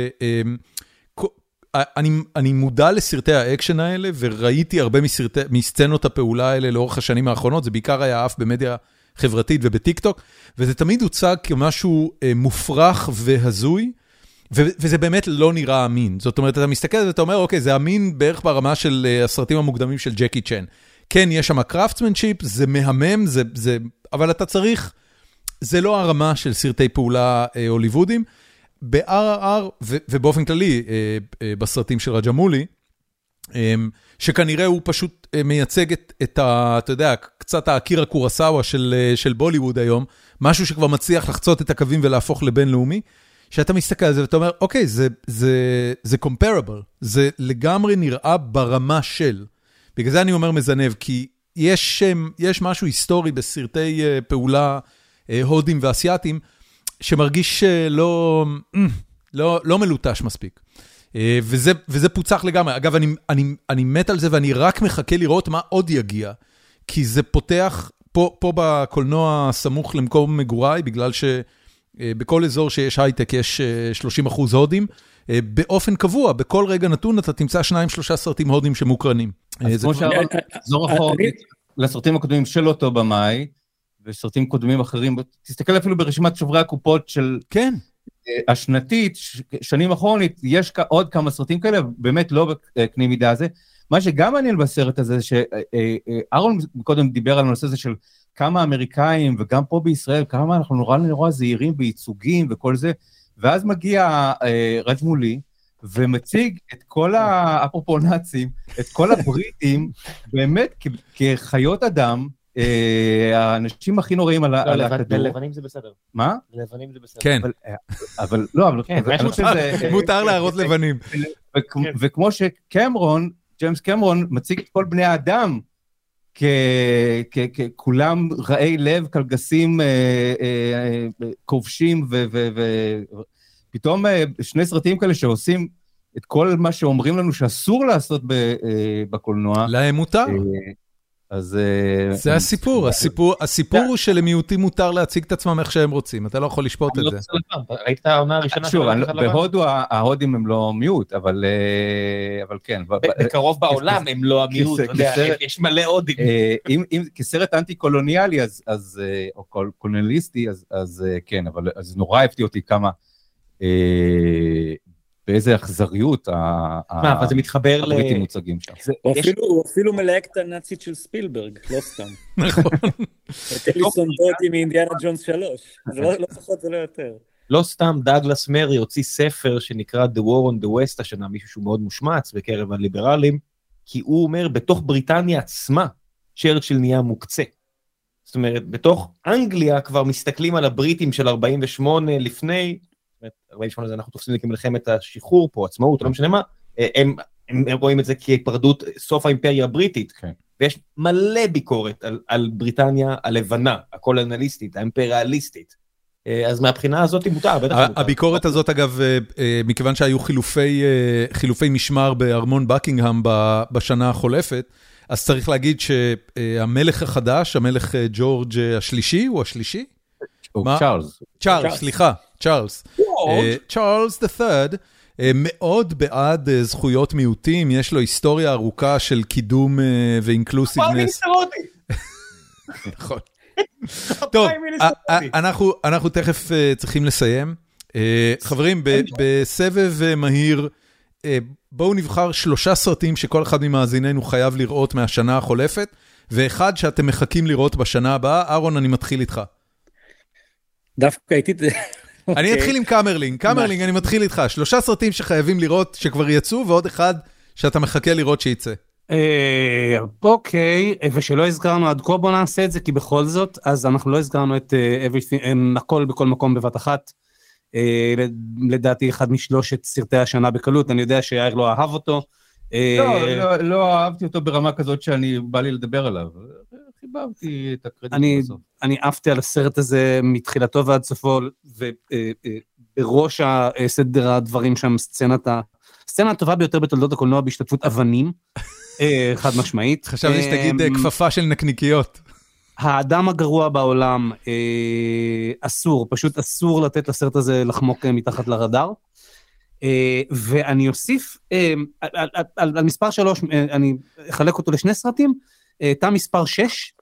אני מודע לסרטי האקשן האלה, וראיתי הרבה מסצנות הפעולה האלה לאורך השנים האחרונות, זה בעיקר היה אף במדיה חברתית ובטיקטוק, וזה תמיד הוצג כמשהו מופרך והזוי, וזה באמת לא נראה אמין. זאת אומרת, אתה מסתכל ואתה אומר, אוקיי, זה אמין בערך ברמה של הסרטים המוקדמים של ג'קי צ'ן. כן, יש שם קראפטסמנשיפ, זה מהמם, אבל אתה צריך, זה לא הרמה של סרטי פעולה הוליוודיים. ב-RRR, ובאופן כללי, בסרטים של רג'מולי, שכנראה הוא פשוט מייצג את אתה יודע, קצת האקירה קורסאווה של בוליווד היום, משהו שכבר מצליח לחצות את הקווים ולהפוך לבינלאומי, שאתה מסתכל על זה ואתה אומר, אוקיי, זה comparable, זה לגמרי נראה ברמה של. בגלל זה אני אומר מזנב, כי יש משהו היסטורי בסרטי פעולה הודים ואסייתים, שמרגיש לא מלוטש מספיק. וזה פוצח לגמרי. אגב, אני מת על זה, ואני רק מחכה לראות מה עוד יגיע, כי זה פותח פה בקולנוע סמוך למקום מגוריי, בגלל שבכל אזור שיש הייטק יש 30% הודים, באופן קבוע, בכל רגע נתון אתה תמצא 2-3 סרטים הודים שמוקרנים. אז כמו זור אחור לסרטים הקודמים של אותו במאי, וסרטים קודמים אחרים, תסתכל אפילו ברשימת שוברי הקופות של השנתית, שנים אחרונית, יש עוד כמה סרטים כאלה, באמת לא בקנה מידה הזה. מה שגם מעניין בסרט הזה, שאהרון קודם דיבר על הנושא הזה של כמה אמריקאים, וגם פה בישראל, כמה אנחנו נורא זהירים בייצוגים וכל זה, ואז מגיע רג'מולי, ומציג את כל האפרופונצים, את כל הבריטים, באמת כחיות אדם, האנשים הכי נוראים על הכדור. ללבנים זה בסדר. מה? ללבנים זה בסדר. כן. אבל לא, מותר להראות לבנים. וכמו שקמרון, ג'יימס קמרון, מציג את כל בני האדם, ככולם רעי לב, קלגסים, כובשים, ופתאום שני סרטים כאלה שעושים את כל מה שאומרים לנו שאסור לעשות בקולנוע. להם מותר. אז... זה הסיפור, הסיפור הוא שלמיעוטים מותר להציג את עצמם איך שהם רוצים, אתה לא יכול לשפוט את זה. ראית את העונה הראשונה? שוב, בהודו ההודים הם לא מיעוט, אבל כן. בקרוב בעולם הם לא המיעוט, יש מלא הודים. כסרט אנטי-קולוניאלי, או קולוניאליסטי, אז כן, אבל אז נורא הפתיע אותי כמה... באיזה אכזריות הבריטים מוצגים שם. הוא אפילו מלהק את הנאצית של ספילברג, לא סתם. נכון. את אליסון בוטי מאינדיאנה ג'ונס 3. זה לא פחות, זה לא יותר. לא סתם דאגלס מרי הוציא ספר שנקרא The War on the West השנה, מישהו שהוא מאוד מושמץ בקרב הליברלים, כי הוא אומר, בתוך בריטניה עצמה, צ'רצ'יל נהיה מוקצה. זאת אומרת, בתוך אנגליה כבר מסתכלים על הבריטים של 48 לפני, 48 זה אנחנו תופסים כמלחמת השחרור פה, עצמאות, לא משנה מה, הם רואים את זה כפרדות סוף האימפריה הבריטית, ויש מלא ביקורת על בריטניה הלבנה, הקולוניאליסטית, האימפריאליסטית, אז מהבחינה הזאת מותר, בטח מותר. הביקורת הזאת אגב, מכיוון שהיו חילופי משמר בארמון בקינגהאם בשנה החולפת, אז צריך להגיד שהמלך החדש, המלך ג'ורג' השלישי, הוא השלישי? צ'ארלס. צ'ארלס, סליחה, צ'ארלס. צ'ארלס the third, מאוד בעד זכויות מיעוטים, יש לו היסטוריה ארוכה של קידום ואינקלוסיבנס. נכון. טוב, אנחנו תכף צריכים לסיים. חברים, בסבב מהיר, בואו נבחר 3 סרטים שכל אחד ממאזיננו חייב לראות מהשנה החולפת, ואחד שאתם מחכים לראות בשנה הבאה. אהרון, אני מתחיל איתך. דווקא הייתי... אני אתחיל עם קאמרלינג, אני מתחיל איתך. 3 סרטים שחייבים לראות שכבר יצאו, ועוד אחד שאתה מחכה לראות שיצא. אוקיי, ושלא הזכרנו עד כה, בוא נעשה את זה, כי בכל זאת, אז אנחנו לא הזכרנו את הכל בכל מקום בבת אחת. לדעתי אחד מ3 סרטי השנה בקלות, אני יודע שיאיר לא אהב אותו. לא אהבתי אותו ברמה כזאת שאני בא לי לדבר עליו. חיברתי את הקרדיט בסוף. אני אהבתי על הסרט הזה מתחילתו ועד סופו, ובראש סדר הדברים שם הסצנה הטובה ביותר בתולדות הקולנוע בהשתתפות אבנים, חד משמעית. חשבתי שתגיד כפפה של נקניקיות. האדם הגרוע בעולם, אסור, פשוט אסור לתת לסרט הזה לחמוק מתחת לרדאר. ואני אוסיף, על מספר 3, אני אחלק אותו ל2 סרטים, תא מספר 6,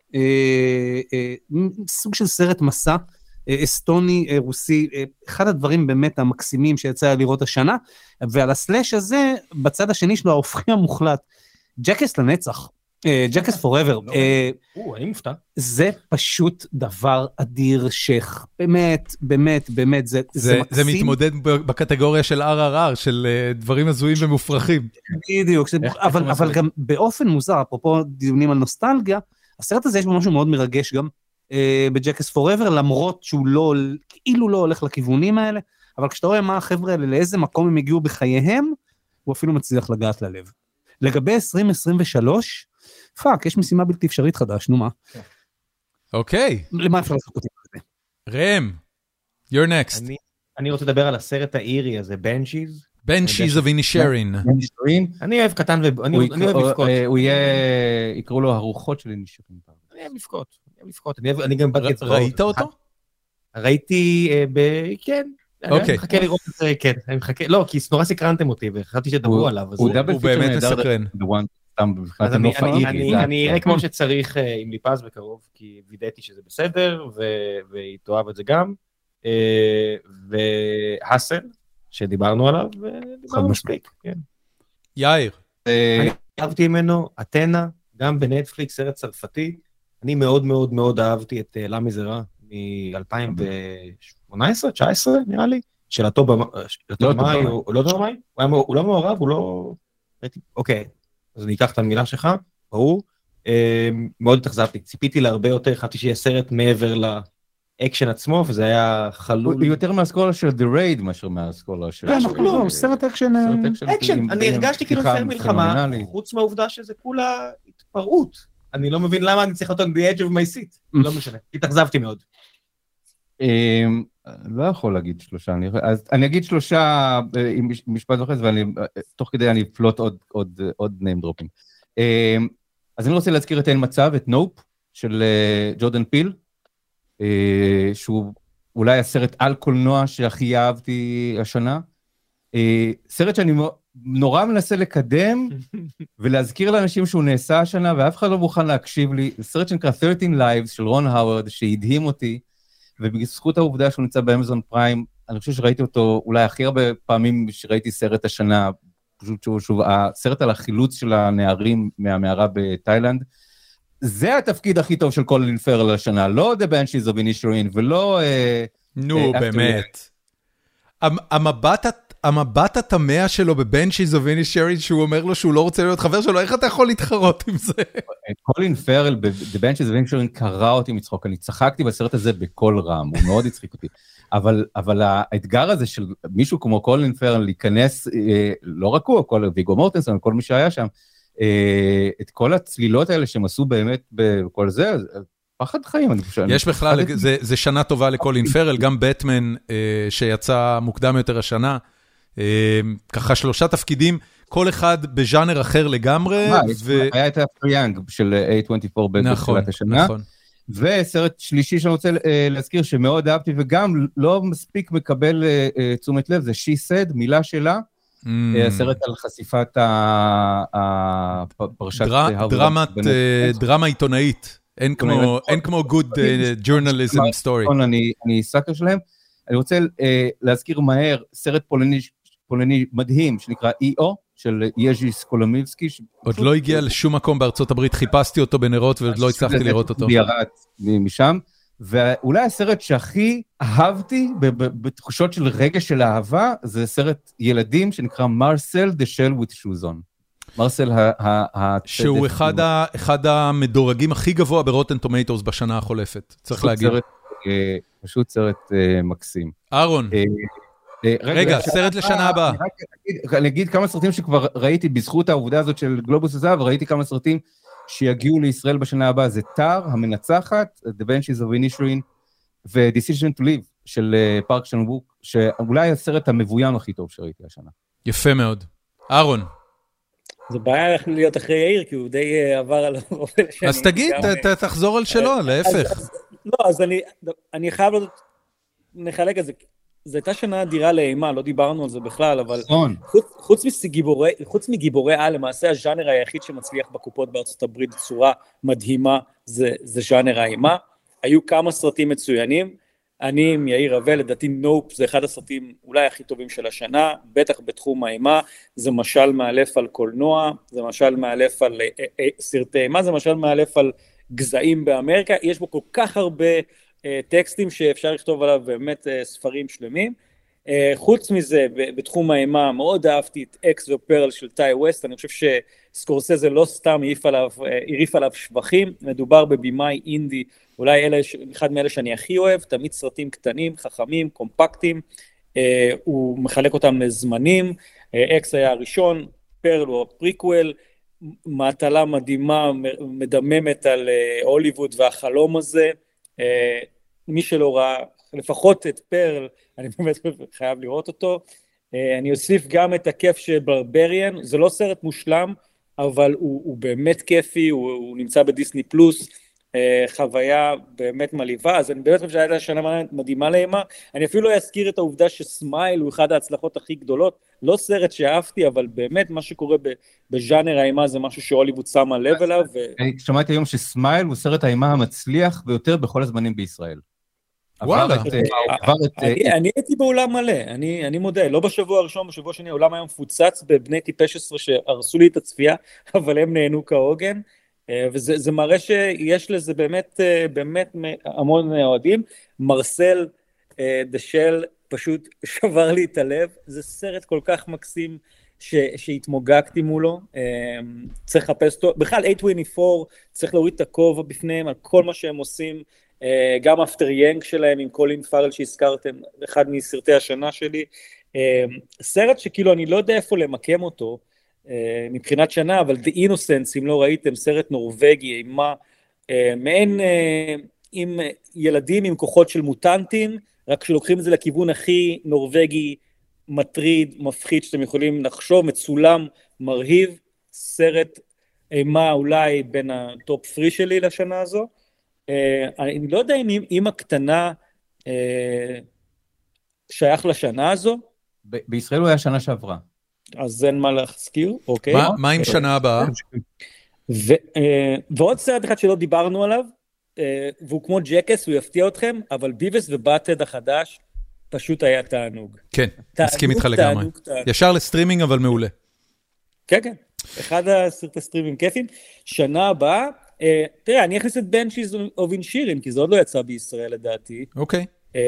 סוג של סרט מסע, אסטוני, רוסי, אחד הדברים באמת המקסימים שיצא לראות השנה, ועל הסלש הזה, בצד השני שלו, ההופכי המוחלט, ג'קס לנצח, ג'קס פוראבר, אני מופתע. זה פשוט דבר אדיר שייך, באמת, באמת, באמת, זה מקסים. זה מתמודד בקטגוריה של RRR, של דברים הזויים ומופרכים. בדיוק, אבל גם באופן מוזר, אפרופו דיונים על נוסטלגיה, הסרט הזה יש בו משהו מאוד מרגש גם, בג'קס פוראבר, למרות שהוא לא, כאילו לא הולך לכיוונים האלה, אבל כשאתה רואה מה החבר'ה האלה, לאיזה מקום הם הגיעו בחייהם, הוא אפילו מצליח לגעת ללב. לגבי 2023, פאק, יש משימה בלתי אפשרית חדש, נו מה? אוקיי. למה אפשר לעשות אותי בזה? רם, you're next. אני רוצה לדבר על הסרט האירי הזה, בנשיז. בנשיז of Inisherin. אני אוהב קטן ואני אוהב לבכות. הוא יהיה, יקראו לו הרוחות של אינישרין. אני אוהב לבכות, אני גם באתי את זה. ראית אותו? ראיתי, כן. אני מחכה לראות את זה, כן. לא, כי נורא סקרנתם אותי, וחשבתי שדברו עליו. הוא באמת מסקרן. אז אני אראה כמו שצריך עם ליפז בקרוב, כי וידאתי שזה בסדר, והיא תאהב את זה גם, והסל, שדיברנו עליו, ודיברנו מספיק. יאיר. אני אהבתי ממנו, אתנה, גם בנטפליקס, סרט צרפתי, אני מאוד מאוד מאוד אהבתי את לה מיזרה, מ-2018, 19 נראה לי, של הטוב במאי, הוא לא מעורב, הוא לא... אוקיי. אז אני אקח את המילה שלך, ברור, מאוד התאכזבתי, ציפיתי להרבה יותר, חשבתי שיהיה סרט מעבר לאקשן עצמו, וזה היה חלול. הוא יותר מהאסכולה של The Raid, מאשר מהאסכולה של... לא, הוא סרט אקשן. אקשן, אני הרגשתי כאילו סרט מלחמה, חוץ מהעובדה שזה כולה התפרעות. אני לא מבין למה אני צריך אותו on the edge of my seat, לא משנה, התאכזבתי מאוד. לא יכול להגיד 3, אז אני אגיד 3 עם משפט וחץ, ותוך כדי אני אפלוט עוד name dropping. אז אני רוצה להזכיר את אין מצב, את נופ, של ג'ורדן פיל, שהוא אולי הסרט על קולנוע שהכי אהבתי השנה. סרט שאני נורא מנסה לקדם, ולהזכיר לאנשים שהוא נעשה השנה, ואף אחד לא מוכן להקשיב לי. סרט שנקרא 13 Lives של רון האוורד, שהדהים אותי, ובזכות העובדה שהוא נמצא באמזון פריים, אני חושב שראיתי אותו אולי הכי הרבה פעמים שראיתי סרט השנה, פשוט שוב, הסרט על החילוץ של הנערים מהמערה בתאילנד, זה התפקיד הכי טוב של קולין פרל השנה, לא The Banshees of Inisherin, ולא... נו, באמת. המבט התמה שלו ב-Banshees of Inisherin, שהוא אומר לו שהוא לא רוצה להיות חבר שלו, איך אתה יכול להתחרות עם זה? קולין פרל ב-The Banshees of Inisherin קרא אותי מצחוק, אני צחקתי בסרט הזה בכל רם, הוא מאוד הצחיק אותי. אבל האתגר הזה של מישהו כמו קולין פרל להיכנס, לא רק הוא, ויגו מורטנסון, כל מי שהיה שם, את כל הצלילות האלה שהם עשו באמת בכל זה, פחד חיים, אני חושב. יש בכלל, זה שנה טובה לקולין פרל, גם בטמן שיצא מוקדם יותר השנה, ככה 3 תפקידים, כל אחד בז'אנר אחר לגמרי. היה את הפריאנג של A24 בתחילת השנה. נכון. וסרט שלישי שאני רוצה להזכיר שמאוד אהבתי, וגם לא מספיק מקבל תשומת לב, זה She Said, מילה שלה, הסרט על חשיפת הפרשת דרמה עיתונאית, אין כמו good journalism story. אני סאקר שלהם. אני רוצה להזכיר מהר סרט פולני מדהים שנקרא E.O. של יז'י סקולומיבסקי. עוד לא הגיע לשום מקום בארצות הברית, חיפשתי אותו בנרות ועוד לא הצלחתי לראות אותו. ירד משם, ואולי הסרט שהכי אהבתי בתחושות של רגע של אהבה, זה סרט ילדים שנקרא מרסל דה של with shoes on. מרסל שהוא אחד המדורגים הכי גבוה ברוטן טומטוס בשנה החולפת, צריך להגיד. פשוט סרט מקסים. אהרון. רגע, סרט לשנה הבאה. אני אגיד כמה סרטים שכבר ראיתי בזכות העובדה הזאת של גלובוס הזהב, ראיתי כמה סרטים שיגיעו לישראל בשנה הבאה, זה טאר, המנצחת, The Banshees of Inisherin, ו-Decision to Live של פארק צ'אן ווק, שאולי הסרט המבוים הכי טוב שראיתי השנה. יפה מאוד. אהרון. זה בעיה להיות אחרי יאיר, כי הוא די עבר על הרוב לשני. אז תגיד, תחזור על שלו, להפך. לא, אז אני חייב נחלק את זה. זו הייתה שנה אדירה לאימה, לא דיברנו על זה בכלל, אבל חוץ מגיבורי על, למעשה הז'אנר היחיד שמצליח בקופות בארצות הברית בצורה מדהימה, זה ז'אנר האימה. היו כמה סרטים מצוינים, אני עם יאיר רווה, לדעתי נופ זה אחד הסרטים אולי הכי טובים של השנה, בטח בתחום האימה, זה משל מאלף על קולנוע, זה משל מאלף על סרטי אימה, זה משל מאלף על גזעים באמריקה, יש בו כל כך הרבה טקסטים שאפשר לכתוב עליו באמת ספרים שלמים. חוץ מזה, בתחום האימה, מאוד אהבתי את אקס ופרל של טאי ווסט, אני חושב שסקורסזה לא סתם עיריף עליו שבחים, מדובר בבימאי אינדי, אולי אחד מאלה שאני הכי אוהב, תמיד סרטים קטנים, חכמים, קומפקטים, הוא מחלק אותם לזמנים, אקס היה הראשון, פרל הוא הפריקוול, מעטלה מדהימה, מדממת על הוליווד והחלום הזה, מי שלא ראה, לפחות את פרל, אני באמת חייב לראות אותו. אני אוסיף גם את הכיף של ברבריאן, זה לא סרט מושלם, אבל הוא באמת כיפי, הוא נמצא בדיסני פלוס, חוויה באמת מלהיבה, אז אני באמת חושב שהייתה שנה מדהימה לאימה. אני אפילו לא אזכיר את העובדה שסמייל הוא אחד ההצלחות הכי גדולות, לא סרט שאהבתי, אבל באמת מה שקורה בז'אנר האימה זה משהו שהוליווד שמה לב אליו. אני שמעתי היום שסמייל הוא סרט האימה המצליח ביותר בכל הזמנים בישראל. וואלה. אני הייתי באולם מלא, אני מודה, לא בשבוע הראשון, בשבוע שני, העולם היה מפוצץ בבני טיפש 16 שהרסו לי את הצפייה, אבל הם נהנו כהוגן, וזה מראה שיש לזה באמת המון אוהדים. מרסל דשל פשוט שבר לי את הלב, זה סרט כל כך מקסים שהתמוגגתי מולו, צריך לחפש אותו, בכלל A24 צריך להוריד את הכובע בפניהם על כל מה שהם עושים, גם אפטר ינג שלהם עם קולין פארל שהזכרתם, אחד מסרטי השנה שלי, סרט שכאילו אני לא יודע איפה למקם אותו, מבחינת שנה, אבל The Innocents, אם לא ראיתם, סרט נורווגי, אימה, מעין עם ילדים עם כוחות של מוטנטים, רק שלוקחים את זה לכיוון הכי נורווגי, מטריד, מפחיד, שאתם יכולים לחשוב, מצולם, מרהיב, סרט אימה אולי בין הטופ 3 שלי לשנה הזו. אני לא יודע אם אמא הקטנה שייך לשנה הזו. בישראל הוא היה שנה שעברה. אז אין מה להזכיר, אוקיי. מה עם שנה הבאה? ועוד סרט אחד שלא דיברנו עליו, והוא כמו ג'קס, הוא יפתיע אתכם, אבל ביבס ובאטד החדש, פשוט היה תענוג. כן, מסכים איתך לגמרי. ישר לסטרימינג, אבל מעולה. כן, כן. אחד הסרטי סטרימינג כיפים. שנה הבאה, תראה, אני אכניס את בנשיז אוף אינשירין, כי זה עוד לא יצא בישראל לדעתי. אוקיי.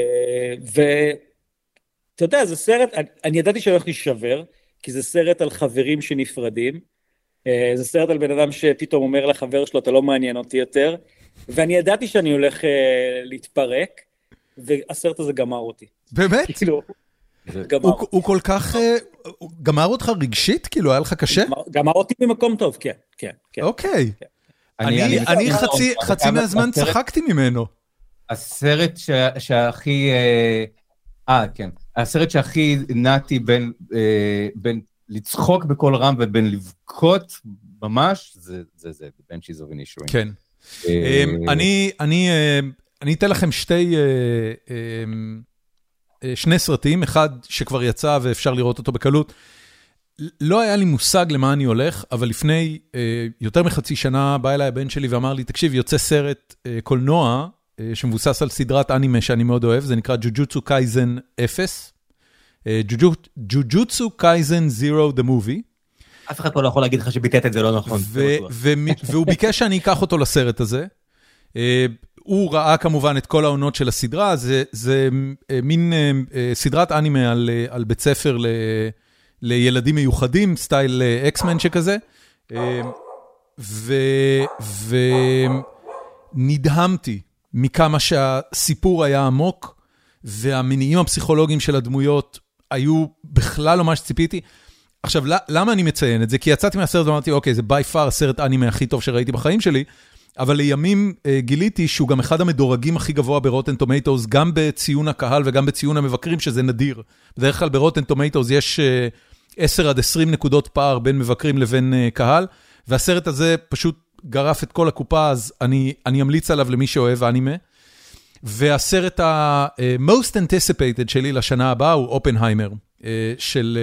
ואתה יודע, זה סרט, אני ידעתי שאני הולך להישבר, כי זה סרט על חברים שנפרדים. זה סרט על בן אדם שפתאום אומר לחבר שלו, אתה לא מעניין אותי יותר. ואני ידעתי שאני הולך להתפרק, והסרט הזה גמר אותי. באמת? גמר. הוא כל כך, גמר אותך רגשית? כאילו, היה לך קשה? גמר אותי במקום טוב, כן, כן. אוקיי. אני חצי מהזמן צחקתי ממנו. הסרט שהכי, כן. הסרט שהכי נעתי בין לצחוק בכל רם ובין לבכות ממש, זה Banshees of Inisherin. כן. אני אתן לכם שני סרטים, אחד שכבר יצא ואפשר לראות אותו בקלות. לא היה לי מושג למה אני הולך, אבל לפני יותר מחצי שנה בא אליי הבן שלי ואמר לי, תקשיב, יוצא סרט קולנוע שמבוסס על סדרת אנימה שאני מאוד אוהב, זה נקרא ג'וג'וטסו קייזן 0. ג'וג'וטסו קייזן 0 the movie. אף אחד פה לא יכול להגיד לך שביטאת את זה לא נכון. והוא ביקש שאני אקח אותו לסרט הזה. הוא ראה כמובן את כל העונות של הסדרה, זה מין סדרת אנימה על בית ספר לילדים מיוחדים, סטייל אקסמן שכזה. ונדהמתי מכמה שהסיפור היה עמוק, והמניעים הפסיכולוגיים של הדמויות היו בכלל לא מה שציפיתי. עכשיו, למה אני מציין את זה? כי יצאתי מהסרט ואמרתי, אוקיי, זה by far הסרט אנימה הכי טוב שראיתי בחיים שלי, אבל לימים גיליתי שהוא גם אחד המדורגים הכי גבוה ברוטן טומטוס, גם בציון הקהל וגם בציון המבקרים, שזה נדיר. בדרך כלל ברוטן טומטוס יש 10 עד 20 נקודות פער בין מבקרים לבין קהל, והסרט הזה פשוט גרף את כל הקופה, אז אני אמליץ עליו למי שאוהב אנימה. והסרט ה-most anticipated שלי לשנה הבאה הוא אופנהיימר, של...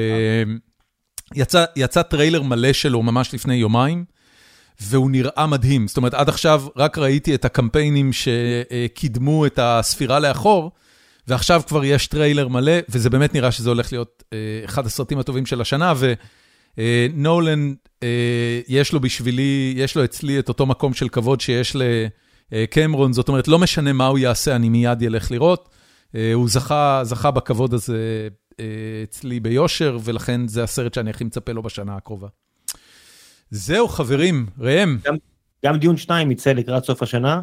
יצא טריילר מלא שלו ממש לפני יומיים, והוא נראה מדהים. זאת אומרת, עד עכשיו רק ראיתי את הקמפיינים שקידמו את הספירה לאחור, ועכשיו כבר יש טריילר מלא, וזה באמת נראה שזה הולך להיות אחד הסרטים הטובים של השנה, ונולן, יש לו אצלי את אותו מקום של כבוד שיש לקמרון, זאת אומרת, לא משנה מה הוא יעשה, אני מיד ילך לראות. הוא זכה בכבוד הזה אצלי ביושר, ולכן זה הסרט שאני הכי מצפה לו בשנה הקרובה. זהו חברים, ראם. גם דיון 2 יצא לקראת סוף השנה,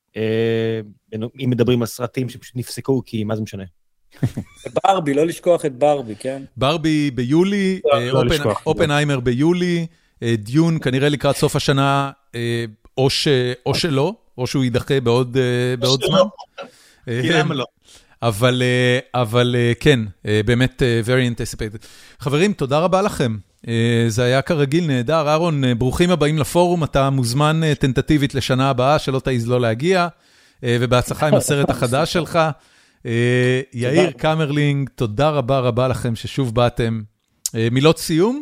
אם מדברים על סרטים שפשוט נפסקו, כי מה זה משנה? ברבי, לא לשכוח את ברבי, כן? ברבי ביולי, אופנהיימר ביולי, דיון כנראה לקראת סוף השנה, או שלא, או שהוא יידחה בעוד זמן. למה לא? אבל כן, באמת very anticipated. חברים, תודה רבה לכם. זה היה כרגיל נהדר. אהרון, ברוכים הבאים לפורום, אתה מוזמן טנטטיבית לשנה הבאה, שלא תעיז לא להגיע, ובהצלחה עם הסרט החדש שלך. יאיר קמרלינג, תודה רבה רבה לכם ששוב באתם. מילות סיום?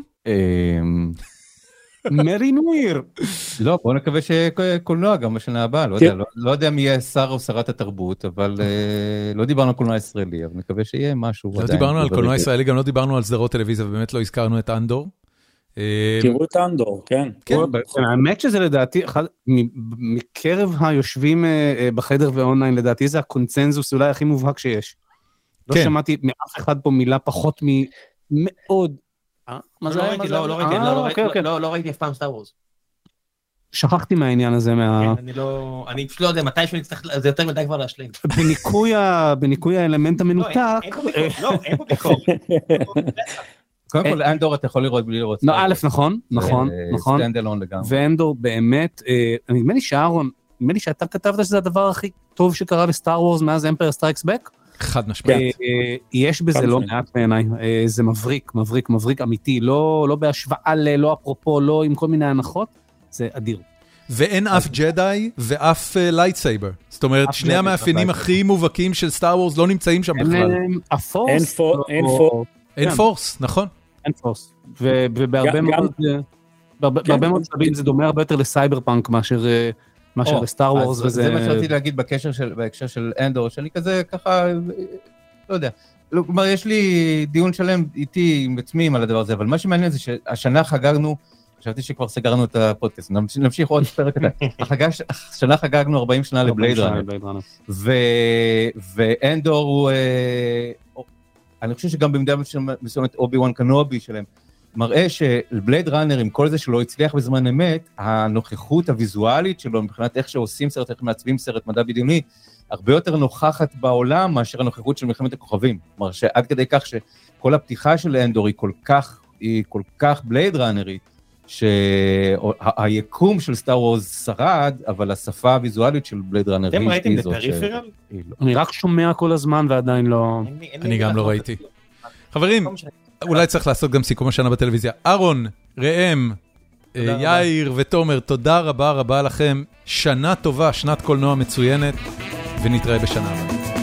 מרי נויר. לא, בואו נקווה שקולנוע גם בשנה הבאה, לא יודע מי יהיה שר או שרת התרבות, אבל לא דיברנו על קולנוע ישראלי, אבל נקווה שיהיה משהו. לא דיברנו על קולנוע ישראלי, גם לא דיברנו על סדרות טלוויזיה, ובאמת לא הזכרנו את אנדור. תראו את אנדור, כן. האמת שזה לדעתי, מקרב היושבים בחדר ואונליין, לדעתי זה הקונצנזוס אולי הכי מובהק שיש. לא שמעתי מאף אחד פה מילה פחות ממאוד, לא ראיתי אף פעם סטאר וורס. שכחתי מהעניין הזה. אני פשוט לא יודע, מתי שנצטרך, זה יותר מדי כבר להשלים. בניקוי האלמנט המנותק. לא, אין פה ביקור. קודם כל, אנדור אתה יכול לראות בלי לראות. א', נכון. סטנדלון לגמרי. ואנדור באמת, נדמה לי שאהרון, נדמה לי שאתה כתבת שזה הדבר הכי טוב שקרה לסטאר וורס מאז אמפייר סטרייקס בק. חד משמעית. יש בזה לא מעט בעיניי, זה מבריק אמיתי, לא בהשוואה לא אפרופו, לא עם כל מיני הנחות, זה אדיר. ואין אף ג'די ואף לייטסייבר. זאת אומרת, שני המאפיינים הכי מובהקים של סטאר וורס לא נמצאים שם בכלל. אין פורס, נכון. אין פורס. ובהרבה מאוד שלבים זה דומה הרבה יותר לסייבר פאנק מאשר לסטאר וורס. זה מה שרציתי להגיד בהקשר של אנדור, שאני כזה ככה, לא יודע. כלומר, יש לי דיון שלם איתי עם עצמי על הדבר הזה, אבל מה שמעניין זה שהשנה חגגנו, חשבתי שכבר סגרנו את הפודקאסט, נמשיך עוד פרק קטן. השנה חגגנו 40 שנה לבלייד ראנר. ואנדור הוא, אני חושב שגם במידה מסוימת אובי-וואן קנובי שלהם, מראה שבלייד ראנר, עם כל זה שלא הצליח בזמן אמת, הנוכחות הוויזואלית שלו, מבחינת איך שעושים סרט, איך מעצבים סרט מדע בדיוני, הרבה יותר נוכחת בעולם מאשר הנוכחות של מלחמת הכוכבים. כלומר, שעד כדי כך שכל הפתיחה של אנדור היא כל כך בלייד ראנרית, שהיקום של סטאר וורס שרד, אבל השפה הוויזואלית של בלייד ראנר אתם ראיתם בפריפרל? אני רק שומע כל הזמן ועדיין לא... אני גם לא ראיתי. חברים, אולי צריך לעשות גם סיכום השנה בטלוויזיה. אהרון, ראם, יאיר ותומר, תודה רבה רבה לכם. שנה טובה, שנת קולנוע מצוינת, ונתראה בשנה הבאה.